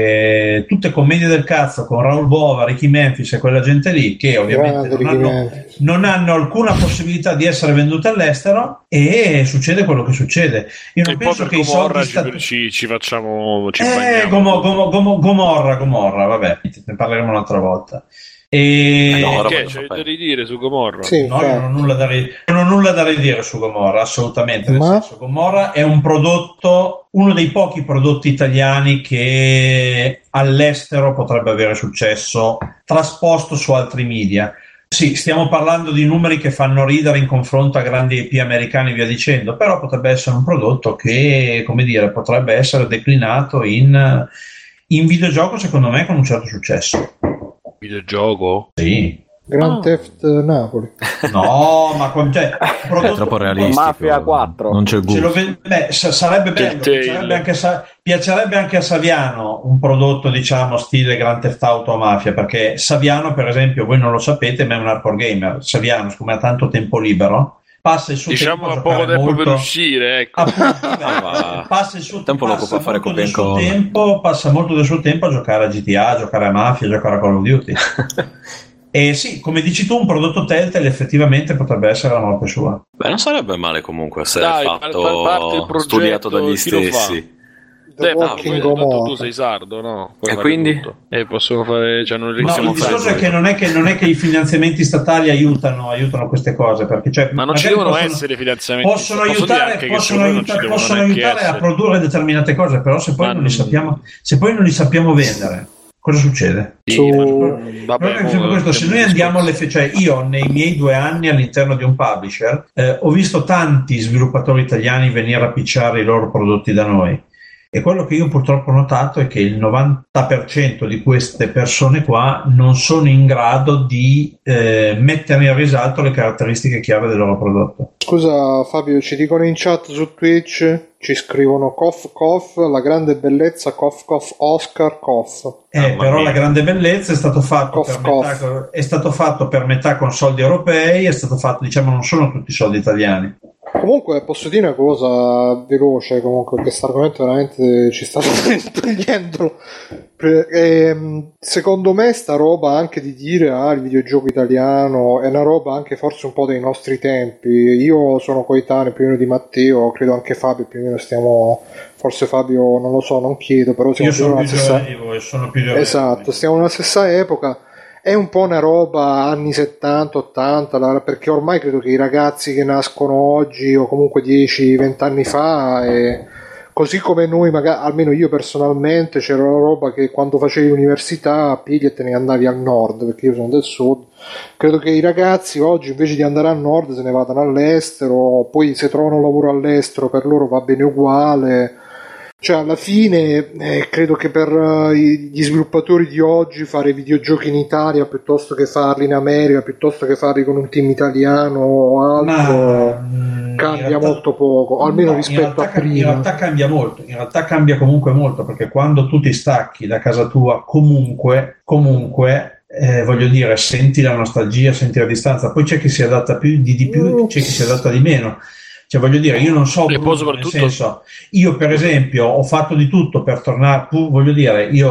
le tutte commedie del cazzo con Raoul Bova, Ricky Memphis e quella gente lì che ovviamente non hanno, non hanno alcuna possibilità di essere vendute all'estero e succede quello che succede. Io non e penso poi che i soldi ci, stati... ci, ci facciamo ci eh, Gomo, Gomo, Gomo, Gomorra, Gomorra, vabbè, ne parleremo un'altra volta. E... No, che c'è da ridire su Gomorra? Sì, no, io non ho nulla da ridire, non ho nulla da ridire su Gomorra, assolutamente. Nel Ma... senso, Gomorra è un prodotto, uno dei pochi prodotti italiani che all'estero potrebbe avere successo, trasposto su altri media. Sì, stiamo parlando di numeri che fanno ridere in confronto a grandi I P americani e via dicendo, però potrebbe essere un prodotto che, come dire, potrebbe essere declinato in, in videogioco, secondo me, con un certo successo. Videogioco? Sì. Grand oh. Theft Napoli. No, ma con, cioè, è troppo realistico. Mafia quattro. Non c'è gusto. Ve- beh, sarebbe bello, piacerebbe anche, a, piacerebbe anche a Saviano un prodotto, diciamo, stile Grand Theft Auto Mafia, perché Saviano, per esempio, voi non lo sapete, ma è un hardcore gamer. Saviano, siccome ha tanto tempo libero, passa il suo diciamo tempo a poco tempo molto... per uscire, ecco. Appunto, ah, passa il suo tempo lo può fare del suo con tempo, passa molto del suo tempo a giocare a G T A, a giocare a Mafia, a giocare a Call of Duty. E sì, come dici tu, un prodotto Telltale effettivamente potrebbe essere la morte sua. Beh, non sarebbe male comunque se Dai, è fatto par- parte il progetto, studiato dagli chi lo fa? stessi. The Beh, Walking tanto Gomorra. tu sei sardo, no? Puoi E fare quindi? tutto. E possono fare, cioè non No, possiamo il discorso fare è che non è che, non è che i finanziamenti statali aiutano, aiutano queste cose, perché cioè, ma non ci magari devono possono, essere finanziamenti. possono Posso dire aiutare, anche che possono secondo me non ci aiutare, devono possono neanche aiutare a essere. produrre determinate cose, però se poi Ma non li non- sappiamo, se poi non li sappiamo vendere, cosa succede? Sì, Su- ma- Il vabbè, problema è mo- sempre questo, se noi andiamo alle fe- cioè io nei miei due anni all'interno di un publisher eh, ho visto tanti sviluppatori italiani venire a picciare i loro prodotti da noi. E quello che io purtroppo ho notato è che il novanta per cento di queste persone qua non sono in grado di eh, mettere in risalto le caratteristiche chiave del loro prodotto. Scusa Fabio, ci dicono in chat su Twitch, ci scrivono Kof Kof, la grande bellezza Kof Kof Oscar Kof. Eh, Mamma però mia. la grande bellezza è stato, fatto Cough, per metà, è stato fatto per metà con soldi europei, è stato fatto, diciamo, non sono tutti soldi italiani. Comunque posso dire una cosa veloce, comunque, che questo argomento veramente ci sta togliendo. Ehm, secondo me sta roba anche di dire ah il videogioco italiano è una roba anche forse un po' dei nostri tempi. Io sono coetaneo più o meno di Matteo, credo anche Fabio più o meno stiamo, forse Fabio non lo so, non chiedo, però siamo Io sono più nella stessa... giovane di voi, sono più giovane Esatto, di voi. stiamo nella stessa epoca. È un po' una roba anni settanta ottanta, la- perché ormai credo che i ragazzi che nascono oggi o comunque dieci venti anni fa, e così come noi, magari, almeno io personalmente, c'era una roba che quando facevi università pigli e te ne andavi al nord, perché io sono del sud. Credo che i ragazzi oggi invece di andare al nord se ne vadano all'estero, poi se trovano lavoro all'estero per loro va bene uguale. Cioè, alla fine, eh, credo che per uh, gli sviluppatori di oggi fare videogiochi in Italia piuttosto che farli in America, piuttosto che farli con un team italiano o altro, Ma, cambia realtà, molto poco, o almeno no, rispetto a prima. In realtà cambia molto, in realtà cambia comunque molto, perché quando tu ti stacchi da casa tua, comunque, comunque, eh, voglio dire, senti la nostalgia, senti la distanza, poi c'è chi si adatta più di, di più, c'è chi si adatta di meno. Cioè, voglio dire, io non so, Bruno, soprattutto... nel senso, io per esempio ho fatto di tutto per tornare, tu, voglio dire, io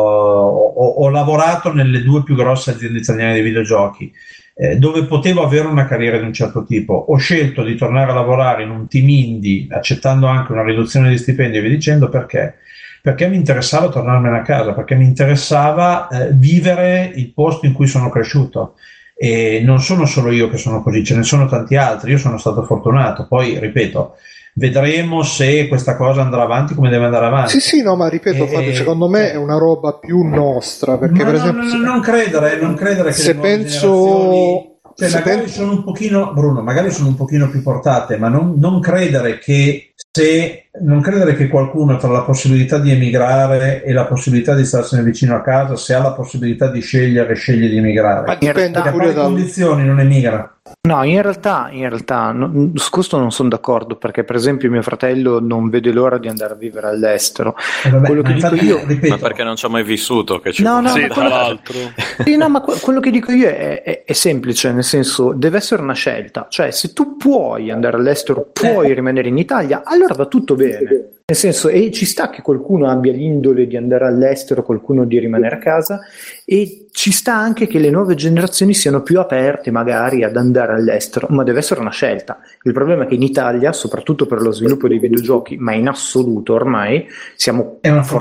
ho, ho, ho lavorato nelle due più grosse aziende italiane di videogiochi, eh, dove potevo avere una carriera di un certo tipo. Ho scelto di tornare a lavorare in un team indie, accettando anche una riduzione di stipendio e via dicendo, perché? Perché mi interessava tornarmene a casa, perché mi interessava eh, vivere il posto in cui sono cresciuto. E non sono solo io che sono così, ce ne sono tanti altri, io sono stato fortunato, poi ripeto, vedremo se questa cosa andrà avanti come deve andare avanti. Sì, sì, no, ma ripeto, e, Fabio, secondo me è una roba più nostra, perché ma per no, esempio no, se, non credere, non credere che se le penso cioè, se magari penso... sono un pochino, Bruno, magari sono un pochino più portate, ma non, non credere che se non credere che qualcuno tra la possibilità di emigrare e la possibilità di starsene vicino a casa, se ha la possibilità di scegliere, sceglie di emigrare. Ma dipende perché pure per da condizioni non emigra. No, in realtà, in realtà no, su questo non sono d'accordo, perché per esempio mio fratello non vede l'ora di andare a vivere all'estero. Eh vabbè, quello che dico io, ripeto, ma perché non ci ha mai vissuto? Che ci no, no, sì, ma tra quello, l'altro. sì, no, ma quello che dico io è, è, è semplice, nel senso, deve essere una scelta. Cioè, se tu puoi andare all'estero, puoi eh. rimanere in Italia, allora va tutto bene. Nel senso, e ci sta che qualcuno abbia l'indole di andare all'estero, qualcuno di rimanere a casa, e ci sta anche che le nuove generazioni siano più aperte magari ad andare all'estero, ma deve essere una scelta. Il problema è che in Italia, soprattutto per lo sviluppo dei videogiochi, ma in assoluto ormai, siamo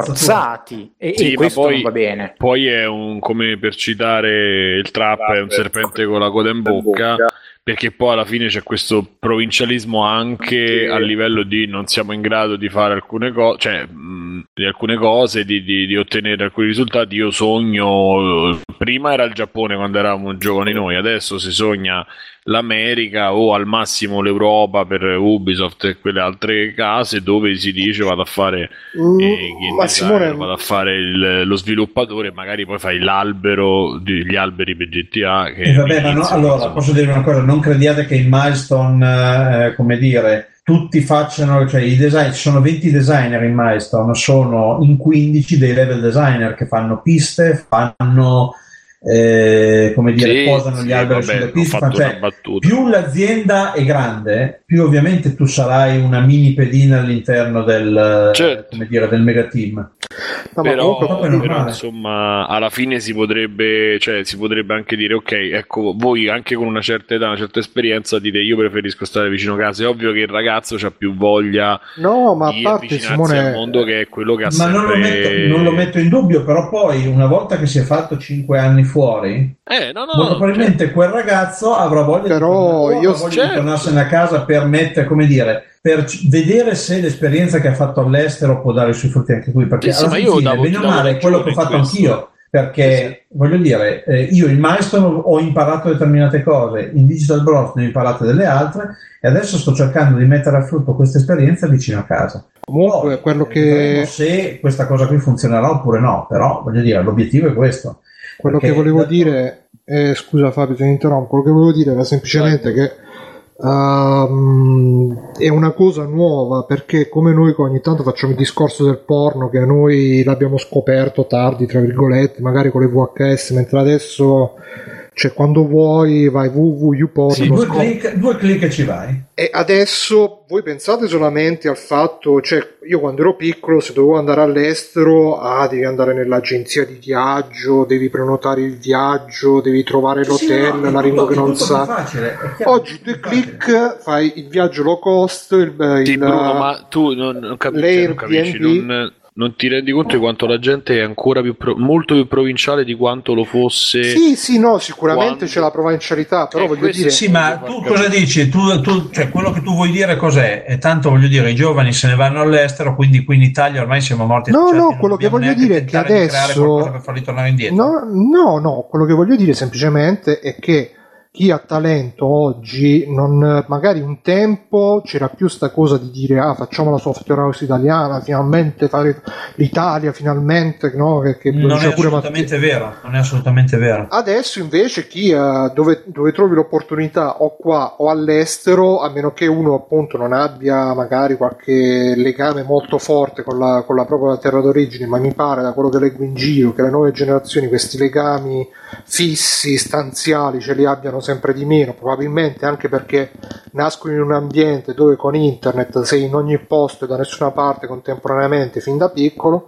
forzati e, sì, e questo poi, non va bene. Poi è un, come per citare il trap, è un serpente con la coda in bocca, perché poi alla fine c'è questo provincialismo anche a livello di non siamo in grado di fare alcune cose, cioè mh, di alcune cose, di, di, di ottenere alcuni risultati. Io sogno, prima era il Giappone quando eravamo giovani noi, adesso si sogna l'America o al massimo l'Europa per Ubisoft e quelle altre case dove si dice vado a fare mm, eh, ma Simone... vado a fare il, lo sviluppatore, magari poi fai l'albero, gli alberi per G T A che eh vabbè, ma no, allora insomma. Posso dire una cosa, non crediate che in Milestone eh, come dire tutti facciano, cioè i design, ci sono venti designer in Milestone, sono in quindici dei level designer che fanno piste, fanno Eh, come dire, sì, posano gli sì, alberi vabbè, sulle piste, cioè, più l'azienda è grande, più ovviamente tu sarai una mini pedina all'interno del, certo. come dire, del mega team. No, però, però insomma alla fine si potrebbe, cioè si potrebbe anche dire ok, ecco, voi anche con una certa età, una certa esperienza dite io preferisco stare vicino a casa. È ovvio che il ragazzo c'ha più voglia no, ma di a parte, avvicinarsi Simone... al mondo, che è quello che ha ma sempre... non lo, metto, non lo metto in dubbio, però poi una volta che si è fatto cinque anni fuori, eh, no, no, molto probabilmente certo. quel ragazzo avrà voglia, però di, tornare, io avrà voglia certo. di tornarsene a casa per mettere, come dire, per vedere se l'esperienza che ha fatto all'estero può dare i suoi frutti anche qui, perché sì, alla sì, fine, davo, bene o male è quello che ho fatto questo. anch'io, perché sì, sì. voglio dire, eh, io in Milestone ho imparato determinate cose, in Digital Bros ne ho imparate delle altre e adesso sto cercando di mettere a frutto questa esperienza vicino a casa. Comunque, Poi, quello eh, che se questa cosa qui funzionerà oppure no, però voglio dire, l'obiettivo è questo. Quello che volevo da... dire, eh, scusa Fabio, ti interrompo. Quello che volevo dire era semplicemente che um, è una cosa nuova, perché come noi ogni tanto facciamo il discorso del porno, che noi l'abbiamo scoperto tardi, tra virgolette, magari con le V H S, mentre adesso, cioè, quando vuoi vai www.youporn. Sì, due clic, due clic e ci vai. E adesso voi pensate solamente al fatto, cioè io quando ero piccolo se dovevo andare all'estero, ah devi andare nell'agenzia di viaggio, devi prenotare il viaggio, devi trovare l'hotel, sì, no, la lingua che non sa. Oggi due clic fai il viaggio low cost, il, sì, il Bruno, ma tu non, non, capi- cioè, non capisci, non... non ti rendi conto di quanto la gente è ancora più pro- molto più provinciale di quanto lo fosse? Sì, sì, no, sicuramente quando... c'è la provincialità, però eh, voglio dire... Sì, ma tu cosa dici? Tu, tu, cioè, quello che tu vuoi dire cos'è? E tanto voglio dire, i giovani se ne vanno all'estero, quindi qui in Italia ormai siamo morti. No, no, quello che voglio dire è che adesso... per farli tornare indietro. No, no, no, quello che voglio dire semplicemente è che chi ha talento oggi, non, magari un tempo c'era più sta cosa di dire ah facciamo la software house italiana, finalmente fare l'Italia, finalmente, no? Che, che non è pure assolutamente Matteo. Vero, non è assolutamente vero. Adesso invece chi uh, dove, dove trovi l'opportunità o qua o all'estero, a meno che uno appunto non abbia magari qualche legame molto forte con la, con la propria terra d'origine, ma mi pare da quello che leggo in giro che le nuove generazioni questi legami fissi, stanziali ce li abbiano sempre di meno, probabilmente anche perché nascono in un ambiente dove con internet sei in ogni posto e da nessuna parte contemporaneamente fin da piccolo,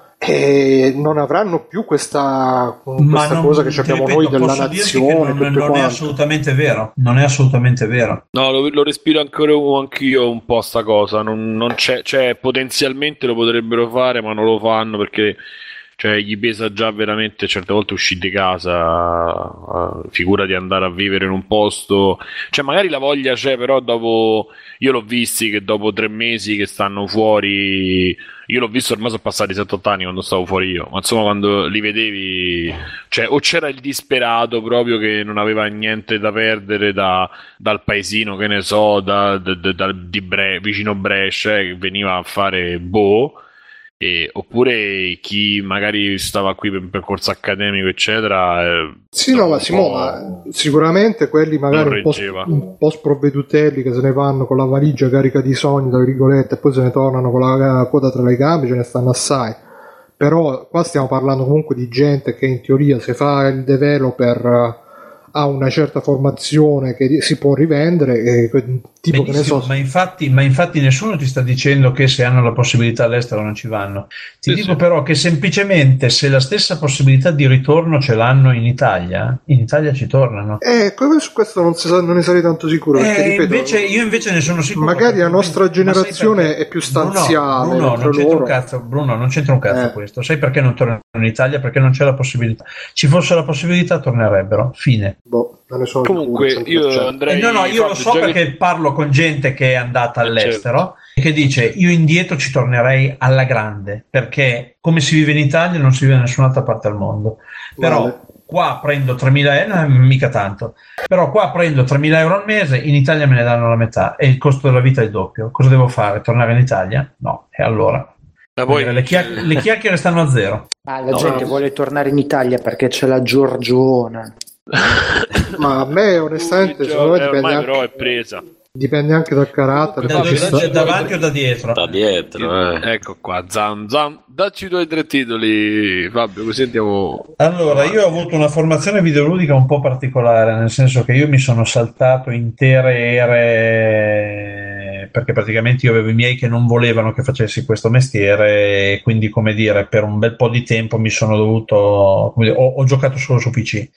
e non avranno più questa, questa non, cosa che abbiamo ripeto, noi della nazione. Non, non è assolutamente vero, non è assolutamente vero. No, lo, lo respiro ancora anch'io un po' sta cosa, non, non c'è, cioè potenzialmente lo potrebbero fare ma non lo fanno perché cioè gli pesa già veramente certe volte uscire di casa, uh, figura di andare a vivere in un posto, cioè magari la voglia c'è, però dopo, io l'ho visti che dopo tre mesi che stanno fuori, io l'ho visto ormai sono passati sette otto anni quando stavo fuori io, ma insomma quando li vedevi, cioè o c'era il disperato proprio che non aveva niente da perdere da, dal paesino, che ne so, da, da, da, da di Bre, vicino Brescia, eh, che veniva a fare boh. E, oppure chi magari stava qui per un percorso accademico eccetera eh, sì no ma, Simo, ma sicuramente quelli magari un po', un po' sprovvedutelli che se ne vanno con la valigia carica di sogni tra virgolette e poi se ne tornano con la coda tra le gambe, ce ne stanno assai, però qua stiamo parlando comunque di gente che in teoria se fa il developer ha una certa formazione che si può rivendere, e tipo che ne so. Ma infatti, ma infatti nessuno ti sta dicendo che se hanno la possibilità all'estero non ci vanno. Ti sì, dico sì. Però che semplicemente se la stessa possibilità di ritorno ce l'hanno in Italia, in Italia ci tornano. Eh, su questo non, si sa, non ne sarei tanto sicuro. Perché, eh, ripeto, invece, io invece ne sono sicuro. Magari la nostra generazione è più stanziale. Bruno, Bruno, non c'entra un cazzo, Bruno, non c'entra un cazzo eh. questo. Sai perché non tornano in Italia? Perché non c'è la possibilità. Ci fosse la possibilità tornerebbero. Fine. Boh, non ne sono comunque sicuro, io andrei eh, no no io lo so perché che... parlo con gente che è andata all'estero, certo. E che dice io indietro ci tornerei alla grande perché come si vive in Italia non si vive da nessun'altra parte al mondo, però vale. Qua prendo tremila euro, mica tanto, però qua prendo tremila euro al mese, in Italia me ne danno la metà e il costo della vita è il doppio. Cosa devo fare? Tornare in Italia? No, e allora Ma poi... le, chiac- le chiacchiere stanno a zero. Ah, la no, gente no. vuole tornare in Italia perché c'è la Giorgiona. Ma a me onestamente secondo me dipende ormai anche, però è presa. Dipende anche dal carattere. Da, da, da davanti o da dietro? Da dietro, eh. Ecco qua, zam zam. Dacci i tuoi tre titoli, Fabio, così andiamo. Allora, io ho avuto una formazione videoludica un po' particolare, nel senso che io mi sono saltato intere ere perché praticamente io avevo i miei che non volevano che facessi questo mestiere e quindi, come dire, per un bel po' di tempo mi sono dovuto, come dire, ho, ho giocato solo su P C.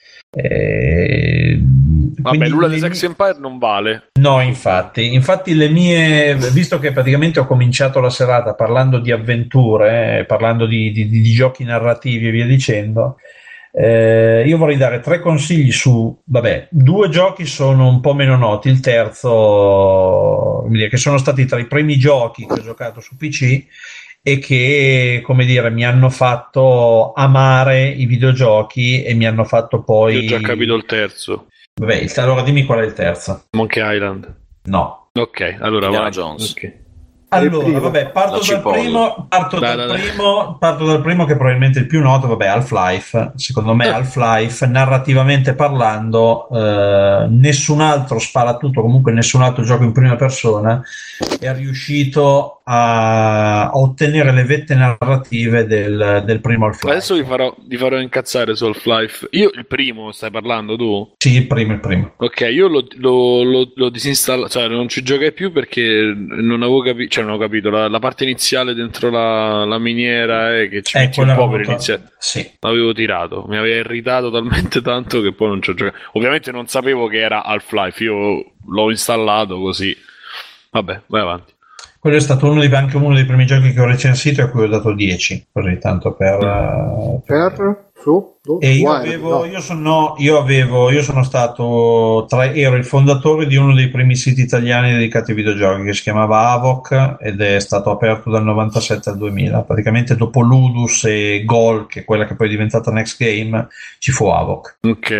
E... Vabbè, l'Ula di Sex Empire non vale. No, infatti, infatti le mie, visto che praticamente ho cominciato la serata parlando di avventure, eh, parlando di, di, di giochi narrativi e via dicendo, eh, io vorrei dare tre consigli su, vabbè, due giochi sono un po' meno noti, il terzo, che sono stati tra i primi giochi che ho giocato su P C e che, come dire, mi hanno fatto amare i videogiochi e mi hanno fatto poi... Io ho già capito il terzo. Vabbè, allora dimmi qual è il terzo. Monkey Island. No. Ok, allora Indiana Jones. Okay. Allora, vabbè, parto dal primo, parto dal, dal primo, parto dal primo che è probabilmente il più noto, vabbè, Half-Life. Secondo me Half-Life, narrativamente parlando, eh, nessun altro sparatutto, comunque nessun altro gioco in prima persona è riuscito a, a ottenere le vette narrative del, del primo Half-Life. Adesso vi farò, vi farò incazzare su Half-Life. Io il primo, stai parlando tu? Sì, il primo, il primo. Ok, io lo, lo, lo, lo disinstallato, cioè non ci giocai più perché non avevo capito, cioè non ho capito la, la parte iniziale dentro la, la miniera eh, che ci eh, metti un po' per iniziare. Sì. L'avevo tirato, mi aveva irritato talmente tanto che poi non ci ho giocato. Ovviamente non sapevo che era Half-Life, io l'ho installato così. Vabbè, vai avanti. Quello è stato uno dei, anche uno dei primi giochi che ho recensito e a cui ho dato dieci, così tanto per... Mm. Per? Su? E io avevo, no. io sono, io avevo, io sono stato, tra, ero il fondatore di uno dei primi siti italiani dedicati ai videogiochi che si chiamava Avoc ed è stato aperto dal novantasette al duemila. Praticamente dopo Ludus e Gol, che è quella che poi è diventata Next Game, ci fu Avoc. Ok.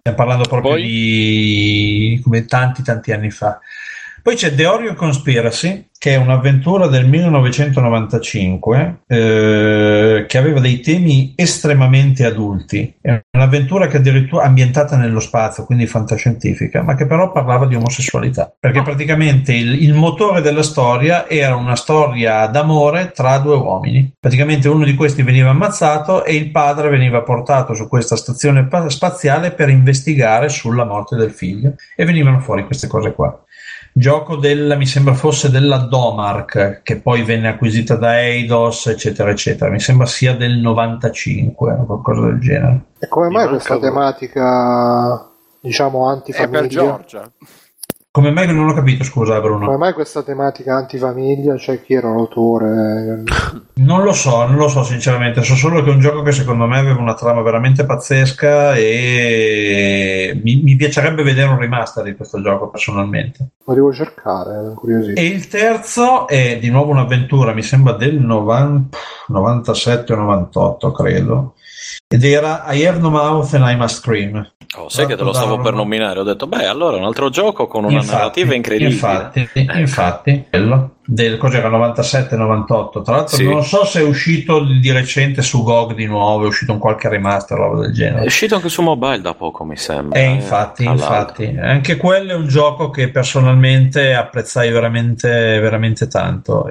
Stiamo parlando proprio Poi? di come tanti tanti anni fa. Poi c'è The Orion Conspiracy, che è un'avventura del millenovecentonovantacinque eh, che aveva dei temi estremamente adulti. È un'avventura che addirittura ambientata nello spazio, quindi fantascientifica, ma che però parlava di omosessualità, perché praticamente il, il motore della storia era una storia d'amore tra due uomini. Praticamente uno di questi veniva ammazzato e il padre veniva portato su questa stazione pa- spaziale per investigare sulla morte del figlio, e venivano fuori queste cose qua. Gioco della, mi sembra fosse della Domark, che poi venne acquisita da Eidos, eccetera eccetera, mi sembra sia del novantacinque o qualcosa del genere. E come mai Mi questa manca- tematica, diciamo, È antifamiglia? per Giorgia. Come mai non ho capito, scusa Bruno? Come mai questa tematica antifamiglia? Cioè, chi era l'autore? Non lo so, non lo so sinceramente, so solo che è un gioco che secondo me aveva una trama veramente pazzesca e mi, mi piacerebbe vedere un remaster di questo gioco personalmente. Lo devo cercare, è incuriosito. E il terzo è di nuovo un'avventura, mi sembra del novanta, novantasette o novantotto credo, ed era I Have No Mouth and I Must Scream. Oh, sai che te lo stavo per nominare, ho detto beh allora un altro gioco con una Infatti, narrativa incredibile. Infatti, infatti quello del cos'era novantasette novantaotto, tra l'altro Sì. non so se è uscito di recente su G O G di nuovo, è uscito un qualche remaster o roba del È genere. uscito anche su mobile da poco mi sembra. Eh, infatti, tra l'altro. infatti, anche quello è un gioco che personalmente apprezzai veramente, veramente tanto.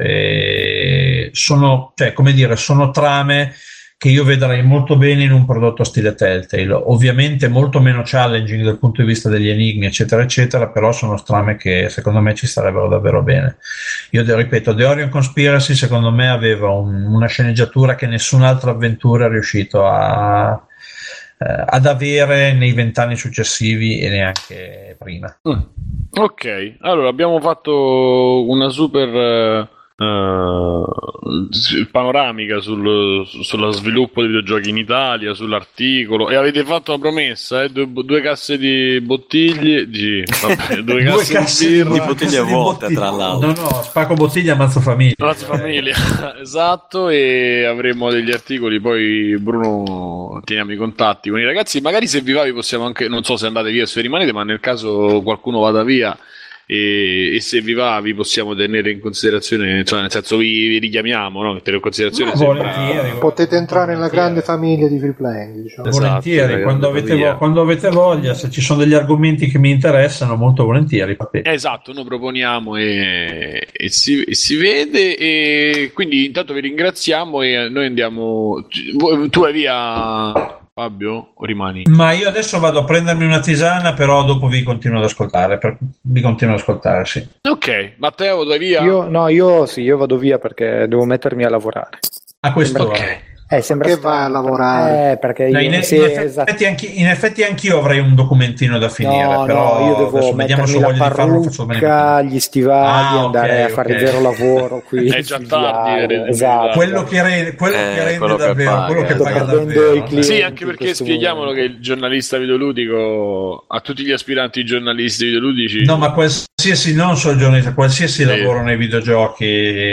E sono, cioè, come dire, sono trame che io vedrei molto bene in un prodotto stile Telltale, ovviamente molto meno challenging dal punto di vista degli enigmi, eccetera, eccetera, però sono trame che secondo me ci starebbero davvero bene. Io te ripeto, The Orion Conspiracy secondo me aveva un, una sceneggiatura che nessun'altra avventura è riuscito a eh, ad avere nei vent'anni successivi e neanche prima. Mm. Ok, allora abbiamo fatto una super uh, panoramica sul, sullo sviluppo dei videogiochi in Italia, sull'articolo, e avete fatto una promessa, eh? due, due casse di bottiglie di, vabbè, due casse, Due casse di, di birra, bottiglie vuote, tra l'altro. No, no, spacco bottiglia, ammazzo famiglia. Palazzo Famiglia. Esatto, e avremo degli articoli, poi Bruno teniamo i contatti con i ragazzi, magari se vi va vi possiamo anche, non so se andate via o se rimanete, ma nel caso qualcuno vada via e, e se vi va vi possiamo tenere in considerazione, cioè nel senso vi, vi richiamiamo, no? Tenere in considerazione Ma sembra- volentieri, Potete entrare nella volentieri. grande famiglia di Free Playing, diciamo. Esatto, Volentieri, la quando grande avete, famiglia. vo- quando avete voglia, se ci sono degli argomenti che mi interessano, molto volentieri. Papi. Esatto, noi proponiamo e, e, si, e si vede, e quindi intanto vi ringraziamo e noi andiamo. Tu vai via, Fabio, o rimani? Ma io adesso vado a prendermi una tisana, però dopo vi continuo ad ascoltare. Per... Vi continuo ad ascoltare, sì. Ok, Matteo, vai via. Io, no, io sì, io vado via perché devo mettermi a lavorare. A quest'ora. Ok. Eh, sembra Che strano. vai a lavorare? Eh, perché No, io, in, in sì, effetti, esatto. anche, in effetti anch'io avrei un documentino da finire, No, però no, io devo adesso vediamo se mettermi la voglio di farlo, lo faccio bene. parrucca, gli stivali, Ah, andare ok, a fare ok. il vero lavoro qui. È già sul tardi, diario. vedete, Esatto. Quello che rende, quello Eh, che rende quello che davvero, paga, quello che Sto paga perdendo davvero. i eh. clienti. Sì, in anche perché questo spieghiamolo momento. che il giornalista videoludico, a tutti gli aspiranti giornalisti videoludici. No, ma qualsiasi, non solo giornalista, qualsiasi Sì. lavoro nei videogiochi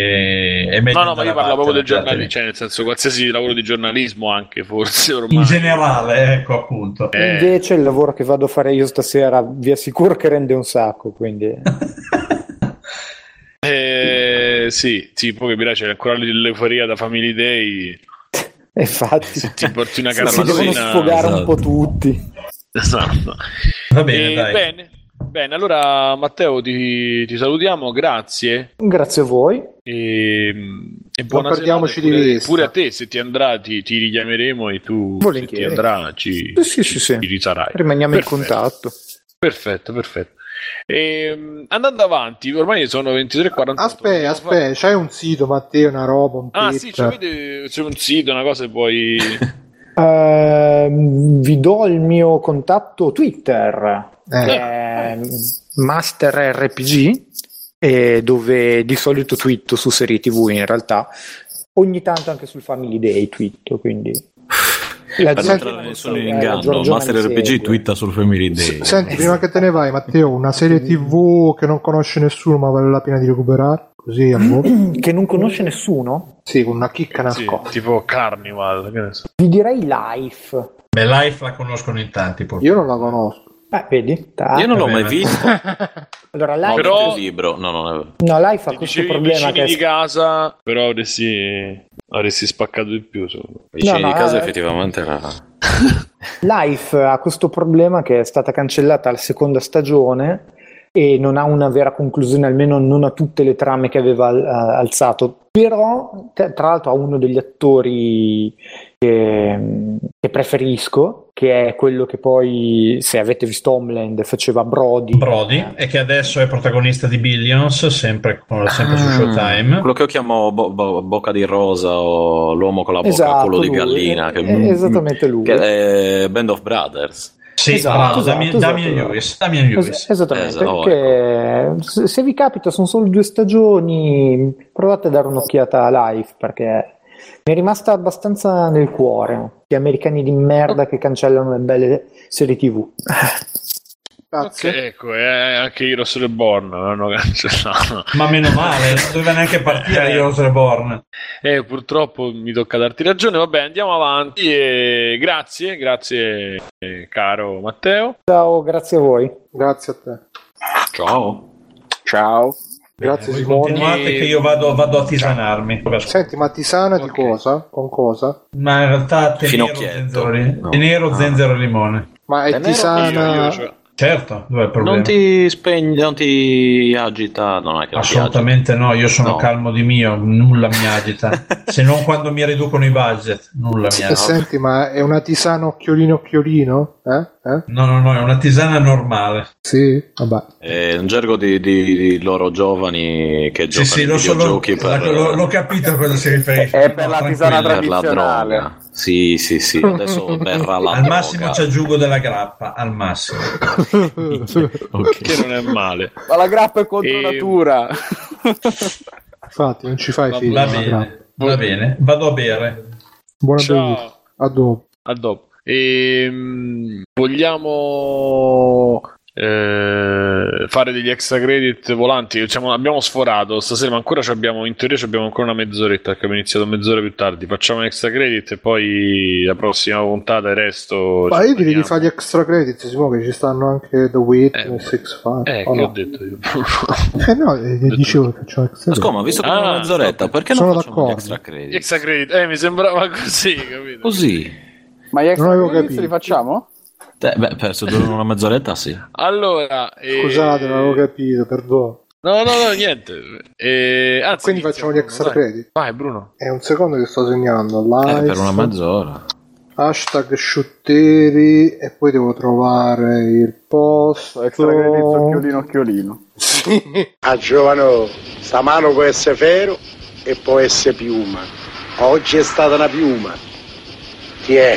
è meglio No, no, ma andare io parlo avanti, proprio del guardate. giornalismo, cioè nel senso qualsiasi lavoro di giornalismo anche, forse ormai. In generale, ecco appunto. Eh. Invece il lavoro che vado a fare io stasera vi assicuro che rende un sacco, quindi Eh, sì, sì, poi capirai c'è ancora l'euforia da Family Day. infatti Se ti porti una si devono carrozzina. sfogare un esatto. po' tutti. Esatto. Va bene, E dai. bene, bene, allora Matteo ti, ti salutiamo, grazie. Grazie a voi. E, e buona perdiamoci serata, di pure, vista. pure a te, se ti andrà ti, ti richiameremo e tu Volentieri. se ti andrà ci, Sì, sì, sì, sì. ci risarai. Rimaniamo Perfetto. in contatto. Perfetto, perfetto. E, andando avanti, ormai sono ventitré e quarantotto. Aspetta, aspetta, c'hai un sito, Matteo, una roba, un Ah tweet? sì, c'è, vedi, c'è un sito, una cosa e poi... Ehm, vi do il mio contatto Twitter, Eh. che è Master R P G, e dove di solito twitto su serie tivù, in realtà ogni tanto anche sul Family Day twitto, quindi la Per non gente trarre non nessun sa, eh, la inganno, Giorgiona Master mi R P G segue. twitta sul Family Day. Senti, prima che te ne vai, Matteo, una serie tivù che non conosce nessuno ma vale la pena di recuperare? Così a voi? Che non conosce nessuno? Sì, con una chicca Sì, nascosta. tipo Carnival, che ne so. Vi direi Life. Beh, Life la conoscono in tanti, purtroppo. Io non la conosco. Ah, vedi? Ta- Io non l'ho mai bene. visto. Allora, Ho Life, letto Però- il libro. No, non è... no, Life ha Ti questo dicevi problema vicini che di casa, però avresti, avresti spaccato di più. Secondo me. Vicini No, no, di casa eh, effettivamente era... Life ha questo problema che è stata cancellata la seconda stagione e non ha una vera conclusione, almeno non ha tutte le trame che aveva al- alzato. Però, tra tra l'altro, ha uno degli attori che, che preferisco, che è quello che poi, se avete visto Homeland, faceva Brody. Brody, e che adesso è protagonista di Billions, sempre, sempre su Showtime. Quello che io chiamo bo- bo- bocca di rosa o l'uomo con la bocca Esatto, a culo di lui, gallina. è- Che, è esattamente lui. Che è Band of Brothers. Sì, Esatto, bravo, esatto, Damien, esatto, Damien esatto. Lewis. Damien Lewis. Es- esattamente, Esatto, che se se vi capita sono solo due stagioni, provate a dare un'occhiata a Life, perché mi è rimasta abbastanza nel cuore gli americani di merda che cancellano le belle serie tv. Grazie. Ok, ecco, e anche Heroes Reborn l'hanno cancellato. Ma meno male, non doveva neanche partire Heroes Reborn. Eh, purtroppo mi tocca darti ragione. Vabbè, andiamo avanti. E grazie, grazie, eh, caro Matteo. Ciao, grazie a voi. Grazie a te. Ciao. Ciao. Grazie Voi Simone. continuate che io vado, vado a tisanarmi. Vabbè, scusa. Senti, ma tisana di Ok. cosa? Con cosa? Ma in realtà tenero, Finocchietto. zenzero, ri- No. tenero Ah. zenzero e limone. Ma è Tenero tisana... Io, io, cioè, Certo, dov'è il problema? Non ti spegni, non ti agita, non è che non ti Assolutamente no, io sono No. calmo di mio, nulla mi agita. Se non quando mi riducono i budget, nulla mi Eh, agita. Senti, ma è una tisana occhiolino occhiolino? Eh? Eh? No, no, no, è una tisana normale. Sì? Vabbè. È un gergo di, di- di loro giovani che Sì, giocano sì, ai lo so, l'ho, videogiochi per, l'ho- l'ho capito a cosa si riferisce. È per la No, tisana tranquillo. per la tradizionale. droga. Sì, sì, sì, adesso verrà la Al massimo droga. ci aggiungo della grappa, al massimo. Ok. che non è male. Ma la grappa è contro E- natura. Infatti, non ci fai Va figli. Va ma bene, grazie. va bene, vado a bere. Buona Ciao. bevuta. A dopo. A dopo. Ehm, vogliamo eh, fare degli extra credit volanti? Diciamo, abbiamo sforato stasera, ma ancora ci abbiamo, in teoria ci abbiamo ancora una mezz'oretta, perché abbiamo iniziato mezz'ora più tardi. Facciamo un extra credit e poi la prossima puntata il resto. Ma ci io direi di prendiamo. fare gli extra credits, Simone, che ci stanno anche The Witness, Eh, X-Files. Eh, o che no? ho detto io? Eh no, eh, dicevo che c'ho extra Ma scusa, visto che abbiamo Ah, mezz'oretta, perché sono non facciamo gli d'accordo. extra Gli credit? extra credit, eh, mi sembrava così, capito? Così. Ma gli Non extra avevo credits capito. li facciamo? Eh, beh, per se durano una mezz'oretta, sì. Allora, eh, Scusate, non avevo capito, perdono. No, no, no, niente. Eh, anzi, Quindi inizia, facciamo gli Bruno, extra dai. credit. Vai, Bruno. È un secondo che sto segnando. Eh, Live, per una mezz'ora. hashtag sciutteri e poi devo trovare il post. Extra credits occhiolino occhiolino. Sì. A giovano, sta mano può essere ferro e può essere piuma. Oggi è stata una piuma. Chi è?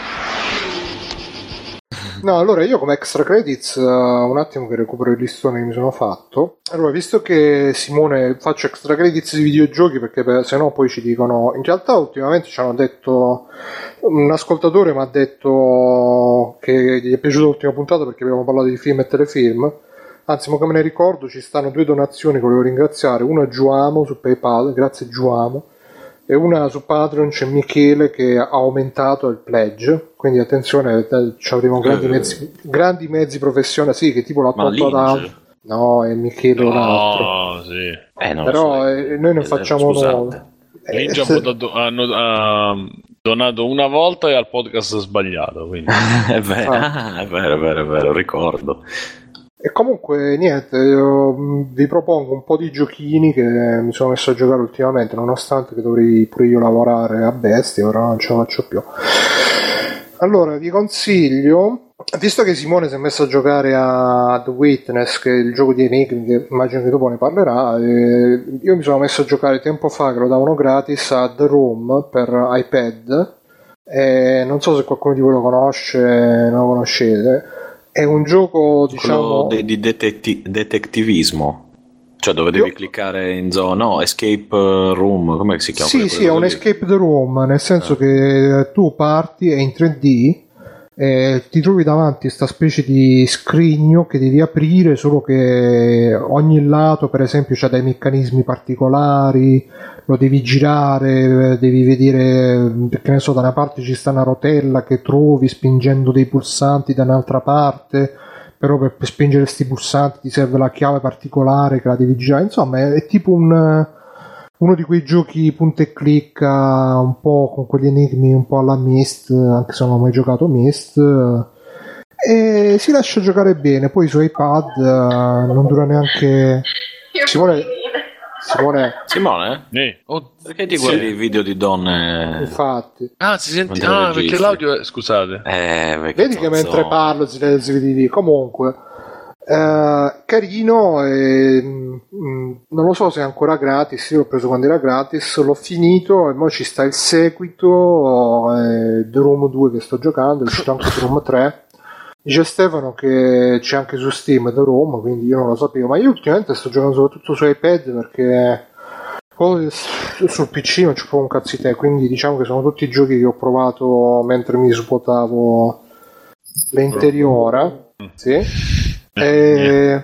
No, allora io come extra credits, uh, un attimo che recupero il listone che mi sono fatto. Allora, visto che Simone faccio extra credits di videogiochi perché per, se no poi ci dicono. In realtà ultimamente ci hanno detto, un ascoltatore mi ha detto che gli è piaciuta l'ultima puntata perché abbiamo parlato di film e telefilm. Anzi, ma come ne ricordo, ci stanno due donazioni che volevo ringraziare. Una a Giuamo su PayPal, grazie Giuamo. E una su Patreon c'è Michele che ha aumentato il pledge, quindi attenzione, eh, ci avremo grandi mezzi, grandi mezzi professionali, sì, che tipo l'ha Ma tolto ad Linge? altro. No, è Michele un altro. No, sì. Eh, non Però lo so. eh, noi non Eh, facciamo scusate. nuovo. Eh, Linge ha, se- votato- hanno- ha donato una volta e al podcast sbagliato. Quindi. È vero, Ah. ah, è vero, è vero, è vero, ricordo. E comunque niente, io mh, vi propongo un po' di giochini che mi sono messo a giocare ultimamente, nonostante che dovrei pure io lavorare a bestia, però non ce la faccio più. Allora, vi consiglio, visto che Simone si è messo a giocare a The Witness, che è il gioco di Enigmi, che immagino che dopo ne parlerà, eh, io mi sono messo a giocare tempo fa, che lo davano gratis, a The Room per iPad, e non so se qualcuno di voi lo conosce, non lo conoscete. È un gioco, diciamo, Quello de- di detetti- detectivismo, cioè dove devi Io- cliccare in zona, no, escape room, come si chiama? sì, quelle sì, cose è un lì? escape the room, nel senso Ah. che tu parti, è in tre D eh, ti trovi davanti questa specie di scrigno che devi aprire, solo che ogni lato per esempio ha dei meccanismi particolari, lo devi girare, devi vedere, perché ne so, da una parte ci sta una rotella che trovi spingendo dei pulsanti da un'altra parte, però per, per spingere questi pulsanti ti serve la chiave particolare che la devi girare. Insomma è, è tipo un, uno di quei giochi punta e clicca un po' con quegli enigmi un po' alla Myst, anche se non ho mai giocato Myst, e si lascia giocare bene. Poi su iPad non dura neanche... Simone, Simone, Simone? Eh. Oh, perché ti guardi i video di donne? Infatti. Ah, si sente. Quando Ah, registri. perché l'audio è. Scusate. Eh, Vedi che mentre parlo si vede si vede. Comunque, eh, carino. E, mh, non lo so se è ancora gratis. Io l'ho preso quando era gratis. L'ho finito e ora ci sta il seguito. Eh, The Room due che sto giocando. È uscito anche The Room tre. Dice Stefano che c'è anche su Steam The Room, quindi io non lo sapevo, ma io ultimamente sto giocando soprattutto su iPad perché sul P C non c'è proprio un cazzo di te, quindi diciamo che sono tutti giochi che ho provato mentre mi svuotavo l'interiore, sì. E...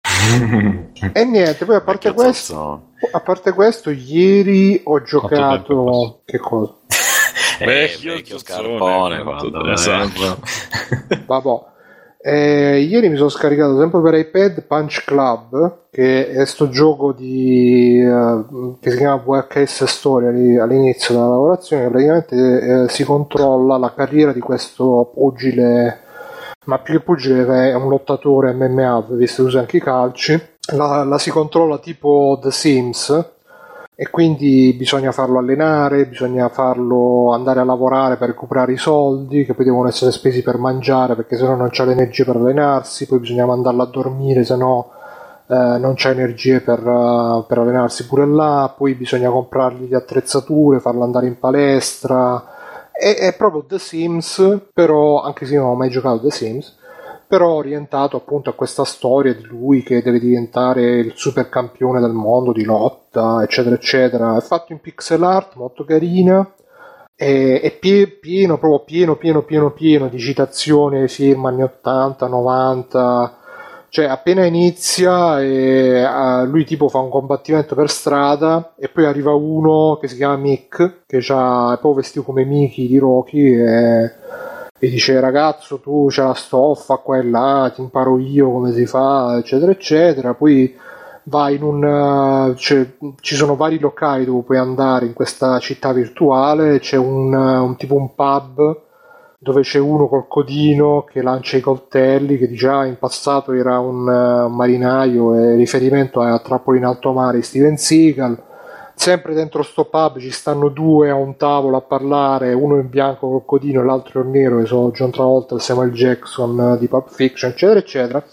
e niente, poi a parte questo, a parte questo, ieri ho giocato che cosa? Vecchio, vecchio scarpone, quando esatto. Vabbè. Eh, ieri mi sono scaricato sempre per iPad Punch Club, che è sto gioco di uh, che si chiama V H S Story all'inizio della lavorazione, che praticamente eh, si controlla la carriera di questo pugile, ma più che pugile è un lottatore M M A, visto che usa anche i calci. La, la si controlla tipo The Sims, e quindi bisogna farlo allenare, bisogna farlo andare a lavorare per recuperare i soldi che poi devono essere spesi per mangiare, perché sennò non c'è l'energia per allenarsi, poi bisogna mandarlo a dormire, sennò eh, non c'è energie per, uh, per allenarsi pure là, poi bisogna comprargli le attrezzature, farlo andare in palestra. È, è proprio The Sims, però anche se io non ho mai giocato The Sims, però orientato appunto a questa storia di lui che deve diventare il super campione del mondo di lotta, eccetera eccetera. È fatto in pixel art, molto carina, è, è pie, pieno, proprio pieno pieno pieno pieno di citazioni ai film anni ottanta novanta, cioè appena inizia e, uh, lui tipo fa un combattimento per strada e poi arriva uno che si chiama Mick, che c'ha, è proprio vestito come Mickey di Rocky, e e dice ragazzo tu c'è la stoffa qua e là, ti imparo io come si fa, eccetera eccetera. Poi vai in un cioè, ci sono vari locali dove puoi andare in questa città virtuale, c'è un, un tipo un pub dove c'è uno col codino che lancia i coltelli, che dice ah in passato era un, un marinaio, e riferimento a Trappola in alto mare, Steven Seagal. Sempre dentro sto pub ci stanno due a un tavolo a parlare, uno in bianco col codino e l'altro in nero, che sono John Travolta e Samuel Jackson di Pulp Fiction, eccetera eccetera.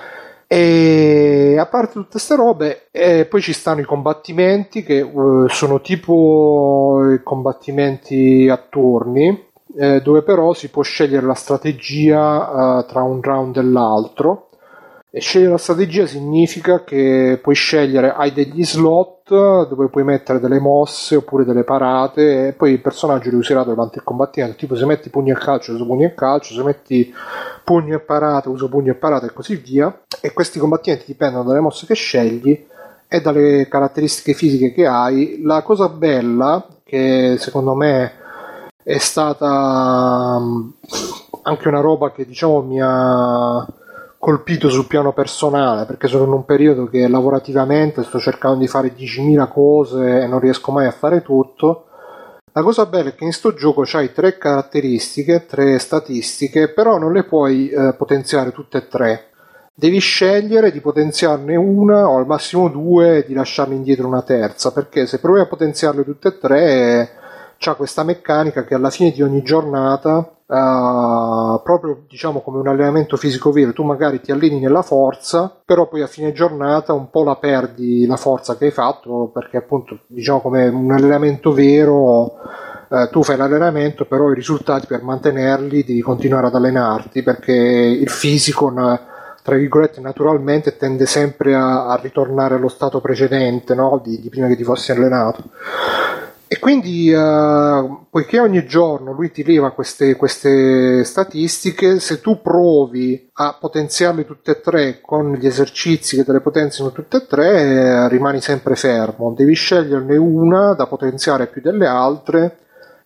E a parte tutte queste robe, eh, poi ci stanno i combattimenti che uh, sono tipo i combattimenti a turni, eh, dove però si può scegliere la strategia uh, tra un round e l'altro. E scegliere la strategia significa che puoi scegliere, hai degli slot dove puoi mettere delle mosse oppure delle parate, e poi il personaggio li userà durante il combattimento, tipo se metti pugni e calcio uso pugni e calcio, se metti pugni e parate uso pugni e parate e così via. E questi combattimenti dipendono dalle mosse che scegli e dalle caratteristiche fisiche che hai. La cosa bella, che secondo me è stata anche una roba che diciamo mi ha colpito sul piano personale, perché sono in un periodo che lavorativamente sto cercando di fare diecimila cose e non riesco mai a fare tutto. La cosa bella è che in sto gioco c'hai tre caratteristiche, tre statistiche, però non le puoi eh, potenziare tutte e tre. Devi scegliere di potenziarne una o al massimo due e di lasciarne indietro una terza, perché se provi a potenziarle tutte e tre c'ha questa meccanica che alla fine di ogni giornata Uh, proprio diciamo come un allenamento fisico vero, tu magari ti alleni nella forza, però poi a fine giornata un po' la perdi la forza che hai fatto, perché appunto diciamo come un allenamento vero uh, tu fai l'allenamento, però i risultati per mantenerli devi continuare ad allenarti, perché il fisico tra virgolette naturalmente tende sempre a, a ritornare allo stato precedente, no? di, di prima che ti fossi allenato. E quindi, uh, poiché ogni giorno lui ti leva queste, queste statistiche, se tu provi a potenziarle tutte e tre con gli esercizi che te le potenziano tutte e tre, eh, rimani sempre fermo. Devi sceglierne una da potenziare più delle altre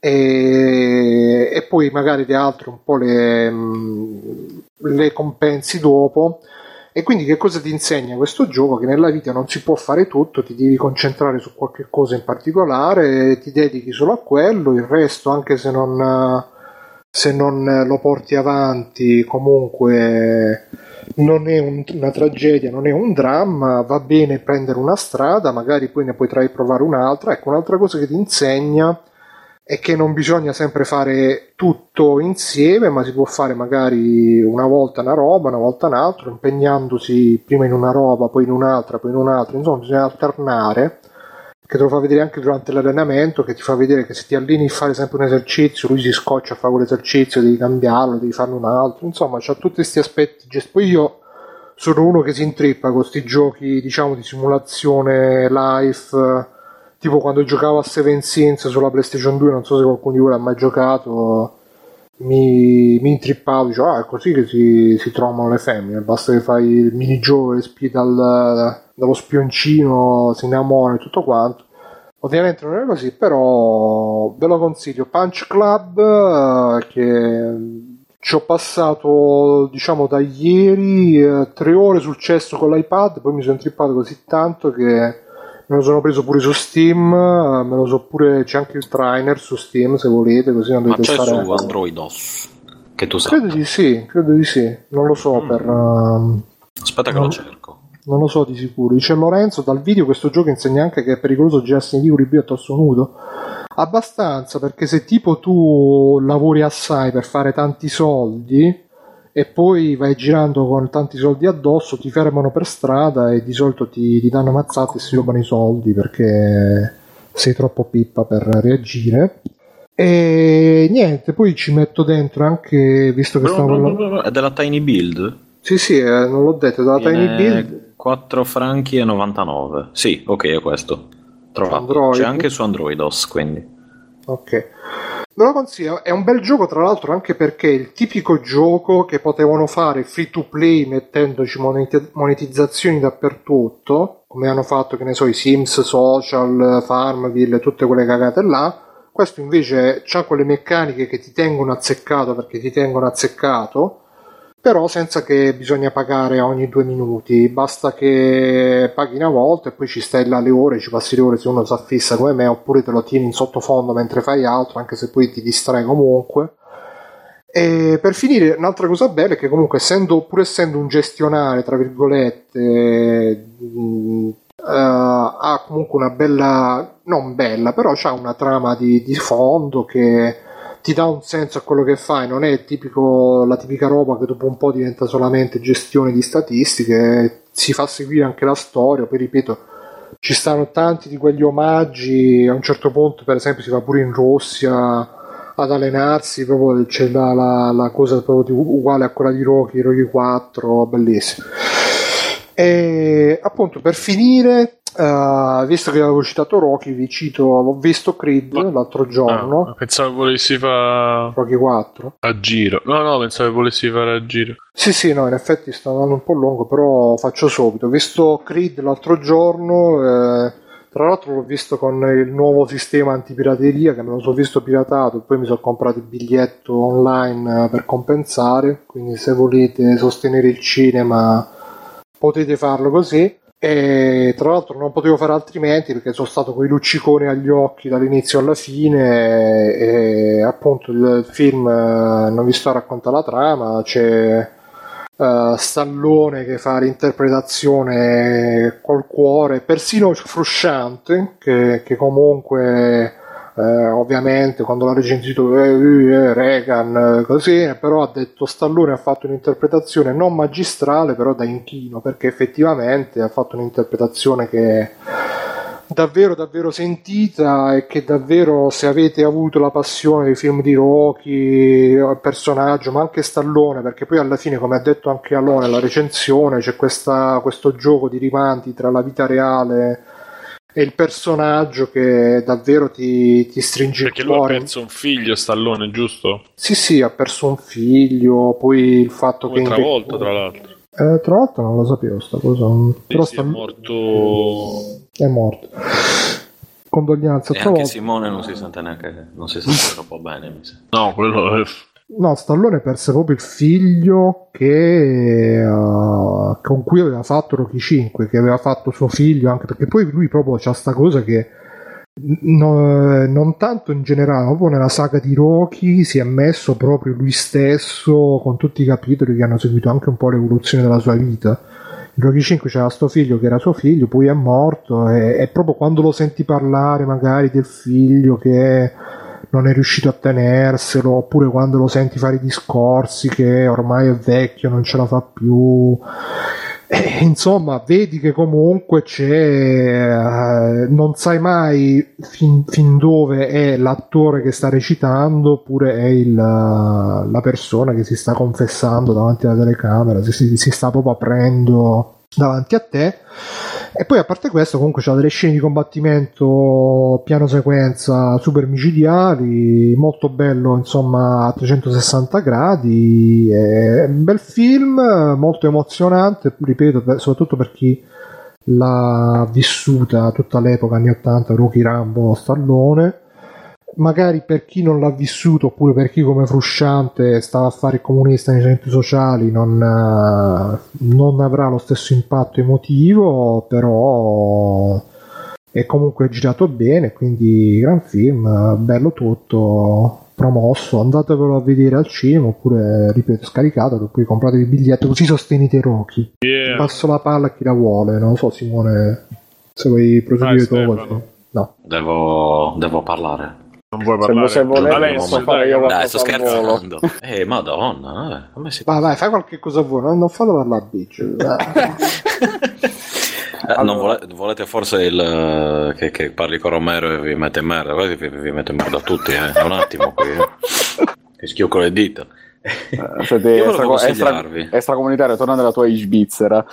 e, e poi magari le altre un po' le, le compensi dopo. E quindi che cosa ti insegna questo gioco? Che nella vita non si può fare tutto, ti devi concentrare su qualche cosa in particolare, ti dedichi solo a quello, il resto, anche se non, se non lo porti avanti, comunque non è un, una tragedia, non è un dramma, va bene prendere una strada, magari poi ne potrai provare un'altra. Ecco, un'altra cosa che ti insegna è che non bisogna sempre fare tutto insieme, ma si può fare magari una volta una roba, una volta un'altra, impegnandosi prima in una roba, poi in un'altra, poi in un'altra, insomma bisogna alternare, che te lo fa vedere anche durante l'allenamento, che ti fa vedere che se ti alleni a fare sempre un esercizio, lui si scoccia a fare quell'esercizio, devi cambiarlo, devi farne un altro, insomma c'ha tutti questi aspetti. Poi io sono uno che si intrippa con questi giochi, diciamo, di simulazione live, tipo quando giocavo a Seven Sins sulla PlayStation due, non so se qualcuno di voi l'ha mai giocato, mi, mi intrippavo, dicevo, ah, è così che si, si trovano le femmine, basta che fai il minigioco, le spie dal, dallo spioncino, si innamora e tutto quanto. Ovviamente non è così, però ve lo consiglio. Punch Club, che ci ho passato, diciamo, da ieri eh, tre ore sul cesso con l'iPad, poi mi sono intrippato così tanto che me lo sono preso pure su Steam, me lo so pure, c'è anche il trainer su Steam se volete, così non dovete stare. Ma c'è su Androidos, che tu sai. Credo di sì, credo di sì, non lo so mm. per... Uh, Aspetta che non, lo cerco. Non lo so di sicuro. Dice Lorenzo, dal video questo gioco insegna anche che è pericoloso girarsi nei libri più a torso nudo. Abbastanza, perché se tipo tu lavori assai per fare tanti soldi e poi vai girando con tanti soldi addosso, ti fermano per strada e di solito ti, ti danno mazzate e si rubano i soldi perché sei troppo pippa per reagire. E niente, poi ci metto dentro anche, visto che stiamo parlando... È della Tiny Build? Sì, sì, eh, non l'ho detto, è della Viene Tiny Build. quattro franchi e novantanove. Sì, ok, è questo. Trovato. Android. C'è anche su Androidos, quindi. Ok. Me lo consiglio, è un bel gioco tra l'altro anche perché è il tipico gioco che potevano fare free to play mettendoci monetizzazioni dappertutto, come hanno fatto, che ne so, i Sims Social, Farmville, tutte quelle cagate là. Questo invece c'ha quelle meccaniche che ti tengono azzeccato perché ti tengono azzeccato, però senza che bisogna pagare ogni due minuti, basta che paghi una volta e poi ci stai là le ore, ci passi le ore se uno si affissa come me, oppure te lo tieni in sottofondo mentre fai altro, anche se poi ti distrai comunque. E per finire, un'altra cosa bella è che comunque, essendo, pur essendo un gestionale tra virgolette, mh, uh, ha comunque una bella, non bella, però c'ha una trama di, di fondo che ti dà un senso a quello che fai, non è il tipico, la tipica roba che dopo un po' diventa solamente gestione di statistiche, si fa seguire anche la storia. Poi ripeto, ci stanno tanti di quegli omaggi, a un certo punto per esempio si va pure in Russia ad allenarsi, proprio c'è la, la, la cosa proprio uguale a quella di Rocky, Rocky quattro, bellissimo. E appunto, per finire, Uh, visto che avevo citato Rocky, vi cito, ho visto Creed Ma... l'altro giorno. Ah, pensavo volessi fare Rocky quattro a giro. No, no, pensavo che volessi fare a giro. Sì, sì, no, in effetti sta andando un po' lungo, però faccio subito. Ho visto Creed l'altro giorno, eh, tra l'altro l'ho visto con il nuovo sistema antipirateria, che me lo sono visto piratato e poi mi sono comprato il biglietto online per compensare, quindi se volete sostenere il cinema potete farlo così. E tra l'altro non potevo fare altrimenti perché sono stato con i lucciconi agli occhi dall'inizio alla fine e, e appunto il film, non vi sto a raccontare la trama, c'è uh, Stallone che fa l'interpretazione col cuore persino frusciante, che, che comunque eh, ovviamente quando l'ha recensito eh, eh, Reagan così, però ha detto Stallone ha fatto un'interpretazione non magistrale però da inchino, perché effettivamente ha fatto un'interpretazione che è davvero davvero sentita e che davvero, se avete avuto la passione dei film di Rocky, il personaggio, ma anche Stallone, perché poi alla fine, come ha detto anche Alone nella recensione, c'è questa, questo gioco di rimandi tra la vita reale è il personaggio che davvero ti, ti stringe perché il cuore. Perché lui ha perso un figlio, Stallone, giusto? Sì, sì, ha perso un figlio, poi il fatto Come che... Travolta, tra l'altro. Eh, tra l'altro non lo sapevo sta cosa. Sì, però sì, sta... è morto... È morto. Condoglianze. E anche volta. Simone non si sente neanche, non si sente troppo bene, mi sa. No, quello è... No, Stallone perse proprio il figlio che, uh, con cui aveva fatto Rocky cinque, che aveva fatto suo figlio, anche perché poi lui proprio c'ha sta cosa che no, non tanto in generale, proprio nella saga di Rocky si è messo proprio lui stesso con tutti i capitoli che hanno seguito anche un po' l'evoluzione della sua vita. In Rocky cinque c'era sto figlio che era suo figlio, poi è morto e, e proprio quando lo senti parlare magari del figlio che non è riuscito a tenerselo, oppure quando lo senti fare i discorsi che ormai è vecchio, non ce la fa più, e, insomma vedi che comunque c'è, eh, non sai mai fin, fin dove è l'attore che sta recitando oppure è il, la persona che si sta confessando davanti alla telecamera, si, si, si sta proprio aprendo davanti a te. E poi a parte questo comunque c'ha delle scene di combattimento piano sequenza super micidiali, molto bello insomma a trecentosessanta gradi, è un bel film molto emozionante, ripeto, soprattutto per chi l'ha vissuta tutta l'epoca anni ottanta, Rocky, Rambo, Stallone. Magari per chi non l'ha vissuto oppure per chi come Frusciante stava a fare il comunista nei centri sociali non, non avrà lo stesso impatto emotivo, però è comunque girato bene, quindi gran film, bello tutto, promosso, andatevelo a vedere al cinema oppure, ripeto, scaricatelo, poi compratevi il biglietto così sostenete Rocky. Yeah. Passo la palla a chi la vuole, non lo so Simone se vuoi proseguire tu. No. Devo, devo parlare. Non vuoi parlare? Se, se volete posso fare io dai, sto scherzando. Eh, madonna, eh, come si vai, vai, fai qualche cosa vuoi, non, non fallo parlare a bici. Eh, non vole- volete forse il che, che parli con Romero e vi mette in merda? Vi, vi, vi mette in merda tutti, eh? Un attimo qui, eh? Che schiocco le dita. Uh, siete extra, extra, extracomunitario, torna nella tua Svizzera.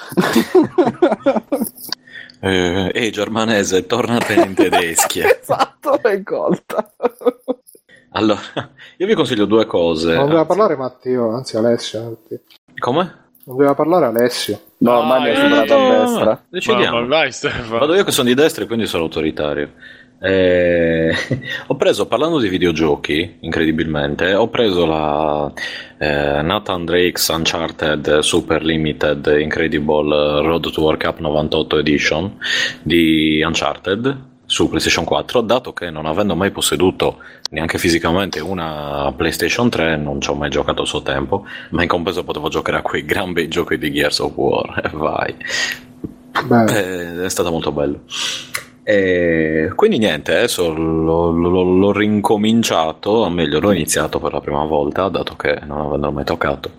Eh, ehi germanese, tornatene in tedeschi. Esatto, l'hai colta. Allora, io vi consiglio due cose. Non doveva parlare Matteo, anzi Alessio. Come? Non doveva parlare Alessio. No, ormai mi è superato a destra. Decidiamo. Ma, ma vai, Stefano. Vado io che sono di destra e quindi sono autoritario. Eh, ho preso, parlando di videogiochi, incredibilmente, ho preso la eh, Nathan Drake's Uncharted Super Limited Incredible Road to World Cup novantotto Edition di Uncharted su PlayStation quattro, dato che non avendo mai posseduto neanche fisicamente una PlayStation tre non ci ho mai giocato a suo tempo, ma in compenso potevo giocare a quei gran bei giochi di Gears of War e vai. Eh, è stato molto bello. E quindi niente, adesso l'ho, l'ho, l'ho rincominciato, o meglio l'ho iniziato per la prima volta, dato che non avendo mai toccato.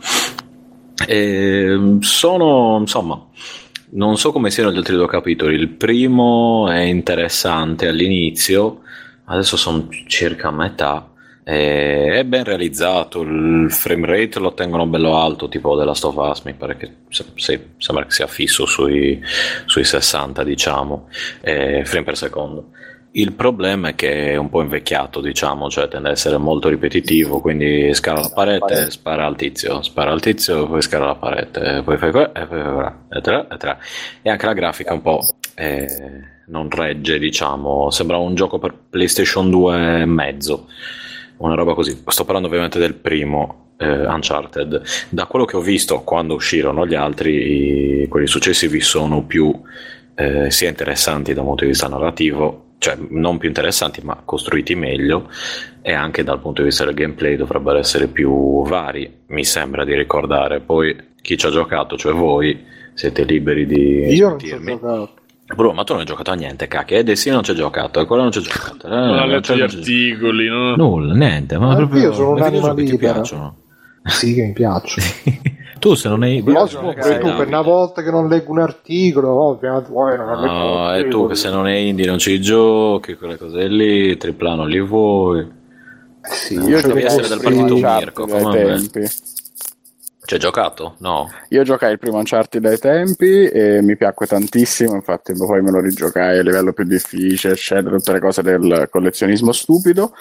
E sono, insomma, non so come siano gli altri due capitoli. Il primo è interessante all'inizio, adesso sono circa a metà. È ben realizzato, il frame rate lo tengono bello alto, tipo della Last of Us, mi pare che sì, sembra che sia fisso sui, sui sessanta, diciamo, eh, frame per secondo. Il problema è che è un po' invecchiato, diciamo, cioè tende ad essere molto ripetitivo, quindi scala la parete, spara al tizio, spara al tizio, poi scala la parete, poi fai qua, e poi fai e tre, e tre. E anche la grafica un po' eh, non regge, diciamo, sembra un gioco per PlayStation due e mezzo. Una roba così. Sto parlando ovviamente del primo eh, Uncharted. Da quello che ho visto quando uscirono gli altri, i, quelli successivi sono più eh, sia interessanti da un punto di vista narrativo, cioè non più interessanti ma costruiti meglio, e anche dal punto di vista del gameplay dovrebbero essere più vari, mi sembra di ricordare. Poi chi ci ha giocato, cioè voi, siete liberi di io non ci ho giocato. Bro, ma tu non hai giocato a niente, cacchio. E Destino non ci ha giocato, e quello non ci ha giocato. Eh, non ha letto gli non articoli, no? Nulla, niente. Ma eh, proprio io sono un'anima ti libera. piacciono. Sì, che mi piacciono. Tu se non hai... Però tu per una volta che non leggo un articolo, oh, prima tu, eh, non no, e tu che se non è indie non ci giochi, quelle cose lì, tripla non li vuoi. Sì, io devi essere del partito Mirko, come me. Ci hai giocato? No. Io giocai il primo Uncharted dai tempi e mi piacque tantissimo, infatti poi me lo rigiocai a livello più difficile, eccetera, tutte le cose del collezionismo stupido.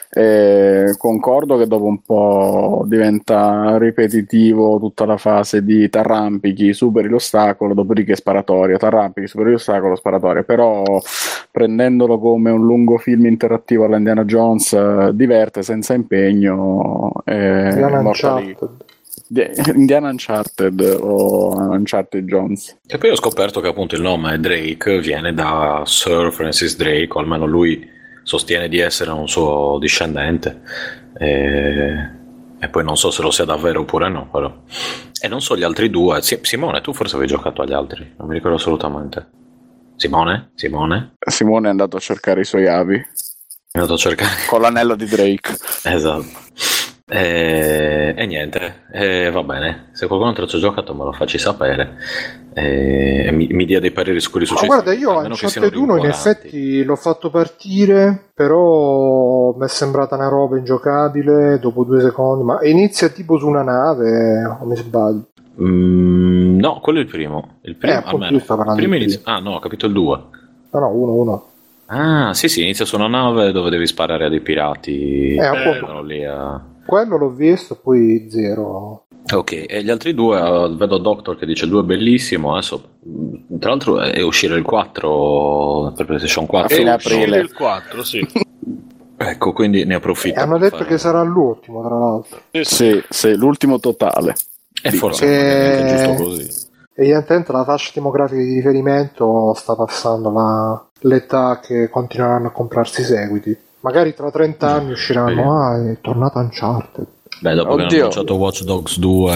E concordo che dopo un po' diventa ripetitivo tutta la fase di t'arrampichi, superi l'ostacolo, dopodiché sparatoria, t'arrampichi, superi l'ostacolo, sparatoria, però prendendolo come un lungo film interattivo alla Indiana Jones eh, diverte senza impegno. eh, Indiana morta lì. Uncharted. Indiana Uncharted o Uncharted Jones. E poi ho scoperto che appunto il nome Drake viene da Sir Francis Drake, o almeno lui sostiene di essere un suo discendente, e, e poi non so se lo sia davvero oppure no, però. E non so gli altri due. Simone, tu forse avevi giocato agli altri, non mi ricordo assolutamente. Simone? Simone? Simone è andato a cercare i suoi avi. È andato a cercare con l'anello di Drake. Esatto. E, e niente, e va bene. Se qualcuno altro ci ha giocato, me lo facci sapere. E, e mi, mi dia dei pareri su quelli Ma successivi. guarda, io Uncharted uno in effetti l'ho fatto partire, però mi è sembrata una roba ingiocabile dopo due secondi. Ma inizia tipo su una nave, o mi sbaglio? Mm, no, quello è il primo. Il primo, Eh, appunto, almeno. io stavo parlando Il primo di inizia... Ah, no, ho capito il due. No, no, uno, uno. Ah, sì, sì, inizia su una nave dove devi sparare a dei pirati. Eh, appunto. Sono lì a... Quello l'ho visto, poi zero. Ok, e gli altri due, uh, vedo Doctor che dice il due è bellissimo, adesso tra l'altro è uscire il quattro per PlayStation quattro. È fine uscire aprile. il quattro, sì. Ecco, quindi ne approfitto. E hanno per detto fare- che sarà l'ultimo, tra l'altro. Sì, sì. Sì, sì, l'ultimo totale. E Dico. forse Che- è giusto così. Evidentemente la fascia demografica di riferimento sta passando la... l'età che continueranno a comprarsi i seguiti. Magari tra trenta anni usciranno, Vediamo. ah, è tornato Uncharted. Beh, dopo che hanno Oddio. lanciato Watch Dogs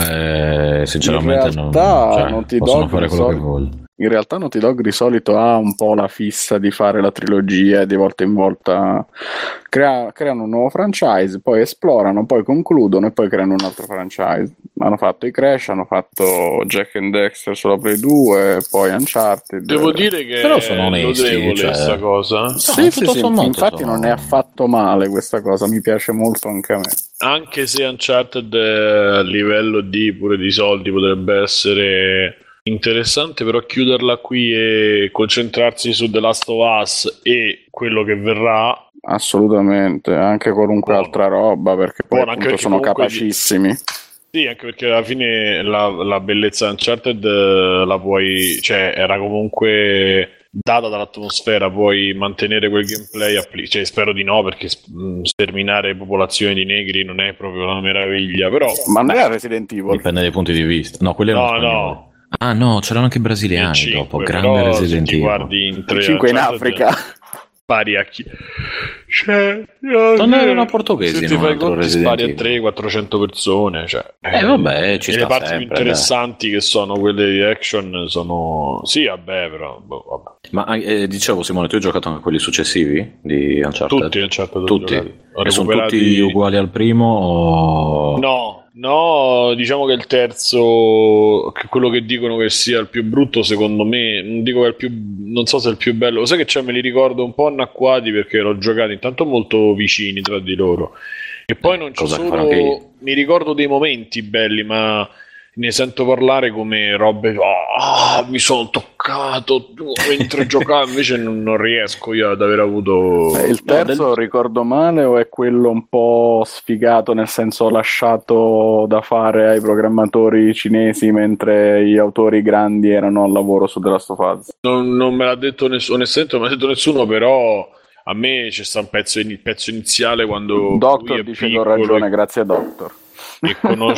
due, eh, sinceramente In non, realtà cioè, Naughty possono Dog fare quello non che so- vogliono. In realtà Naughty Dog di solito ha un po' la fissa di fare la trilogia e di volta in volta crea- creano un nuovo franchise, poi esplorano, poi concludono e poi creano un altro franchise. Hanno fatto i Crash, hanno fatto Jack and Dexter sulla Play due, poi Uncharted. Devo dire che Però sono è onesti, lodevole cioè- sta cosa. Sì, No, sì, tutto sì, sommato infatti sono- non è affatto male questa cosa, mi piace molto anche a me. Anche se Uncharted eh, a livello di pure di soldi potrebbe essere interessante, però chiuderla qui e concentrarsi su The Last of Us e quello che verrà. Assolutamente, anche qualunque Buono. altra roba, perché poi Buono, anche appunto perché sono comunque capacissimi. Sì, anche perché alla fine la, la bellezza di Uncharted eh, la puoi, cioè era comunque data dall'atmosfera, puoi mantenere quel gameplay, appli- cioè spero di no, perché mh, sterminare popolazioni di negri non è proprio una meraviglia, però Ma non era Resident Evil? Dipende dai punti di vista. No, quelli no, erano spagnoli. no, Ah no, c'erano anche i il brasiliani cinque, dopo, grande però Resident se ti Evil. guardi in tre cinque in Uncharted, Africa. spari a chi... Cioè, Non erano portoghesi, se ti no, fai altro conti Resident spari a Evil. trecento quattrocento persone, cioè, Eh vabbè, ci e le sta parti sempre, più interessanti che sono quelle di action sono sì, vabbè, però boh, vabbè. Ma eh, dicevo Simone, tu hai giocato anche quelli successivi di Uncharted? Tutti Uncharted ho Tutti? giocati. Ho E sono recuperati- tutti uguali al primo o... No, no, diciamo che il terzo, che quello che dicono che sia il più brutto, secondo me, non dico che è il più, non so se è il più bello, sai che c'è, me li ricordo un po' annacquati perché l'ho giocato intanto molto vicini tra di loro. E poi non ci Cosa che sono, farò anche io. mi ricordo dei momenti belli, ma ne sento parlare come robe, ah, mi sono toccato mentre giocavo, invece non, non riesco io ad aver avuto... Eh, il terzo ricordo male o è quello un po' sfigato, nel senso lasciato da fare ai programmatori cinesi mentre gli autori grandi erano al lavoro su The Last of Us? Non, non me l'ha detto nessuno, onestamente non me l'ha detto nessuno, però a me c'è sta un pezzo, il pezzo iniziale quando Doctor lui è dice che piccolo ho ragione, e, grazie a Doctor. e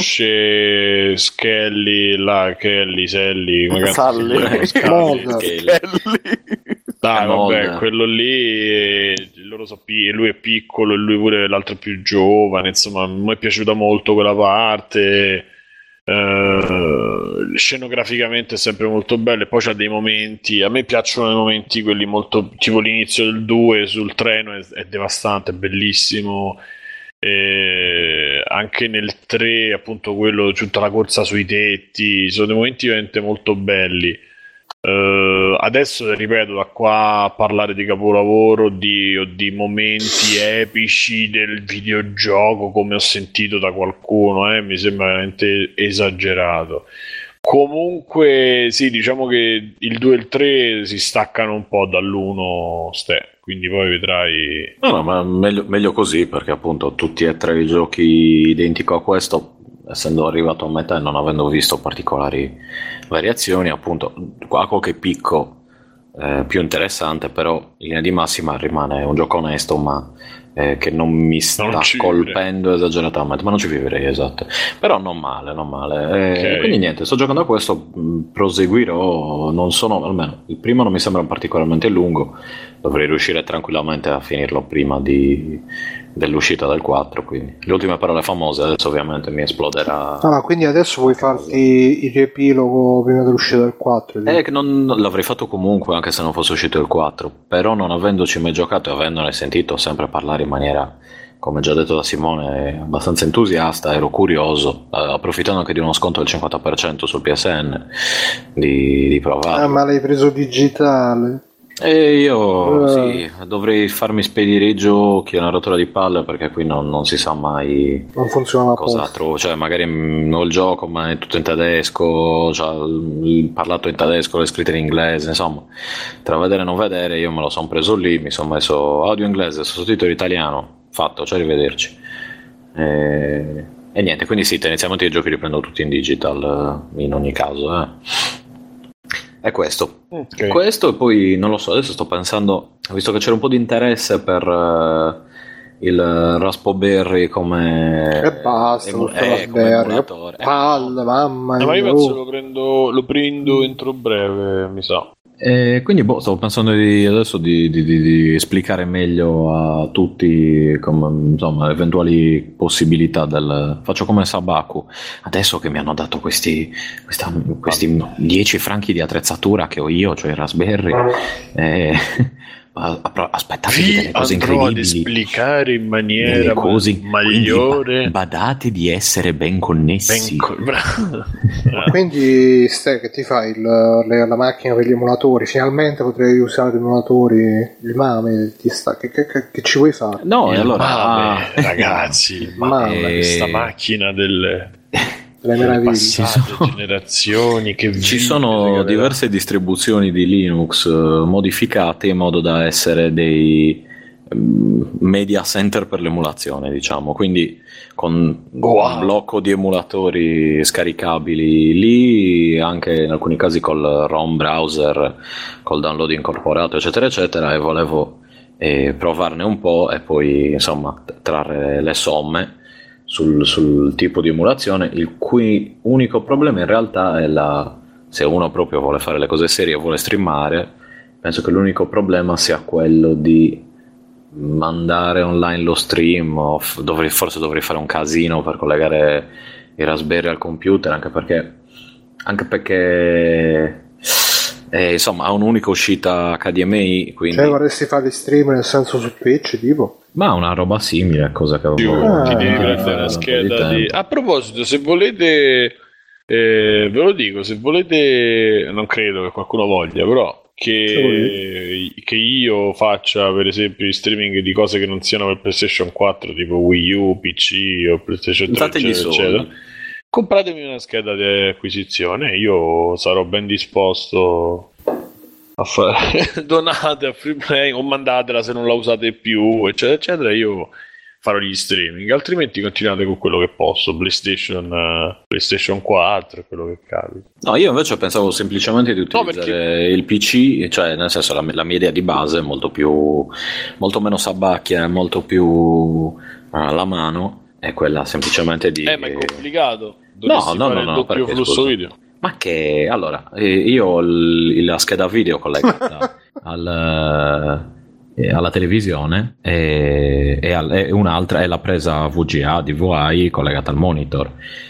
conosce Skelly, la Kelly, Sally, come cazzo si Sally. chiama? Scully. Mulder. Kelly. Dai, È vabbè, Mulder. quello lì, eh, loro so pi- lui è piccolo e lui pure l'altro è più giovane, insomma, mi è piaciuta molto quella parte. Eh, scenograficamente è sempre molto bello e poi c'ha dei momenti, a me piacciono i momenti quelli molto tipo l'inizio del due sul treno è, è devastante, è bellissimo. E anche nel tre appunto quello, tutta la corsa sui tetti, sono dei momenti veramente molto belli. Uh, adesso ripeto, da qua a parlare di capolavoro di, o di momenti epici del videogioco, come ho sentito da qualcuno, eh, mi sembra veramente esagerato. Comunque sì, diciamo che il due e il tre si staccano un po' dall'uno, ste, quindi poi vedrai. No, no, ma meglio, meglio così, perché appunto tutti e tre i giochi identico a questo, essendo arrivato a metà e non avendo visto particolari variazioni, appunto qua qualche picco eh, più interessante, però in linea di massima rimane un gioco onesto, ma eh, che non mi sta non colpendo esageratamente, ma non ci vivrei, esatto, però non male, non male. Eh, okay. Quindi niente, sto giocando a questo, mh, proseguirò, non sono, almeno il primo non mi sembra particolarmente lungo, dovrei riuscire tranquillamente a finirlo prima di dell'uscita del quattro, quindi le ultime parole famose adesso ovviamente mi esploderà. Ah, quindi adesso vuoi farti il riepilogo prima dell'uscita del quattro? Eh, che non, l'avrei fatto comunque anche se non fosse uscito il quattro, però non avendoci mai giocato e avendone sentito sempre parlare in maniera, come già detto da Simone, abbastanza entusiasta, ero curioso, eh, approfittando anche di uno sconto del cinquanta per cento sul P S N, di, di provare. Ah, ma l'hai preso digitale? E io uh. sì, dovrei farmi spedire i giochi, è una rottura di palle, perché qui non, non si sa mai non funziona cosa trovo, cioè magari ho il gioco ma è tutto in tedesco, cioè, il parlato in tedesco, le scritte in inglese, insomma tra vedere e non vedere io me lo sono preso lì, mi sono messo audio inglese, sottotitolo italiano, fatto, cioè arrivederci. E, e niente, quindi sì, tendenzialmente i giochi li prendo tutti in digital in ogni caso, eh. È questo. Okay. Questo, e poi non lo so, adesso sto pensando, visto che c'era un po' di interesse per uh, il Raspberry come e basta, emu- eh, come emulatore. Palle, mamma mia. Ma io penso lo prendo, lo prendo entro breve, mi sa. E quindi boh, stavo pensando di, adesso di, di, di, di esplicare meglio a tutti come, insomma, eventuali possibilità del, faccio come Sabaku adesso che mi hanno dato questi questa, questi dieci franchi di attrezzatura che ho io, cioè i Raspberry, eh, aspettatevi delle cose incredibili, ad esplicare in maniera cose, migliore, badate di essere ben connessi, ben co- quindi Ste, che ti fai il, le, la macchina per gli emulatori, finalmente potrei usare gli emulatori, il mame ti sta, che, che, che, che ci vuoi fare? No, il allora mame, ragazzi, il mame, eh, questa macchina del le meraviglie, passate generazioni che ci sono diverse distribuzioni di Linux uh, modificate in modo da essere dei um, media center per l'emulazione, diciamo, quindi con wow. un blocco di emulatori scaricabili lì, anche in alcuni casi col ROM browser, col download incorporato, eccetera eccetera, e volevo eh, provarne un po' e poi insomma trarre le somme Sul, sul tipo di emulazione, il cui unico problema in realtà è la, se uno proprio vuole fare le cose serie e vuole streamare, penso che l'unico problema sia quello di mandare online lo stream, o f- dovrei, forse dovrei fare un casino per collegare i Raspberry al computer, anche perché anche perché eh, insomma ha un'unica uscita H D M I, quindi cioè vorresti fare stream nel senso su Twitch tipo? Ma una roba simile a cosa che avevo ah, ti devi prendere una scheda di... A proposito, se volete eh, ve lo dico, se volete, non credo che qualcuno voglia, però che, che io faccia per esempio streaming di cose che non siano per PlayStation quattro, tipo Wii U, P C o PlayStation tre, eccetera, eccetera, compratemi una scheda di acquisizione, io sarò ben disposto a fare donate a Freeplay o mandatela se non la usate più, eccetera eccetera, io farò gli streaming, altrimenti continuate con quello che posso, PlayStation uh, PlayStation quattro, quello che capita. No, io invece pensavo semplicemente di utilizzare no, perché... il P C, cioè nel senso la, la mia idea di base è molto più molto meno sabacchia, molto più uh, alla mano, è quella semplicemente di eh ma è complicato, dovresti no, no, fare no, no, il doppio flusso scusa. Video. Ma che allora io ho il, la scheda video collegata al, eh, alla televisione e, e, al, e un'altra è la presa V G A D V I collegata al monitor,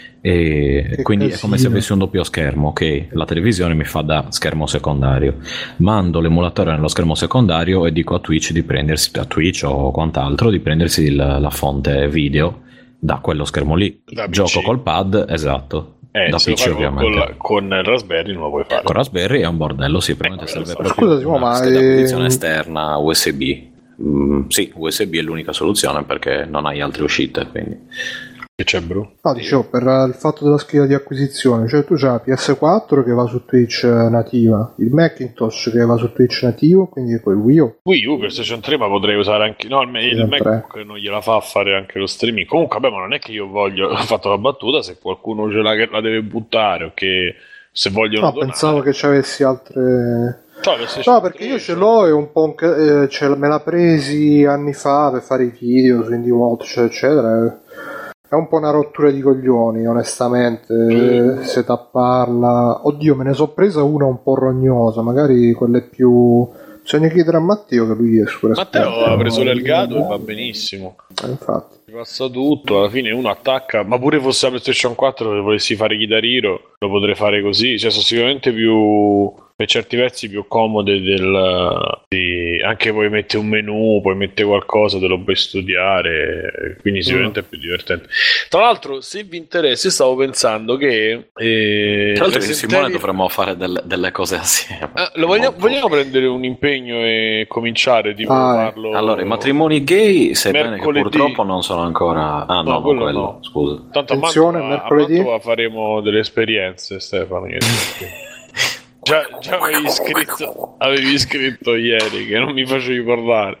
e quindi casino. È come se avessi un doppio schermo, ok? La televisione mi fa da schermo secondario, mando l'emulatore nello schermo secondario e dico a Twitch di prendersi, a Twitch o quant'altro, di prendersi il, la fonte video da quello schermo lì, da gioco col pad, esatto. Eh, da se P C lo fai con, ovviamente. con il Raspberry non lo puoi fare. Con Raspberry è un bordello, sì, probabilmente Eh, serve quello proprio Scusa, Simo, una ma scheda di acquisizione ehm, esterna U S B. Mm, sì, U S B è l'unica soluzione perché non hai altre uscite, quindi. Che c'è, bro? no, dicevo, per il fatto della scheda di acquisizione, cioè tu c'hai la P S quattro che va su Twitch nativa, il Macintosh che va su Twitch nativo, quindi poi il Wii U. Wii U, PlayStation tre, ma potrei usare anche... No, il, il PlayStation MacBook non gliela fa a fare anche lo streaming. Comunque, vabbè, ma non è che io voglio... Ho fatto la battuta, se qualcuno ce l'ha che la deve buttare o che se vogliono No, donare... pensavo che ci avessi altre... No, PlayStation No, perché tre, io ce cioè- l'ho e un po' un ca- eh, ce l- me l'ha presi anni fa per fare i video su Indie World, eccetera, eccetera. È un po' una rottura di coglioni, onestamente, Mm. se tapparla. Oddio, me ne so presa una un po' rognosa, magari quelle più... Bisogna chiedere a Matteo che lui è super Matteo esperto. ha preso l'Elgato e va benissimo. Eh, infatti. Ti passa tutto, alla fine uno attacca, ma pure fosse la PlayStation quattro, se volessi fare Guitar Hero lo potrei fare così, cioè sono sicuramente più, per certi versi più comode del, di, anche puoi mettere un menu, puoi mettere qualcosa, te lo puoi studiare, quindi sicuramente mm. è più divertente. Tra l'altro, se vi interessa, io stavo pensando che eh, Tra l'altro, Resident Simone Evil- dovremmo fare delle, delle cose assieme. Eh, lo vogliamo, vogliamo prendere un impegno e cominciare tipo Ah, eh. farlo Allora, i matrimoni gay, sebbene che mercoledì. purtroppo non sono ancora... Ah, no, No, no, quello quello, no. scusa. Tanto a Attenzione, Mantova, mercoledì. a Mantova faremo delle esperienze, Stefano. Io- già, già avevi scritto avevi scritto ieri che non mi facevi parlare.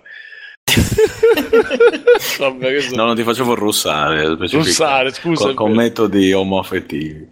Vabbè, questo- No, non ti facevo russare. specifico. Russare, scusa, Con, è con vero. metodi omoaffettivi.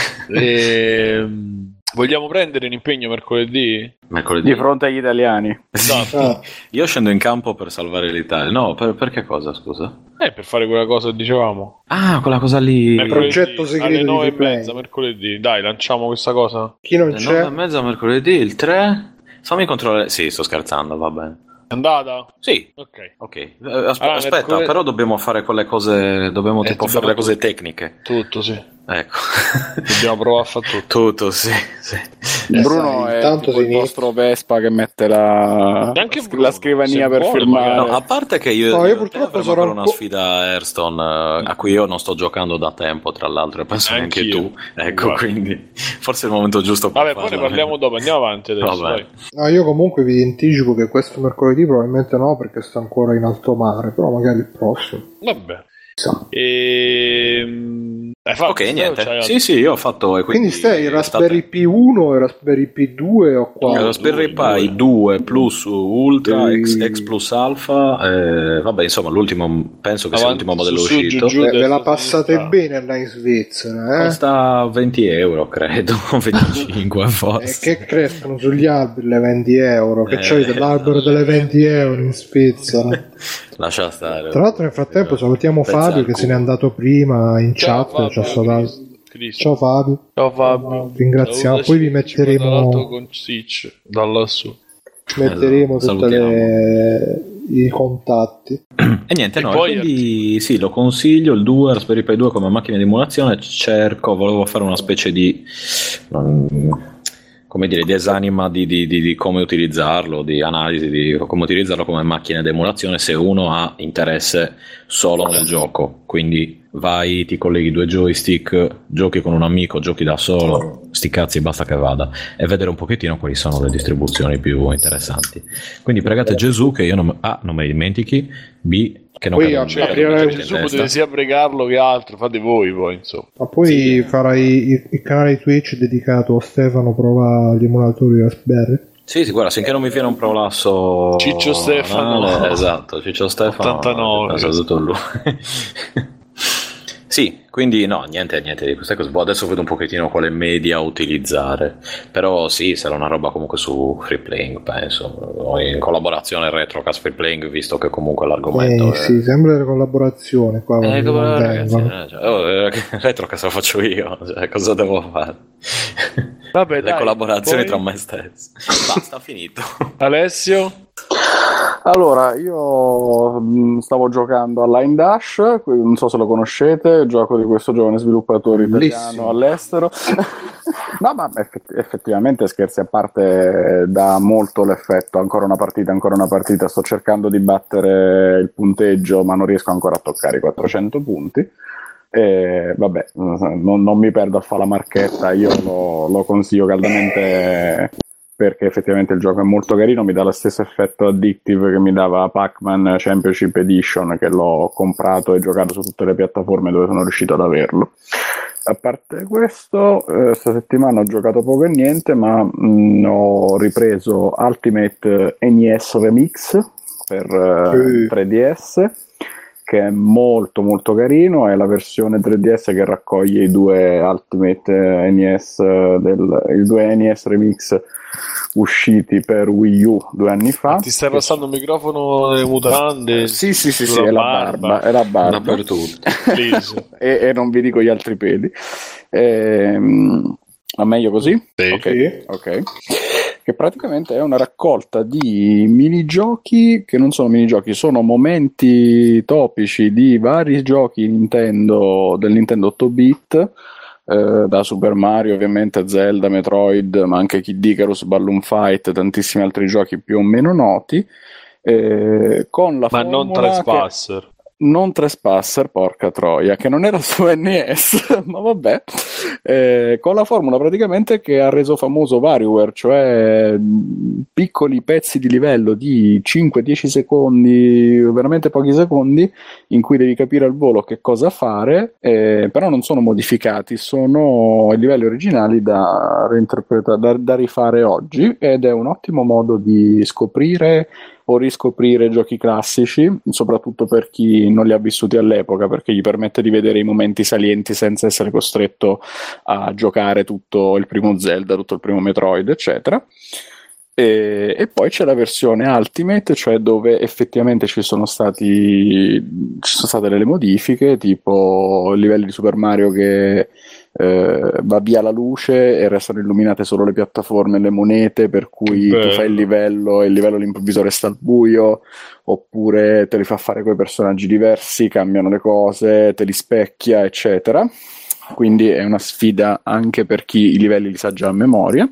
Ehm, vogliamo prendere un impegno mercoledì? Mercoledì. Di fronte agli italiani. Esatto. Ah, Io scendo in campo per salvare l'Italia. No, per, per che cosa, scusa? Eh, per fare quella cosa che dicevamo. Ah, quella cosa lì. Mercoledì, progetto segreto alle di nove e Freeplay. mezza mercoledì. Dai, lanciamo questa cosa. chi non Alle nove c'è? e mezza mercoledì, il tre. Fammi controllare. Sì, sto scherzando, va bene. È andata? Sì. Ok. Ok, Eh, aspe- Allora, aspetta, mercoledì- però dobbiamo fare quelle cose, dobbiamo Eh, tipo dobbiamo fare le cose tutto. tecniche. Tutto, sì. Ecco. Dobbiamo provare a fare tutto. Tutto, sì, sì. Bruno sai, è tanto tipo il si inizia. vostro Vespa che mette la, Neanche la Bruno, scrivania se per vuole, firmare. magari. No, a parte che io, No, io io purtroppo avremo sarò ancora un una po'- sfida a Hearthstone eh, a cui io non sto giocando da tempo, tra l'altro, e penso neanche Anch'io. tu. Ecco, Guarda. quindi forse è il momento giusto per Vabbè, poi ne farla. parliamo dopo. Andiamo avanti adesso. Vabbè. Dai. No, io comunque vi anticipo che questo mercoledì probabilmente no, perché sto ancora in alto mare, però magari il prossimo. Vabbè. Chissà. Ehm... Hai fatto? Ok, niente. C'hai Sì, sì, io ho fatto. E Quindi quindi stai il è Raspberry stata- Pi uno e il Raspberry Pi due o Il qua? Raspberry due, Pi due. due Plus Ultra Ehi. X, X Plus Alpha, eh, vabbè, insomma, l'ultimo, penso che sia Avanti, l'ultimo modello su, su, uscito. giù, giù. Ve, ve la destra, passate sinistra. bene là in Svizzera, eh? Costa venti euro, credo, venticinque E forse. che crescono sugli alberi le venti euro? Che Eh, c'avete l'albero delle venti euro in Svizzera? Lascia stare. Tra l'altro nel frattempo salutiamo Pensa Fabio al che se n'è culo. andato prima in Ciao, chat. Fabio, ci ha salutato. Cristo. Ciao Fabio. Ciao Fabio. Ringraziamo. Poi vi metteremo- Tra l'altro con Sitch da lassù. Ci metteremo Esatto, tutti salutiamo. i contatti. E niente, E no, poi- quindi sì, lo consiglio, il due, Raspberry Pi due come macchina di emulazione, cerco, volevo fare una specie di, non- come dire, di esanima di, di- di- di come utilizzarlo, di analisi di come utilizzarlo come macchina di emulazione se uno ha interesse solo nel gioco, quindi vai, ti colleghi due joystick, giochi con un amico, giochi da solo, sti cazzi, basta che vada, e vedere un pochettino quali sono le distribuzioni più interessanti. Quindi pregate Gesù che io non, A, non me ne dimentichi, B, che non Poi cado- Cioè, Aprirà cado un in Gesù testa. potete sia pregarlo che altro, fate voi poi, insomma. Ma poi farai il, il canale Twitch dedicato a Stefano prova gli emulatori Raspberry. Sì, sì, guarda, finché non mi viene un prolasso Ciccio Stefano. anale, esatto, Ciccio Stefano ottantanove. penso tutto lui. Sì, quindi no, niente, niente di queste cose. Boh, adesso vedo un pochettino quale media utilizzare, però sì, sarà una roba comunque su Free Playing, penso, o in collaborazione Retrocast Free Playing, visto che comunque l'argomento Eh è... sì, sembra le collaborazioni qua. Eh, quando come- non ragazzi, vengono. eh, cioè, oh, eh, Retrocast lo faccio io, cioè, cosa devo fare? Vabbè, Le dai, collaborazioni poi- tra me stesso. Basta, finito. Alessio? Allora, io mh, stavo giocando a Line Dash, que- non so se lo conoscete, gioco di questo giovane sviluppatore Bellissimo. italiano all'estero. No, ma effett- effettivamente, scherzi a parte, dà molto l'effetto, ancora una partita, ancora una partita, sto cercando di battere il punteggio, ma non riesco ancora a toccare i quattrocento punti. E vabbè, non, non mi perdo a fare la marchetta, io lo, lo consiglio caldamente perché effettivamente il gioco è molto carino, mi dà lo stesso effetto addictive che mi dava Pac-Man Championship Edition, che l'ho comprato e giocato su tutte le piattaforme dove sono riuscito ad averlo. A parte questo, eh, questa settimana ho giocato poco e niente, ma mh, ho ripreso Ultimate N E S Remix per eh, tre D S, che è molto molto carino, è la versione tre D S che raccoglie i due Ultimate N E S del, i due N E S Remix usciti per Wii U due anni fa. Ti stai passando il microfono nelle mutande? Sì, sì, sì, sì, è la barba, è la barba. e, e non vi dico gli altri peli. Ehm, ma meglio così? Sì. Ok, ok. Che praticamente è una raccolta di minigiochi che non sono minigiochi, sono momenti topici di vari giochi Nintendo del Nintendo otto bit, eh, da Super Mario ovviamente, Zelda, Metroid, ma anche Kid Icarus, Balloon Fight, tantissimi altri giochi più o meno noti, eh, con la ma non Trespasser. Che... non Trespasser, porca troia, che non era su N E S, ma vabbè, eh, con la formula praticamente che ha reso famoso WarioWare, cioè piccoli pezzi di livello di cinque dieci secondi, veramente pochi secondi, in cui devi capire al volo che cosa fare, eh, però non sono modificati, sono i livelli originali da reinterpretare, da, da rifare oggi, ed è un ottimo modo di scoprire o riscoprire giochi classici, soprattutto per chi non li ha vissuti all'epoca, perché gli permette di vedere i momenti salienti senza essere costretto a giocare tutto il primo Zelda, tutto il primo Metroid, eccetera. E, e poi c'è la versione Ultimate, cioè dove effettivamente ci sono stati ci sono state delle modifiche, tipo i livelli di Super Mario che eh, va via la luce e restano illuminate solo le piattaforme e le monete, per cui tu fai il livello e il livello all'improvviso resta al buio, oppure te li fa fare coi personaggi diversi, cambiano le cose, te li specchia, eccetera. Quindi è una sfida anche per chi i livelli li sa già a memoria.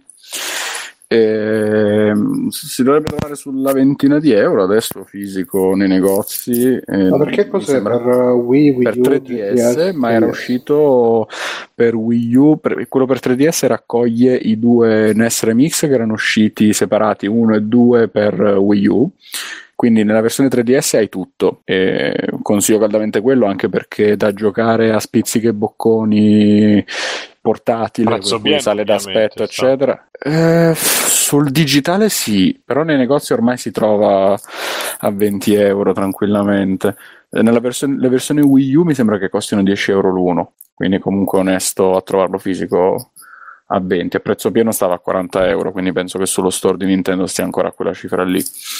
E si dovrebbe trovare sulla ventina di euro adesso fisico nei negozi. Ma perché cos'è per Wii, Wii per U, tre D S, ma era uscito per Wii U, per, quello per tre D S raccoglie i due N E S Remix che erano usciti separati, uno e due per Wii U. Quindi nella versione tre D S hai tutto, e consiglio caldamente quello, anche perché da giocare a spizzichi e bocconi portatile, per cui sale d'aspetto, eccetera. Eh, sul digitale sì, però nei negozi ormai si trova a venti euro tranquillamente. Nella versione, le versioni Wii U mi sembra che costino dieci euro l'uno, quindi comunque onesto a trovarlo fisico a venti. A prezzo pieno stava a quaranta euro, quindi penso che sullo store di Nintendo stia ancora a quella cifra lì.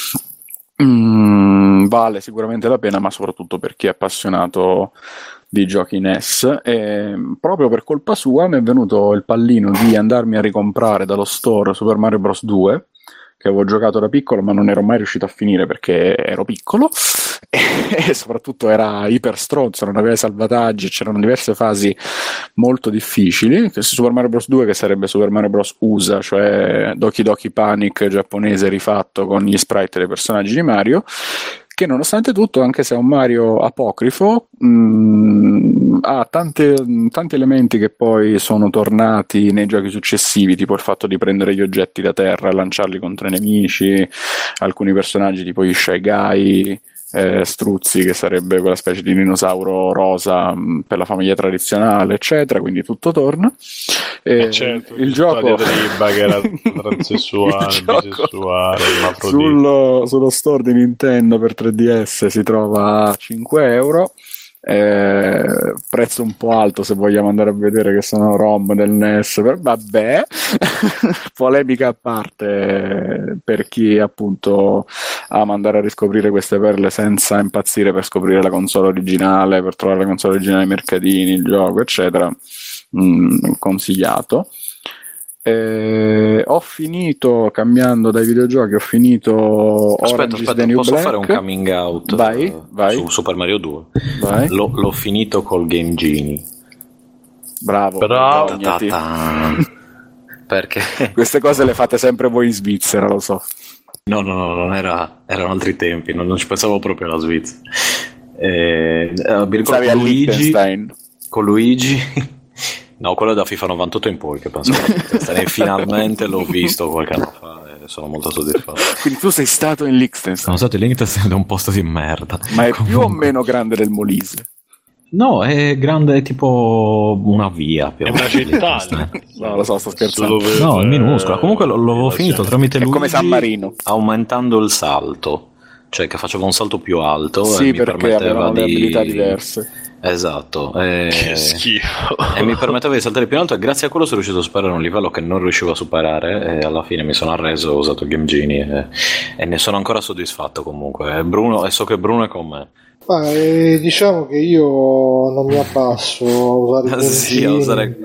Mm, vale sicuramente la pena, ma soprattutto per chi è appassionato di giochi N E S, e proprio per colpa sua mi è venuto il pallino di andarmi a ricomprare dallo store Super Mario Bros. due, che avevo giocato da piccolo ma non ero mai riuscito a finire perché ero piccolo e soprattutto era iper stronzo, non aveva salvataggi, c'erano diverse fasi molto difficili. Super Mario Bros. due, che sarebbe Super Mario Bros. U S A, cioè Doki Doki Panic giapponese rifatto con gli sprite dei personaggi di Mario, che nonostante tutto, anche se è un Mario apocrifo, mh, ha tante, tanti elementi che poi sono tornati nei giochi successivi, tipo il fatto di prendere gli oggetti da terra e lanciarli contro i nemici, alcuni personaggi tipo gli Shy Guy, eh, Struzzi, che sarebbe quella specie di dinosauro rosa mh, per la famiglia tradizionale, eccetera, quindi tutto torna. E certo, il gioco che era transessuale, bisessuale, sullo, sullo store di Nintendo per tre D S si trova a cinque euro, eh, prezzo un po' alto se vogliamo andare a vedere che sono ROM del N E S, per, vabbè polemica a parte, per chi appunto ama andare a riscoprire queste perle senza impazzire per scoprire la console originale, per trovare la console originale ai mercatini, il gioco eccetera. Mm, consigliato. Eh, ho finito, cambiando dai videogiochi, ho finito aspetta, Orange aspetta, is the New posso Black. fare un coming out vai, uh, vai. su Super Mario due? Vai. L'ho, l'ho finito col Game Genie. Bravo, bravo. Perché queste cose le fate sempre voi in Svizzera, lo so. No, no, no, non era, erano altri tempi, non, non ci pensavo proprio alla Svizzera. Eh, mi ricordo Luigi Con Luigi? No, quello è da FIFA novantotto in poi che penso che finalmente l'ho visto qualche anno fa e sono molto soddisfatto. Quindi tu sei stato in Liechtenstein? Sono stato in Liechtenstein, è un posto di merda. Ma è Comunque... più o meno grande del Molise? No, è grande, è tipo una via. Più è una città. No, lo so, sto scherzando. No, è minuscola. Comunque l'avevo finito tramite Luigi. È come San Marino. Aumentando il salto. Cioè che facevo un salto più alto sì, e mi permetteva di... abilità diverse. Esatto. E... Che schifo. E mi permetteva di saltare più in alto e grazie a quello sono riuscito a superare un livello che non riuscivo a superare e alla fine mi sono arreso, ho usato Game Genie e, e ne sono ancora soddisfatto comunque. E, Bruno, e so che Bruno è con me. Ma eh, diciamo che io non mi abbasso a usare Game sì, Genie. A usare...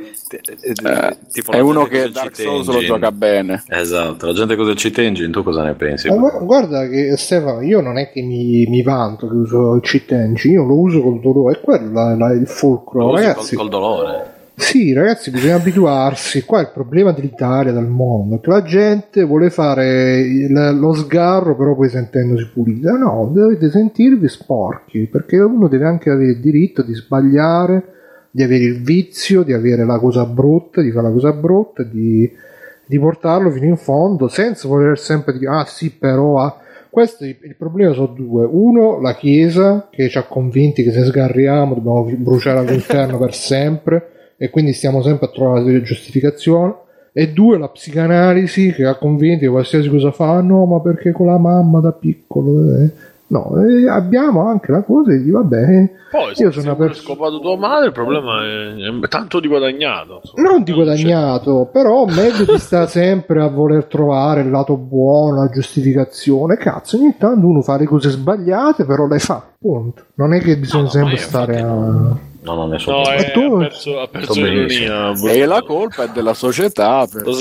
Eh, tipo è uno che Dark Souls lo gioca bene. Esatto, la gente cosa il cheat engine, tu cosa ne pensi? Ma guarda che Stefano, io non è che mi, mi vanto che uso il cheat engine, io lo uso col dolore, è quello la, la, il fulcro, ragazzi. Col, col dolore. Sì, ragazzi, bisogna abituarsi. Qua il problema dell'Italia, del mondo, che la gente vuole fare il, lo sgarro, però poi sentendosi pulita. No, dovete sentirvi sporchi, perché uno deve anche avere il diritto di sbagliare, di avere il vizio, di avere la cosa brutta, di fare la cosa brutta, di, di portarlo fino in fondo, senza voler sempre dire, ah sì, però... Ah. Questo, il problema sono due: uno, la Chiesa che ci ha convinti che se sgarriamo dobbiamo bruciare all'inferno per sempre e quindi stiamo sempre a trovare delle giustificazioni, e due, la psicanalisi che ha convinti che qualsiasi cosa fa, ah, no, ma perché con la mamma da piccolo eh. no, eh, abbiamo anche la cosa di vabbè, poi io sono una persona scopato tua madre, il problema è, è tanto di guadagnato, insomma. Non di guadagnato, però meglio di sta sempre a voler trovare il lato buono, la giustificazione. Cazzo, ogni tanto uno fa le cose sbagliate, però le fa, punto. Non è che bisogna no, sempre stare a... No, non ne so. No, è, tu... ha perso, ha perso l'ironia. E la colpa è della società perché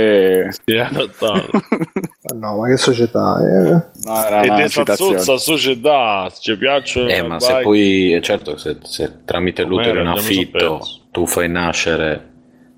si è adattato. No, ma che società è? No, era e una questa società ci piacciono. Eh, ma se poi, certo, se, se tramite l'utero in affitto tu fai nascere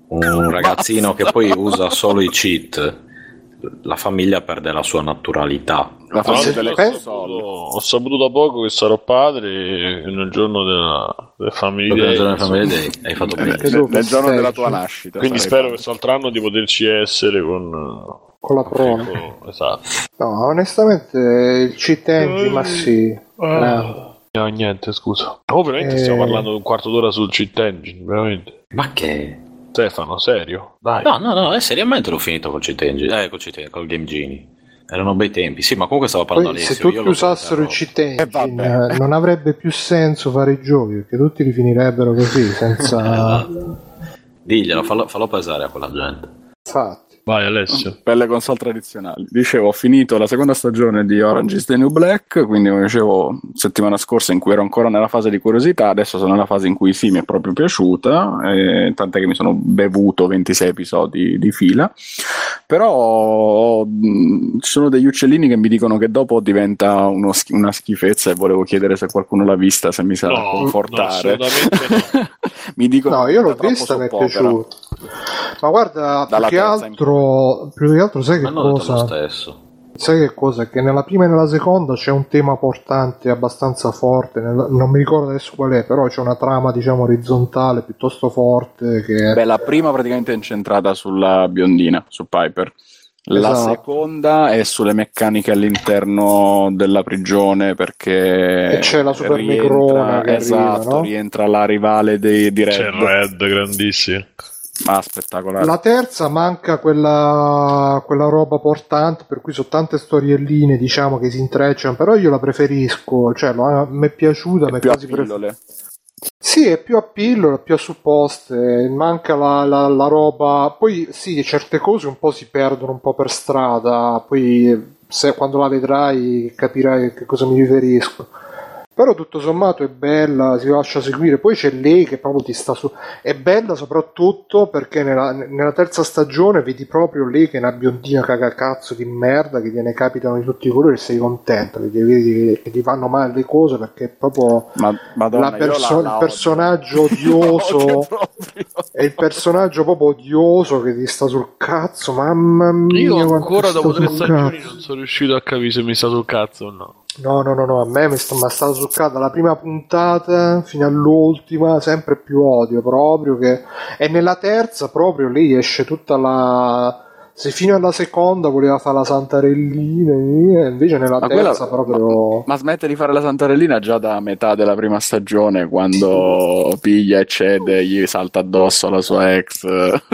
un ragazzino che poi usa solo i cheat, la famiglia perde la sua naturalità. La no, delle penso, ho saputo da poco che sarò padre nel giorno della, della famiglia. Nel giorno della famiglia day. Hai fatto bene. Nel, nel giorno della tua nascita. Quindi spero padre. Che quest'altro anno di poterci essere con, con la prova. Esatto. No, onestamente il cheat engine, ma sì. Ah. No, niente, scusa. Oh, veramente eh... stiamo parlando di un quarto d'ora sul cheat engine, veramente. Ma che? Stefano, serio? Dai. No, no, no, è seriamente l'ho finito col cheat engine, eh, col, cheat, col Game Genie. Erano bei tempi, sì, ma comunque stavo parlando Poi, se tutti usassero il cheat engine, eh, non avrebbe più senso fare i giochi, perché tutti li finirebbero così, senza... Diglielo, fallo, fallo pesare a quella gente. Infatti. Vai Alessio. Per le console tradizionali. Dicevo, ho finito la seconda stagione di Orange is the New Black, quindi come dicevo settimana scorsa in cui ero ancora nella fase di curiosità, adesso sono nella fase in cui sì, mi è proprio piaciuta, eh, tant'è che mi sono bevuto ventisei episodi di fila, però mh, ci sono degli uccellini che mi dicono che dopo diventa uno sch- una schifezza e volevo chiedere se qualcuno l'ha vista, se mi sa no, confortare. No, assolutamente no. Mi dicono no, io l'ho vista, mi è piaciuto. Ma guarda, più che altro, più che altro sai che cosa? Stesso. Sai che cosa? Che nella prima e nella seconda c'è un tema portante abbastanza forte, nel, non mi ricordo adesso qual è, però c'è una trama diciamo orizzontale piuttosto forte che... Beh, la prima praticamente è incentrata sulla biondina, su Piper. La esatto. seconda è sulle meccaniche all'interno della prigione perché e c'è la super rientra, negrona che esatto, arriva, no? rientra la rivale dei, di Red. C'è Red, grandissimo. Ma spettacolare. La terza manca quella, quella roba portante, per cui sono tante storielline diciamo che si intrecciano, però io la preferisco, cioè mi è piaciuta, mi è quasi preferita. Sì, è più a pillole, più a supposte, manca la, la, la roba, poi sì, certe cose un po' si perdono un po' per strada, poi se quando la vedrai capirai a che cosa mi riferisco. Però tutto sommato è bella, si lascia seguire. Poi c'è lei che proprio ti sta su. È bella soprattutto perché nella, nella terza stagione vedi proprio lei che è una biondina cagacazzo di merda, che gliene capitano di tutti i colori e sei contenta, perché vedi che ti vanno male le cose, perché è proprio Ma, Madonna, la perso- la, la il personaggio odioso. È il personaggio proprio odioso che ti sta sul cazzo, mamma mia. Io ancora dopo tre stagioni non sono riuscito a capire se mi sta sul cazzo o no. No, no, no, no, a me mi è stata succata dalla prima puntata fino all'ultima, sempre più odio proprio, che e nella terza proprio lì esce tutta la... Se fino alla seconda voleva fare la Santarellina, invece nella ma terza quella... proprio... Ma smette di fare la Santarellina già da metà della prima stagione, quando piglia e cede, gli salta addosso la sua ex.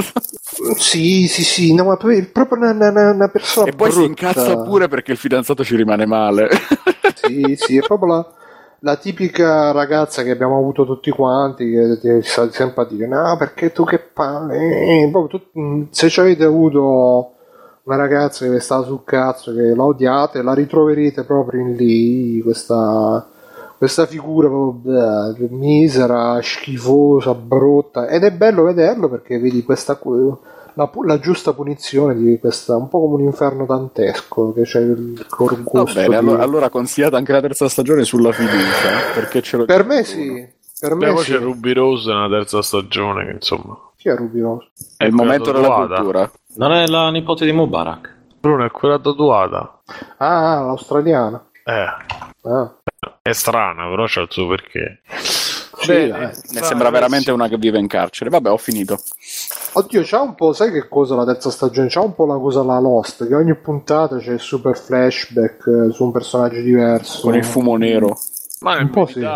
Sì, sì, sì, no, ma è proprio una, una, una persona e poi brutta. Si incazza pure perché il fidanzato ci rimane male. Sì, sì, è proprio la, la tipica ragazza che abbiamo avuto tutti quanti, che ti sta sempre a dire no, perché tu che palle, proprio tu, se ci avete avuto una ragazza che vi sta sul cazzo, che la odiate, la ritroverete proprio in lì, questa, questa figura proprio beh, misera, schifosa, brutta, ed è bello vederlo perché vedi questa la, la giusta punizione di questa, un po' come un inferno dantesco, che c'è il corgusto. Va bene, di... allora, allora consigliate anche la terza stagione sulla fiducia, perché ce lo per me sì, per me poi sì. c'è Ruby Rose nella terza stagione, che insomma chi è Ruby Rose? È il momento della cultura. Non è la nipote di Mubarak? Bruno, è quella tatuata. Ah, l'australiana. Eh. Ah. È strana, però c'ha il suo perché. Sì, Bene, mi sembra veramente una che vive in carcere. Vabbè, ho finito. Oddio, c'ha un po', sai che cosa la terza stagione? C'ha un po' la cosa la Lost, che ogni puntata c'è il super flashback su un personaggio diverso. Con il fumo nero. Ma un po' sì. È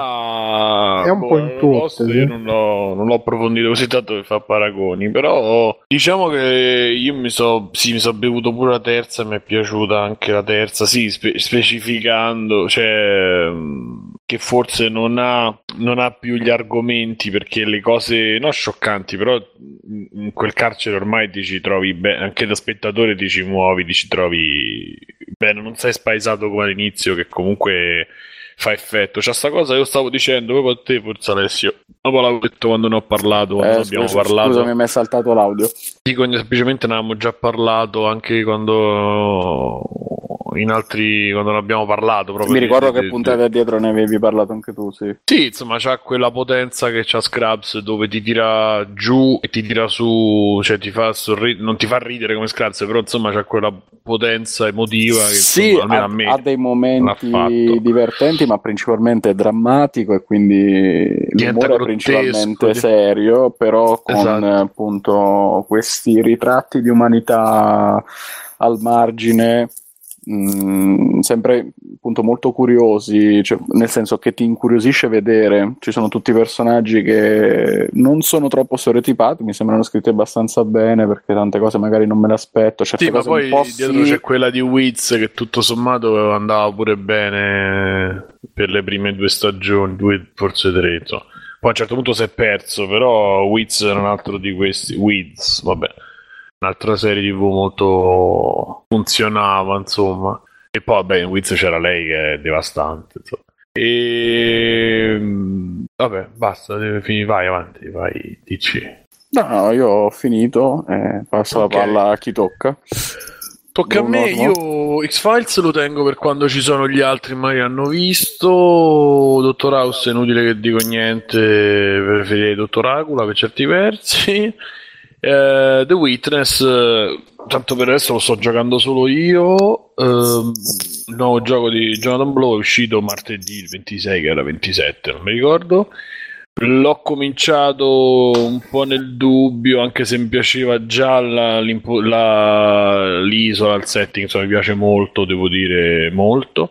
un boh, po' in tutte, sì. Io non l'ho, non l'ho approfondito così tanto per fare paragoni, però diciamo che io mi so, sì, mi sono bevuto pure la terza, mi è piaciuta anche la terza, sì, spe- specificando, cioè che forse non ha, non ha più gli argomenti, perché le cose, non scioccanti, però in quel carcere ormai ti ci trovi bene, anche da spettatore ti ci muovi, ti ci trovi bene, non sei spaesato come all'inizio, che comunque fa effetto. C'è sta cosa che io stavo dicendo proprio a te, forse Alessio, dopo l'avevo detto quando ne ho parlato, quando eh, abbiamo scusa, parlato. Scusami, mi è saltato l'audio. Dico, semplicemente ne avevamo già parlato anche quando in altri, quando ne abbiamo parlato proprio. Mi ricordo di, che di, puntate di... dietro ne avevi parlato anche tu, sì. Sì, insomma, c'ha quella potenza che c'ha Scrubs, dove ti tira giù e ti tira su, cioè ti fa sorridere, non ti fa ridere come Scrubs, però insomma c'ha quella potenza emotiva che sì, insomma, almeno ha, a me ha dei momenti divertenti, ma principalmente drammatico, e quindi diventa l'umore è principalmente serio, però con esatto. appunto questi ritratti di umanità al margine. Mm, sempre appunto molto curiosi, cioè, nel senso che ti incuriosisce vedere, ci sono tutti i personaggi che non sono troppo stereotipati, mi sembrano scritti abbastanza bene, perché tante cose magari non me le aspetto, certe sì, cose ma poi un po' dietro sì. C'è quella di Wiz che tutto sommato andava pure bene per le prime due stagioni, due forse tre, insomma. Poi a un certo punto si è perso, però Wiz era un altro di questi, Wiz, vabbè, un'altra serie tivù molto funzionava, insomma. E poi vabbè, in Wiz c'era lei che è devastante, insomma. E vabbè, basta, fini, vai avanti, vai, dici. No, no, io ho finito, eh, passo okay. La palla a chi tocca. Tocca Buon a me, io X-Files lo tengo per quando ci sono gli altri, magari hanno visto. Dottor House è inutile che dico niente, preferirei Dottor Acula per certi versi. Uh, The Witness, uh, tanto per adesso lo sto giocando solo io. Uh, il nuovo gioco di Jonathan Blow è uscito martedì il ventisei, che era ventisette, non mi ricordo. L'ho cominciato un po' nel dubbio, anche se mi piaceva già la, la, l'isola, il setting, insomma mi piace molto, devo dire molto.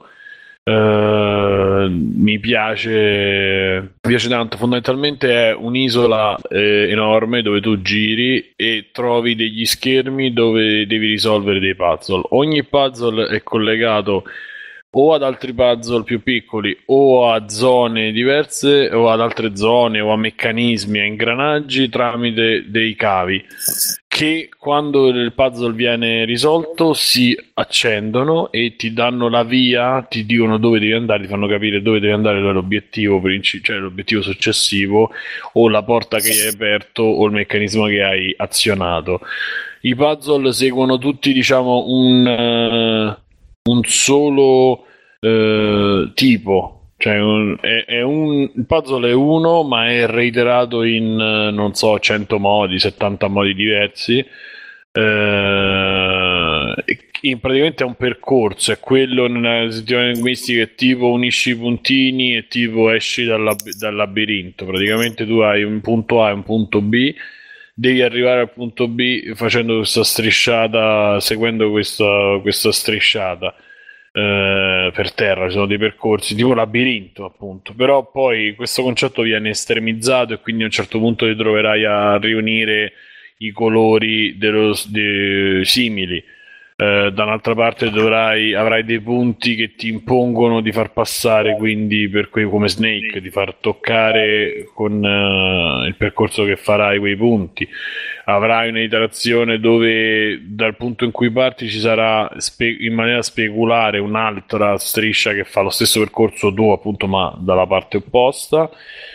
Uh, mi piace mi piace tanto. Fondamentalmente è un'isola eh, enorme dove tu giri e trovi degli schermi dove devi risolvere dei puzzle. Ogni puzzle è collegato o ad altri puzzle più piccoli o a zone diverse o ad altre zone o a meccanismi, a ingranaggi tramite dei cavi che quando il puzzle viene risolto si accendono e ti danno la via, ti dicono dove devi andare, ti fanno capire dove devi andare, l'obiettivo princi- cioè l'obiettivo successivo, o la porta che hai aperto o il meccanismo che hai azionato. I puzzle seguono tutti, diciamo, un, uh, un solo uh, tipo. Cioè un, è, è un, il puzzle è uno, ma è reiterato in non so cento modi, settanta modi diversi, eh, in praticamente è un percorso, è quello nella settimana linguistica, è tipo unisci i puntini e tipo esci dal, lab- dal labirinto. Praticamente tu hai un punto A e un punto B, devi arrivare al punto B facendo questa strisciata, seguendo questa, questa strisciata eh, per terra. Ci sono dei percorsi tipo labirinto, appunto, però poi questo concetto viene estremizzato e quindi a un certo punto ti troverai a riunire i colori dello, de, simili. Uh, da un'altra parte dovrai, avrai dei punti che ti impongono di far passare, quindi per quei come Snake, di far toccare con uh, il percorso che farai quei punti. Avrai un'iterazione dove dal punto in cui parti ci sarà spe- in maniera speculare un'altra striscia che fa lo stesso percorso tuo, appunto, ma dalla parte opposta.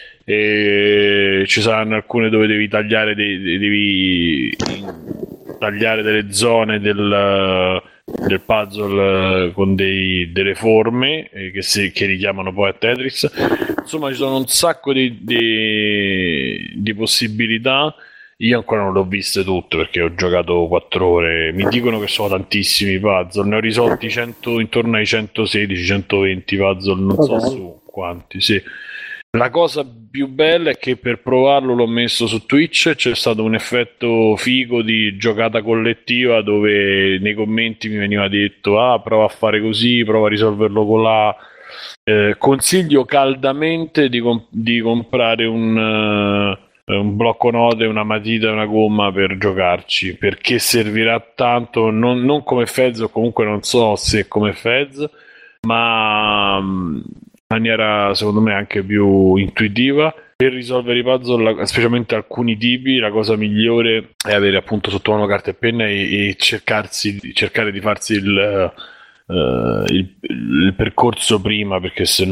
E ci saranno alcune dove devi tagliare dei, devi tagliare delle zone del, del puzzle con dei, delle forme eh, che, si, che richiamano poi a Tetris. Insomma, ci sono un sacco di, di, di possibilità. Io ancora non le ho viste tutte perché ho giocato quattro ore. Mi dicono che sono tantissimi puzzle, ne ho risolti cento, intorno ai centosedici centoventi puzzle, non so su quanti, sì. La cosa più bella è che per provarlo l'ho messo su Twitch, c'è stato un effetto figo di giocata collettiva dove nei commenti mi veniva detto ah, prova a fare così, prova a risolverlo con la... Eh, consiglio caldamente di, comp- di comprare un, uh, un blocco note, una matita e una gomma per giocarci, perché servirà tanto, non, non come Fez, o comunque non so se come Fez, ma... Um, maniera secondo me anche più intuitiva per risolvere i puzzle, specialmente alcuni tipi. La cosa migliore è avere appunto sotto mano carta e penna e, e cercarsi, cercare di farsi il, uh, il, il percorso prima, perché se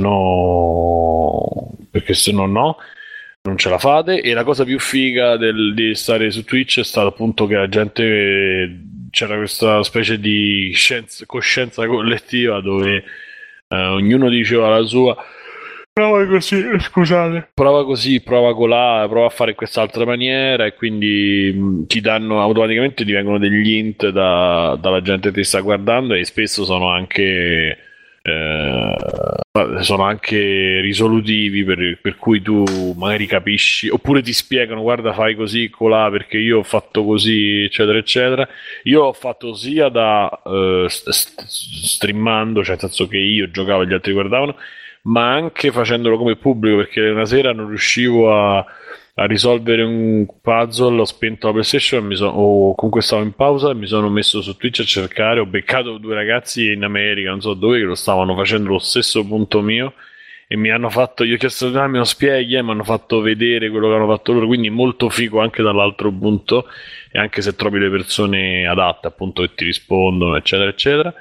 no perché se no no non ce la fate. E la cosa più figa del, di stare su Twitch è stato appunto che la gente, c'era questa specie di scienza, coscienza collettiva dove Uh, ognuno diceva la sua, prova così, scusate, prova così, prova colà, prova a fare in quest'altra maniera, e quindi mh, ti danno automaticamente, ti vengono degli hint da, dalla gente che ti sta guardando, e spesso sono anche eh, sono anche risolutivi, per, per cui tu magari capisci, oppure ti spiegano guarda fai così, colà, perché io ho fatto così, eccetera eccetera. Io ho fatto sia da uh, st- st- streamando, cioè nel senso che io giocavo e gli altri guardavano, ma anche facendolo come pubblico, perché una sera non riuscivo a, a risolvere un puzzle, ho spento la PlayStation e mi sono, o comunque stavo in pausa e mi sono messo su Twitch a cercare, ho beccato due ragazzi in America, non so dove, che lo stavano facendo lo stesso punto mio, e mi hanno fatto, io ho chiesto ah, me lo spieghi, e mi hanno fatto vedere quello che hanno fatto loro, quindi molto figo anche dall'altro punto, e anche se trovi le persone adatte appunto che ti rispondono, eccetera eccetera.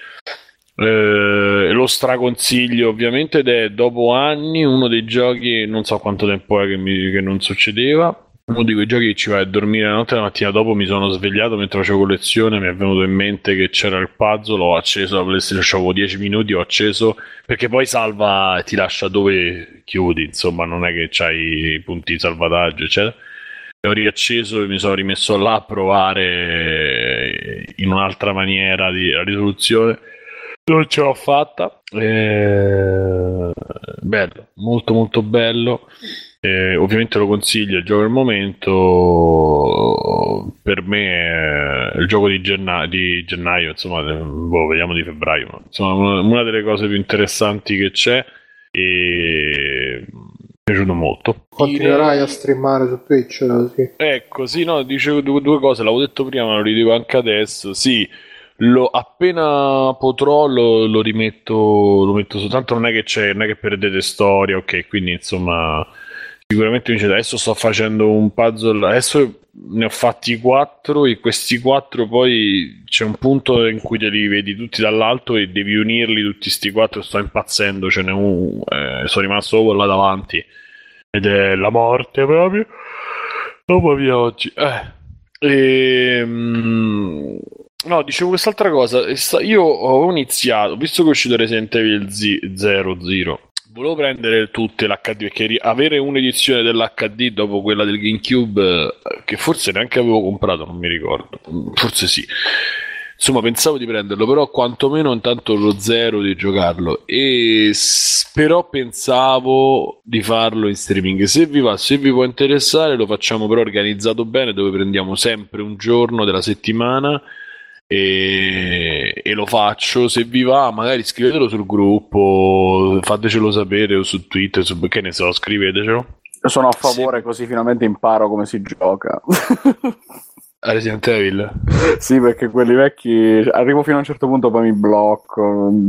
Eh, lo straconsiglio ovviamente, ed è dopo anni uno dei giochi, non so quanto tempo è che, mi, che non succedeva, uno di quei giochi che ci vai a dormire la notte e la mattina dopo mi sono svegliato mentre facevo collezione, mi è venuto in mente che c'era il puzzle, ho acceso la PlayStation, avevo dieci minuti, ho acceso, perché poi salva e ti lascia dove chiudi, insomma non è che c'hai i punti di salvataggio eccetera. Ho riacceso e mi sono rimesso là a provare in un'altra maniera di, la risoluzione. Non ce l'ho fatta. Eh, bello, molto molto bello. Eh, ovviamente lo consiglio, il gioco del momento per me è il gioco di, genna- di gennaio, insomma, boh, vediamo di febbraio. Insomma, una, una delle cose più interessanti che c'è, e mi è piaciuto molto. Continuerai a streamare su Twitch? Sì. Ecco, sì, no, dicevo due, due cose, l'avevo detto prima, ma lo ridico anche adesso. Sì, lo, appena potrò lo, lo rimetto, lo metto soltanto, non è che c'è, non è che perdete storia, ok, quindi insomma sicuramente mi dice, adesso sto facendo un puzzle, adesso ne ho fatti quattro, e questi quattro poi c'è un punto in cui te li vedi tutti dall'alto e devi unirli tutti sti quattro, sto impazzendo, ce n'è uno, eh, sono rimasto solo là davanti ed è la morte proprio, dopo via oggi, eh. E, mm, no, dicevo quest'altra cosa. Io ho iniziato, visto che è uscito Resident Evil zero zero, volevo prendere tutte l'H D, perché avere un'edizione dell'H D dopo quella del GameCube, che forse neanche avevo comprato, non mi ricordo, forse sì, insomma pensavo di prenderlo, però quantomeno intanto lo zero di giocarlo, e s- però pensavo di farlo in streaming. Se vi va, se vi può interessare, lo facciamo però organizzato bene, dove prendiamo sempre un giorno della settimana e, e lo faccio. Se vi va, magari scrivetelo sul gruppo, fatecelo sapere, o su Twitter, su, che ne so, scrivetecelo. Sono a favore, sì. Così finalmente imparo come si gioca. A Resident Evil? Sì, perché quelli vecchi arrivo fino a un certo punto, poi mi blocco,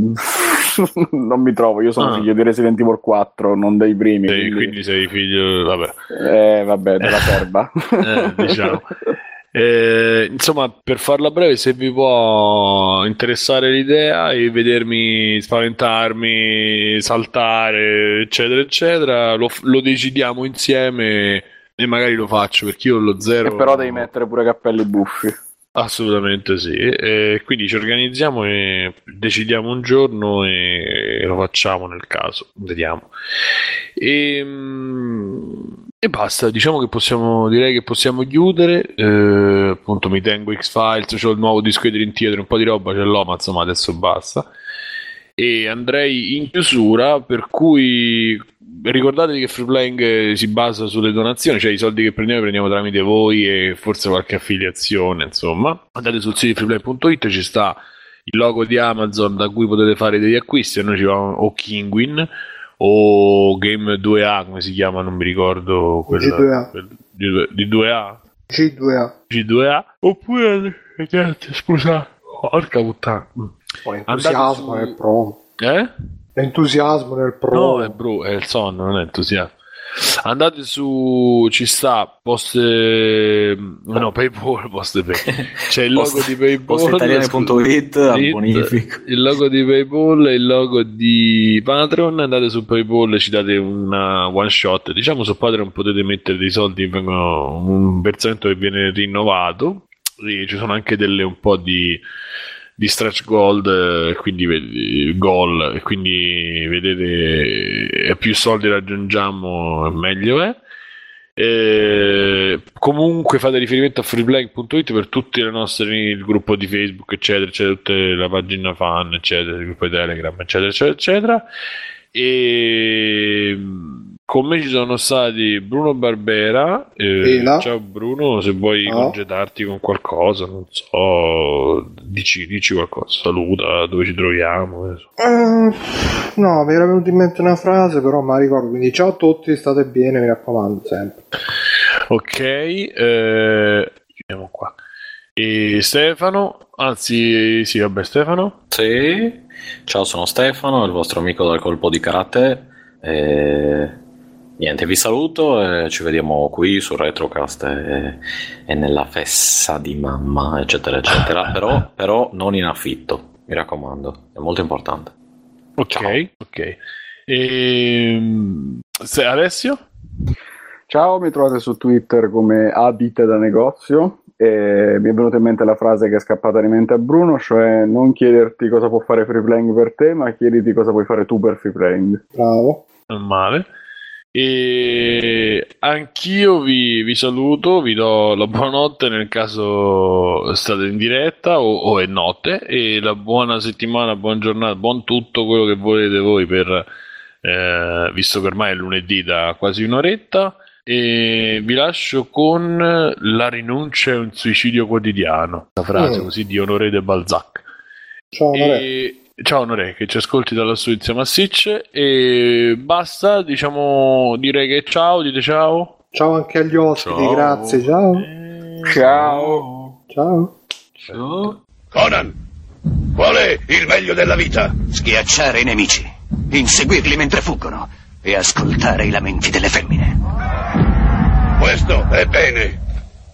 non mi trovo. Io sono ah. figlio di Resident Evil quattro, non dei primi. Sì, quindi... quindi sei figlio, vabbè. Eh, vabbè, della serba. eh, diciamo. Eh, insomma, per farla breve, se vi può interessare l'idea e vedermi spaventarmi, saltare, eccetera, eccetera, lo, lo decidiamo insieme e magari lo faccio, perché io lo zero. E però devi mettere pure cappelli buffi. Assolutamente sì. E quindi ci organizziamo e decidiamo un giorno e lo facciamo nel caso. Vediamo. E. E basta, diciamo che possiamo, direi che possiamo chiudere. Eh, appunto, mi tengo X-Files, c'ho il nuovo disco di Dream Theater, un po' di roba ce l'ho, ma insomma adesso basta. E andrei in chiusura, per cui ricordatevi che Free Playing si basa sulle donazioni, cioè i soldi che prendiamo prendiamo tramite voi e forse qualche affiliazione, insomma. Andate sul sito freeplaying punto it, ci sta il logo di Amazon da cui potete fare degli acquisti, a noi ci va o Kinguin o Game due A, come si chiama, non mi ricordo, quella, G due A. quella, di, di due A G due A G due A oppure niente, scusa, porca puttana, oh, entusiasmo su... nel promo, eh? entusiasmo nel promo, no, è, bru- è il sonno, non è entusiasmo. Andate su, ci sta post eh, no PayPal, post pay. C'è il logo post, di PayPal, postitaliane punto it al bonifico, il logo di PayPal e il logo di Patreon. Andate su PayPal e ci date una one shot, diciamo. Su Patreon potete mettere dei soldi, vengono un versamento che viene rinnovato, e ci sono anche delle un po' di di stretch gold, quindi goal, e quindi vedete, più soldi raggiungiamo meglio è. E comunque fate riferimento a freeplaying punto it per tutte le nostre, il gruppo di Facebook, eccetera, eccetera, tutte la pagina fan, eccetera, il gruppo di Telegram, eccetera, eccetera, eccetera. E con me ci sono stati Bruno Barbera, eh, ciao Bruno, se vuoi oh. congedarti con qualcosa, non so, dici, dici qualcosa, saluta, dove ci troviamo. Uh, no, mi era venuta in mente una frase, però me la ricordo, quindi ciao a tutti, state bene, mi raccomando sempre. Ok, eh, chiudiamo qua. E Stefano, anzi sì, vabbè, Stefano. Sì, ciao, sono Stefano, il vostro amico dal colpo di karate. E... niente, vi saluto e ci vediamo qui su Retrocast e, e nella festa di mamma, eccetera, eccetera. però, però non in affitto, mi raccomando, è molto importante. Ok, ciao. Ok. E... Alessio? Ciao, mi trovate su Twitter come Abite da Negozio. E mi è venuta in mente la frase che è scappata di mente a Bruno, cioè non chiederti cosa può fare Free Playing per te, ma chiediti cosa puoi fare tu per Free Playing. Bravo. Non male. E anch'io vi, vi saluto, vi do la buonanotte nel caso state in diretta o, o è notte, e la buona settimana, buona giornata, buon tutto quello che volete voi per eh, visto che ormai è lunedì da quasi un'oretta. E vi lascio con la rinuncia è un suicidio quotidiano, la frase mm. così di Honoré de Balzac. Ciao Honoré. E... ciao Honoré, che ci ascolti dalla Svezia massicce. E basta, diciamo, direi che ciao, dite ciao. Ciao anche agli ospiti, ciao. Grazie, ciao. E... ciao. Ciao. Ciao. Conan, qual è il meglio della vita? Schiacciare i nemici, inseguirli mentre fuggono e ascoltare i lamenti delle femmine. Questo è bene.